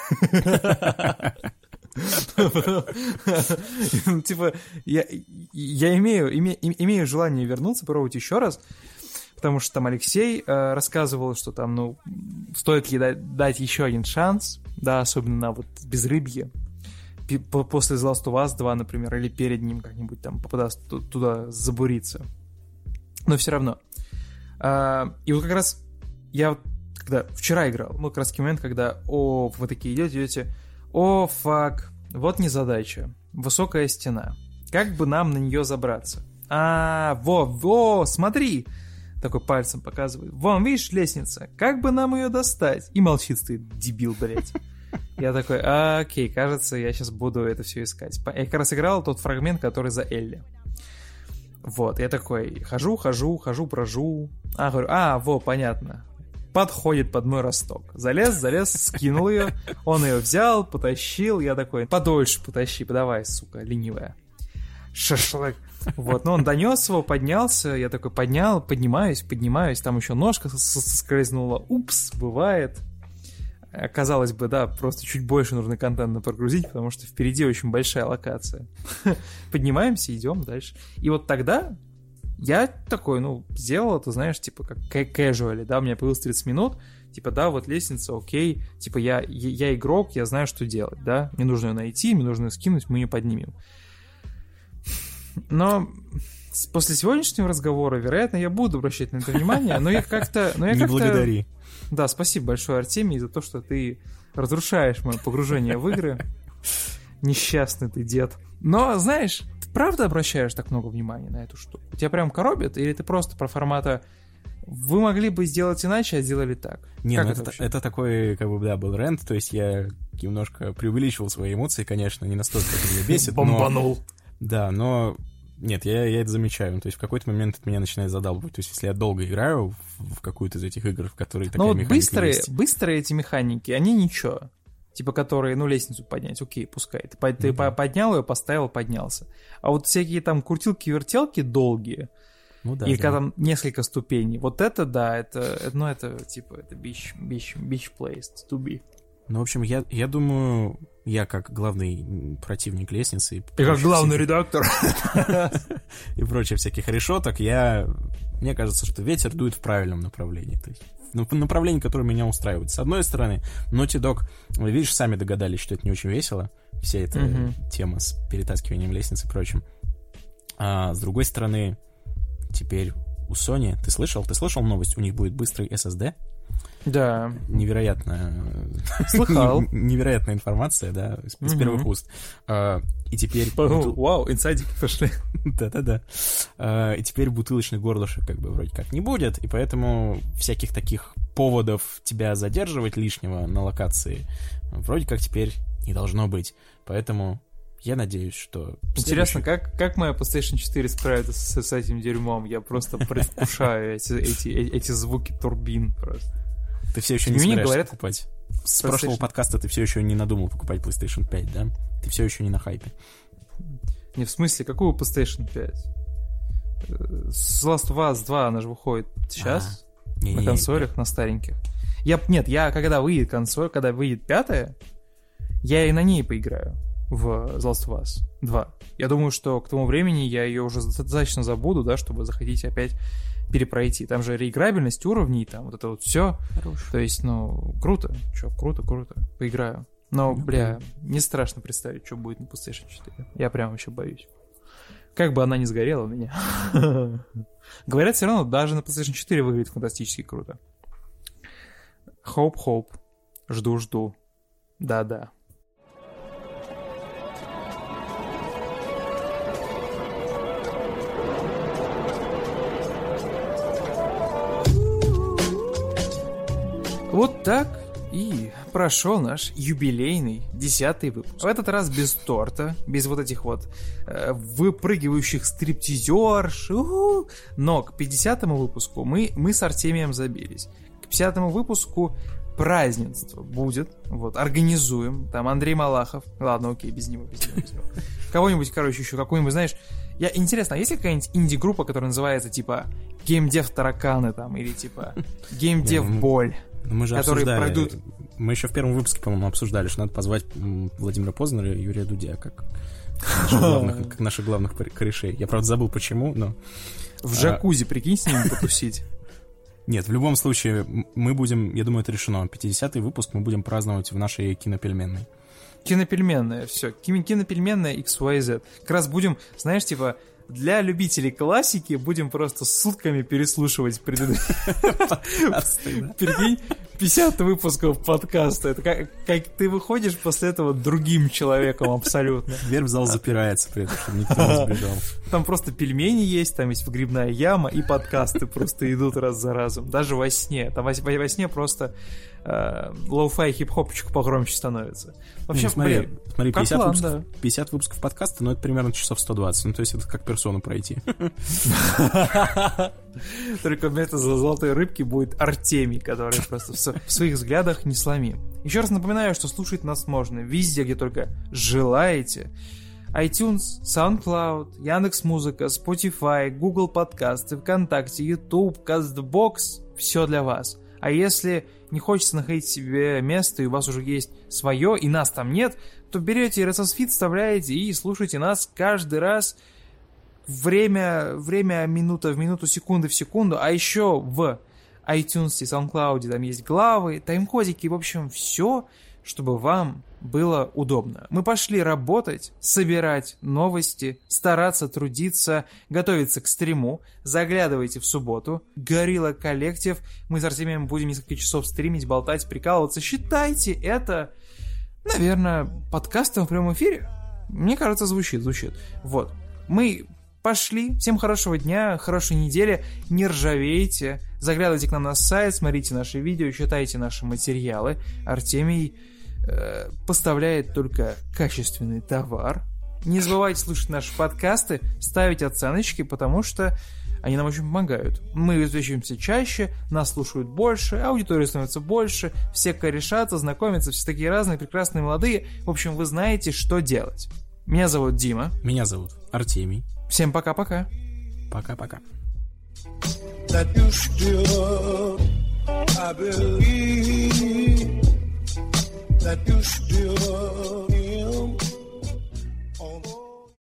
Типа, я, я имею, име, имею желание вернуться, попробовать еще раз, потому что там Алексей э, рассказывал, что там, ну, стоит ли дать, дать еще один шанс, да, особенно на вот безрыбье, после The Last of Us два, например, или перед ним как-нибудь там попадаст туда забуриться. Но все равно. А, и вот как раз я когда вчера играл, ну, как раз момент, когда, о, вы такие идете, идете, о, фак, вот незадача, высокая стена, как бы нам на нее забраться? А, во, во, смотри, такой пальцем показывает, вон, видишь, лестница, как бы нам ее достать? И молчит стоит, дебил, блядь. Я такой, а, окей, кажется, я сейчас буду это все искать. Я как раз играл тот фрагмент, который за Элли. Вот, я такой, хожу, хожу, хожу, брожу. А, говорю, а, во, понятно. Подходит под мой росток. Залез, залез, скинул ее. Он ее взял, потащил. Я такой, подольше потащи, подавай, сука, ленивая. Шашлык. Вот, но он донес его, поднялся. Я такой, поднял, поднимаюсь, поднимаюсь. Там еще ножка соскользнула. Упс, бывает. Казалось бы, да, просто чуть больше нужно контента прогрузить, потому что впереди очень большая локация. Поднимаемся, идем дальше. И вот тогда я такой, ну, сделал это, знаешь, типа как casually, да, у меня появилось тридцать минут, типа, да, вот лестница, окей, типа я, я, я игрок, я знаю, что делать, да, мне нужно ее найти, мне нужно ее скинуть, мы ее поднимем. Но после сегодняшнего разговора, вероятно, я буду обращать на это внимание, но я как-то... Но я Не как-то... благодари. Да, спасибо большое, Артемий, за то, что ты разрушаешь мое погружение в игры. Несчастный ты дед. Но, знаешь, ты правда обращаешь так много внимания на эту штуку? Тебя прям коробит? Или ты просто про формата «вы могли бы сделать иначе, а сделали так»? Не, как ну это, это, это такой, как бы, да, был рент, то есть я немножко преувеличивал свои эмоции, конечно, не настолько это меня бесит, но... Бомбанул. Да, но... Нет, я, я это замечаю. То есть в какой-то момент это меня начинает задалбывать. То есть если я долго играю в, в какую-то из этих игр, в которые такая ну, вот механика быстрые, есть... быстрые эти механики, они ничего. Типа, которые, ну, лестницу поднять, окей, пускай. Ты, mm-hmm. ты поднял ее, поставил, поднялся. А вот всякие там крутилки-вертелки долгие, ну, да, или да. когда там несколько ступеней, вот это, да, это, ну, это, типа, это beach, beach, beach place to be. Ну, в общем, я, я думаю, я как главный противник лестницы... И, и как главный всяких... редактор. И прочее всяких решеток, я... Мне кажется, что ветер дует в правильном направлении. То есть в направлении, которое меня устраивает. С одной стороны, Naughty Dog, вы, видишь, сами догадались, что это не очень весело. Вся эта mm-hmm. тема с перетаскиванием лестниц и прочим. А с другой стороны, теперь у Sony... Ты слышал? Ты слышал новость? У них будет быстрый эс эс ди? Да. Невероятная... Слыхал. Невероятная информация, да, с mm-hmm. первых уст. А, и теперь... Вау, wow, инсайдики пошли. Да-да-да. А, и теперь бутылочных горлышек как бы вроде как не будет, и поэтому всяких таких поводов тебя задерживать лишнего на локации вроде как теперь не должно быть. Поэтому... Я надеюсь, что... Интересно, следующий... как, как моя PlayStation четыре справится с, с этим дерьмом? Я просто предвкушаю эти, эти, эти звуки турбин просто. Ты все еще не собираешься говорят... покупать? С PlayStation... прошлого подкаста ты все еще не надумал покупать PlayStation пять, да? Ты все еще не на хайпе. Не, в смысле, какую PlayStation пять? С Last of Us два, она же выходит сейчас а, на консолях, на стареньких. Я, нет, я когда выйдет консоль, когда выйдет пятая, я и на ней поиграю. В The Last of Us два. Я думаю, что к тому времени я ее уже достаточно забуду, да, чтобы захотеть опять перепройти. Там же реиграбельность уровней, там вот это вот все. То есть, ну, круто. Че, круто, круто. Поиграю. Но, бля, не страшно представить, что будет на PlayStation четыре. Я прям вообще боюсь. Как бы она ни сгорела у меня. Говорят, все равно даже на PlayStation четыре выглядит фантастически круто. Хоп-хоп. Жду-жду. Да-да. Вот так и прошел наш юбилейный десятый выпуск. В этот раз без торта, без вот этих вот э, выпрыгивающих стриптизерш. У-у-у. Но к пятидесятому выпуску мы, мы с Артемием забились. К пятидесятому выпуску празднество будет. Вот, организуем. Там Андрей Малахов. Ладно, окей, без него, без него, без него. Кого-нибудь, короче, еще какую-нибудь, знаешь... Я, интересно, а есть какая-нибудь инди-группа, которая называется, типа, геймдев тараканы там, или, типа, геймдев боль? Мы же которые обсуждали, пройдут... Мы еще в первом выпуске, по-моему, обсуждали, что надо позвать Владимира Познера и Юрия Дудя как наших главных, как наших главных корешей. Я, правда, забыл, почему, но... В джакузи, прикинь, с ними потусить. Нет, в любом случае, мы будем, я думаю, это решено. пятидесятый выпуск мы будем праздновать в нашей кинопельменной. Кинопельменная, все. Кинопельменная икс уай зет. Как раз будем, знаешь, типа... Для любителей классики будем просто сутками переслушивать предыдущие... Прикинь, пятьдесят выпусков подкаста. Это как, как ты выходишь после этого другим человеком абсолютно. Дверь в зал запирается при этом, чтобы никто не сбежал. Там просто пельмени есть, там есть выгребная яма, и подкасты просто идут раз за разом. Даже во сне. Там во, во сне просто э, лоу-фай хип-хопчик погромче становится. Вообще, ну, смотри, блин, смотри пятьдесят, план, выпусков, да. пятьдесят выпусков подкаста, но это примерно часов сто двадцать. Ну, то есть это как персону пройти. Только вместо золотой рыбки будет Артемий, который просто в своих взглядах не сломим. Еще раз напоминаю, что слушать нас можно везде, где только желаете. iTunes, SoundCloud, Яндекс.Музыка, Spotify, Google подкасты, ВКонтакте, YouTube, CastBox. Все для вас. А если не хочется находить себе место, и у вас уже есть свое, и нас там нет, то берете эр эс эс-фид, вставляете и слушайте нас каждый раз время, время минута в минуту, секунды в секунду. А еще в iTunes и SoundCloud там есть главы, тайм-кодики, в общем, все, чтобы вам было удобно. Мы пошли работать, собирать новости, стараться трудиться, готовиться к стриму. Заглядывайте в субботу. Горилла Коллектив. Мы с Артемием будем несколько часов стримить, болтать, прикалываться. Считайте это, наверное, подкастом в прямом эфире. Мне кажется, звучит, звучит. Вот. Мы пошли. Всем хорошего дня, хорошей недели. Не ржавейте. Заглядывайте к нам на сайт, смотрите наши видео, читайте наши материалы. Артемий э, поставляет только качественный товар. Не забывайте слушать наши подкасты, ставить оценочки, потому что они нам очень помогают. Мы извещаемся чаще, нас слушают больше, аудитория становится больше, все корешатся, знакомятся, все такие разные, прекрасные, молодые. В общем, вы знаете, что делать. Меня зовут Дима. Меня зовут Артемий. Всем пока-пока. Пока-пока. That you still, I believe that you still am.